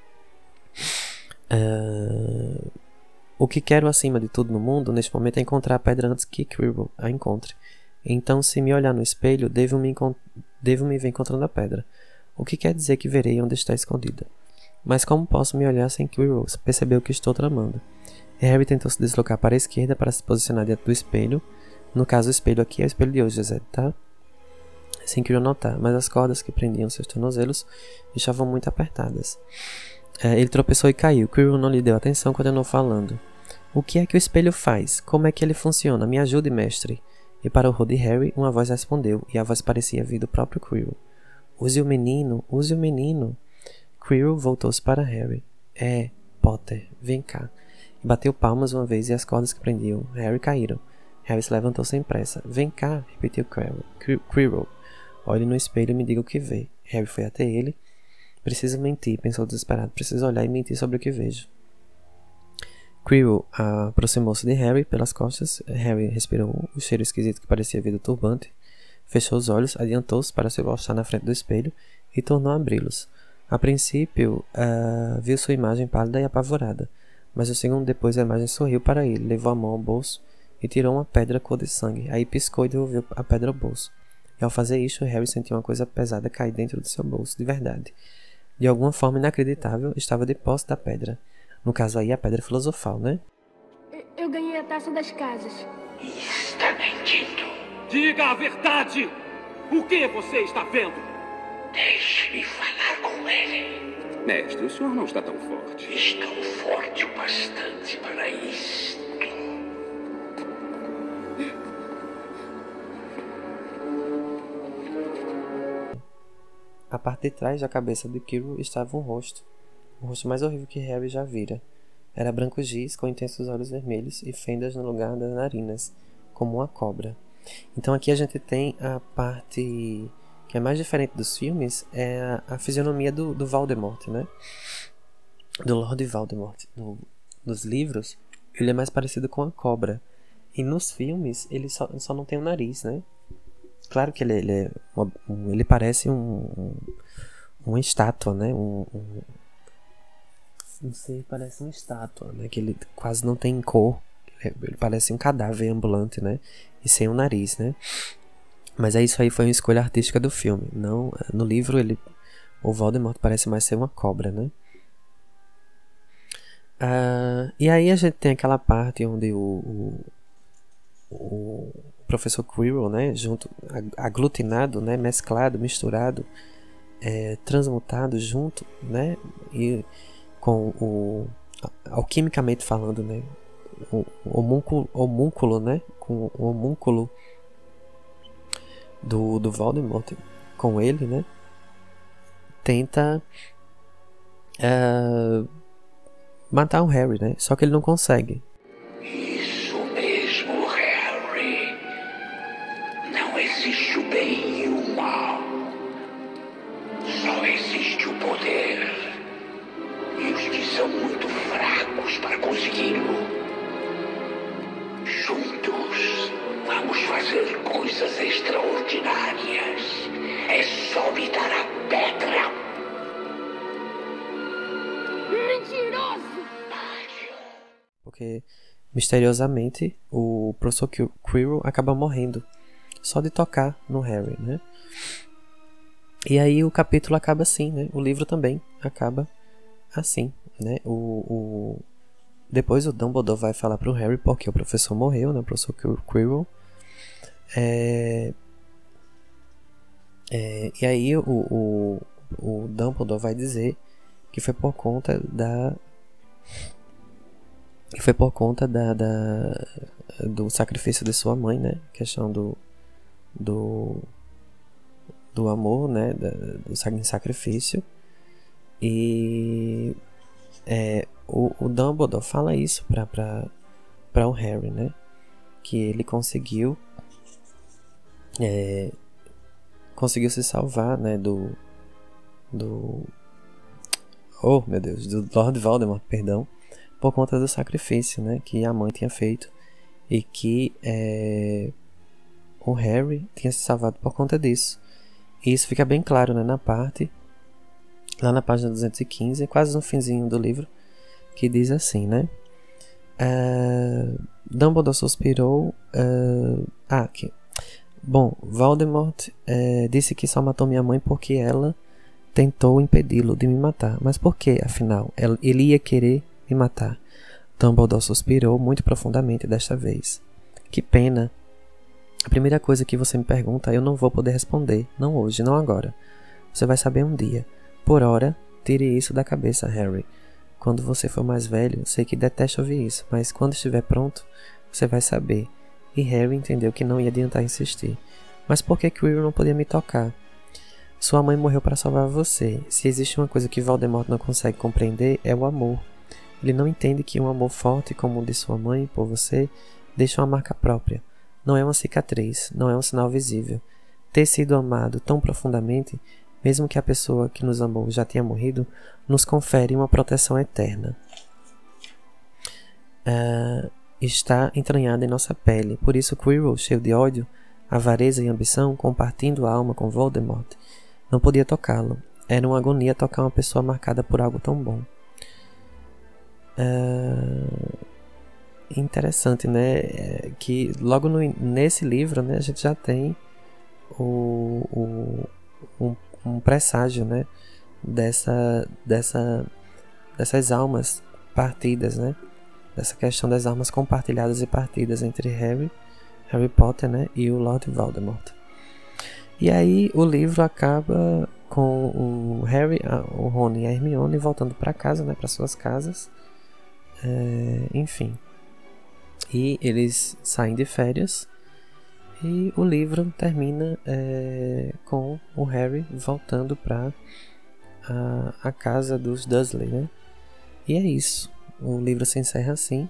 O que quero acima de tudo no mundo, neste momento, é encontrar a pedra antes que Quirrell a encontre. Então, se me olhar no espelho, devo me ver encontrando a pedra. O que quer dizer que verei onde está escondida. Mas como posso me olhar sem Quirrell perceber o que estou tramando? Harry tentou se deslocar para a esquerda para se posicionar diante do espelho. No caso, o espelho aqui é o espelho de hoje, José, tá? Sem Quirrell notar, mas as cordas que prendiam seus tornozelos estavam muito apertadas. Ele tropeçou e caiu. Quirrell não lhe deu atenção, continuou falando. O que é que o espelho faz? Como é que ele funciona? Me ajude, mestre. E para o horror de Harry, uma voz respondeu, e a voz parecia vir do próprio Quirrell. Use o menino, use o menino. Quirrell voltou-se para Harry. Potter, vem cá. E bateu palmas uma vez e as cordas que prendiam Harry caíram. Harry se levantou sem pressa. Vem cá, repetiu Quirrell. Olhe no espelho e me diga o que vê. Harry foi até ele. Preciso mentir, pensou desesperado. Preciso olhar e mentir sobre o que vejo. Quirrell aproximou-se de Harry pelas costas. Harry respirou o cheiro esquisito que parecia vir do turbante. Fechou os olhos, adiantou-se para se postar na frente do espelho e tornou a abri-los. A princípio, viu sua imagem pálida e apavorada, mas um segundo depois a imagem sorriu para ele, levou a mão ao bolso e tirou uma pedra cor de sangue. Aí piscou e devolveu a pedra ao bolso. E ao fazer isso, Harry sentiu uma coisa pesada cair dentro do seu bolso, de verdade. De alguma forma inacreditável, estava de posse da pedra. No caso aí, a pedra filosofal, né? Eu ganhei a taça das casas. Está mentindo. Diga a verdade! O que você está vendo? Deixe-me falar com ele. Mestre, o senhor não está tão forte. Estou forte o bastante para isto. A parte de trás da cabeça de Quirrell estava um rosto. O rosto mais horrível que Harry já vira. Era branco giz, com intensos olhos vermelhos e fendas no lugar das narinas, como uma cobra. Então aqui a gente tem a parte que é mais diferente dos filmes, é a fisionomia do Voldemort, né? Do Lord Voldemort. Nos livros, ele é mais parecido com a cobra. E nos filmes, ele só não tem o nariz, né? Claro que ele parece uma estátua, né? um ser parece uma estátua, né? Que ele quase não tem cor. Ele parece um cadáver ambulante, né? E sem um nariz, né? Mas isso aí foi uma escolha artística do filme. Não, no livro o Voldemort parece mais ser uma cobra, né? E aí a gente tem aquela parte onde o professor Quirrell, né? Junto, aglutinado, né? Mesclado, misturado, transmutado junto, né? E com alquimicamente falando, né? O homúnculo, né? Com o homúnculo do Voldemort com ele, né? Tenta matar o Harry, né? Só que ele não consegue. Isso mesmo, Harry. Não existe o bem e o mal. Só existe o poder. E os que são muito fracos para consegui-lo. Juntos, vamos fazer coisas extraordinárias. É só me dar a pedra. Mentiroso! Porque, misteriosamente, o professor Quirrell acaba morrendo. Só de tocar no Harry, né? E aí o capítulo acaba assim, né? O livro também acaba assim, né? Depois o Dumbledore vai falar pro Harry porque o professor morreu, né? O professor Quirrell. E aí o Dumbledore vai dizer que foi por conta do sacrifício de sua mãe, né? Questão do amor, né? Do sacrifício. E o Dumbledore fala isso para o Harry, né? Que ele conseguiu se salvar, né? Oh, meu Deus, do Lord Voldemort, perdão, por conta do sacrifício, né? Que a mãe tinha feito e que o Harry tinha se salvado por conta disso. E isso fica bem claro, né? Lá na página 215, quase no finzinho do livro, que diz assim, né? Dumbledore suspirou. Aqui. Bom, Voldemort disse que só matou minha mãe porque ela tentou impedi-lo de me matar. Mas por que, afinal? Ele ia querer me matar. Dumbledore suspirou muito profundamente desta vez. Que pena. A primeira coisa que você me pergunta eu não vou poder responder. Não hoje, não agora. Você vai saber um dia. Por ora, tire isso da cabeça, Harry. Quando você for mais velho, sei que detesta ouvir isso, mas quando estiver pronto, você vai saber. E Harry entendeu que não ia adiantar insistir. Mas por que Quirrell não podia me tocar? Sua mãe morreu para salvar você. Se existe uma coisa que Voldemort não consegue compreender, é o amor. Ele não entende que um amor forte como o de sua mãe por você deixa uma marca própria. Não é uma cicatriz, não é um sinal visível. Ter sido amado tão profundamente, mesmo que a pessoa que nos amou já tenha morrido, nos confere uma proteção eterna. Está entranhada em nossa pele. Por isso Quirrell, cheio de ódio, avareza e ambição, compartilhando a alma com Voldemort, não podia tocá-lo. Era uma agonia tocar uma pessoa marcada por algo tão bom. Interessante, né? Que logo nesse livro, né, a gente já tem um presságio, né, dessas almas partidas, né? Dessa questão das almas compartilhadas e partidas entre Harry Potter, né, e o Lord Voldemort. E aí o livro acaba com o Harry, o Rony e a Hermione voltando para casa, né, para suas casas. Enfim. E eles saem de férias. E o livro termina com o Harry voltando para a casa dos Dursley, né? E é isso. O livro se encerra assim.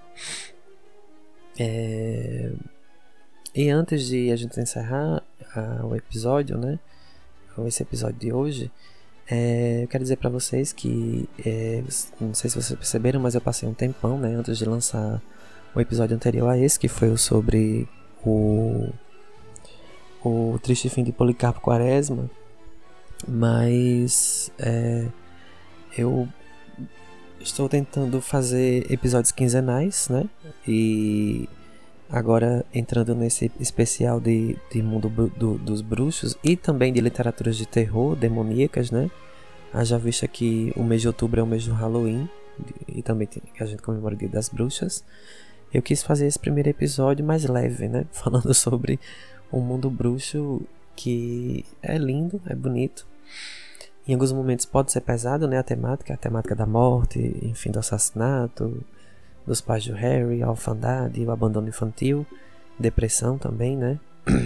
E antes de a gente encerrar o episódio, né? Esse episódio de hoje, eu quero dizer para vocês que não sei se vocês perceberam, mas eu passei um tempão, né, antes de lançar o episódio anterior a esse, que foi sobre o triste fim de Policarpo Quaresma, mas eu estou tentando fazer episódios quinzenais, né? E agora entrando nesse especial de mundo dos bruxos e também de literaturas de terror, demoníacas, né? Haja vista que o mês de outubro é o mês do Halloween e também a gente comemora o Dia das Bruxas. Eu quis fazer esse primeiro episódio mais leve, né? Falando sobre um mundo bruxo que é lindo, é bonito. Em alguns momentos pode ser pesado, né? A temática da morte, enfim, do assassinato, dos pais do Harry, a orfandade, o abandono infantil, depressão também, né?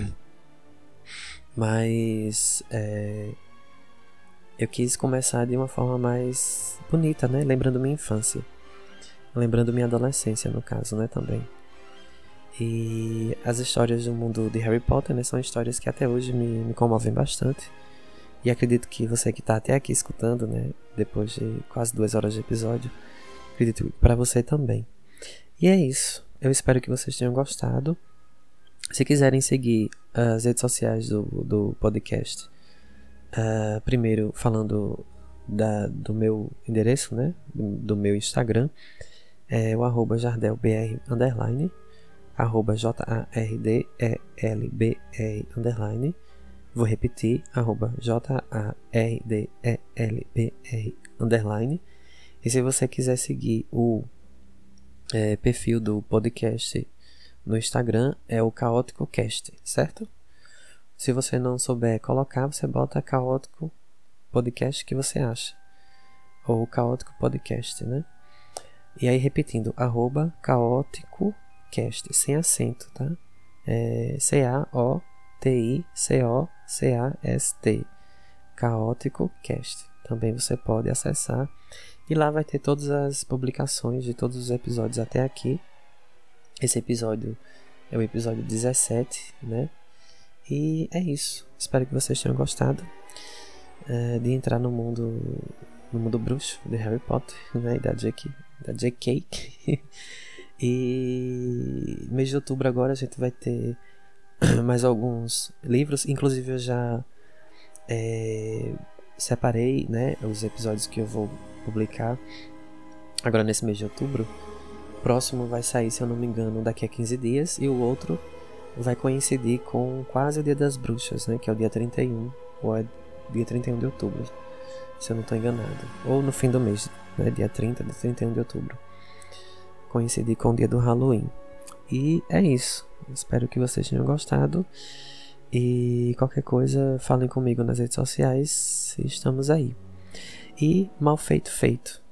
Mas eu quis começar de uma forma mais bonita, né? Lembrando minha infância. Lembrando minha adolescência, no caso, né? Também. E as histórias do mundo de Harry Potter, né? São histórias que até hoje me comovem bastante. E acredito que você que está até aqui escutando, né? Depois de quase 2 horas de episódio, acredito que para você também. E é isso. Eu espero que vocês tenham gostado. Se quiserem seguir as redes sociais do podcast, primeiro falando do meu endereço, né? Do meu Instagram, é o @jardelbr_, @JARDELBR_. Vou repetir, @JARDELBR_. E se você quiser seguir o perfil do podcast no Instagram, é o Caótico Cast, certo? Se você não souber colocar, você bota Caótico Podcast que você acha. Ou Caótico Podcast, né? E aí repetindo, @Caótico Cast, sem acento, tá? CAOTICOCAST, Caótico Cast. Também você pode acessar e lá vai ter todas as publicações de todos os episódios até aqui. Esse episódio é o episódio 17, né? E é isso. Espero que vocês tenham gostado de entrar no mundo bruxo de Harry Potter, né? Da JK. E mês de outubro agora a gente vai ter mais alguns livros. Inclusive eu já separei, né, os episódios que eu vou publicar agora nesse mês de outubro. O próximo vai sair, se eu não me engano, daqui a 15 dias. E o outro vai coincidir com quase o Dia das Bruxas, né, que é o dia 31, ou é dia 31 de outubro, se eu não estou enganado. Ou no fim do mês, né, dia 30, dia 31 de outubro. Coincidir com o dia do Halloween. E é isso. Espero que vocês tenham gostado. E qualquer coisa, falem comigo nas redes sociais. Estamos aí. E mal feito, feito.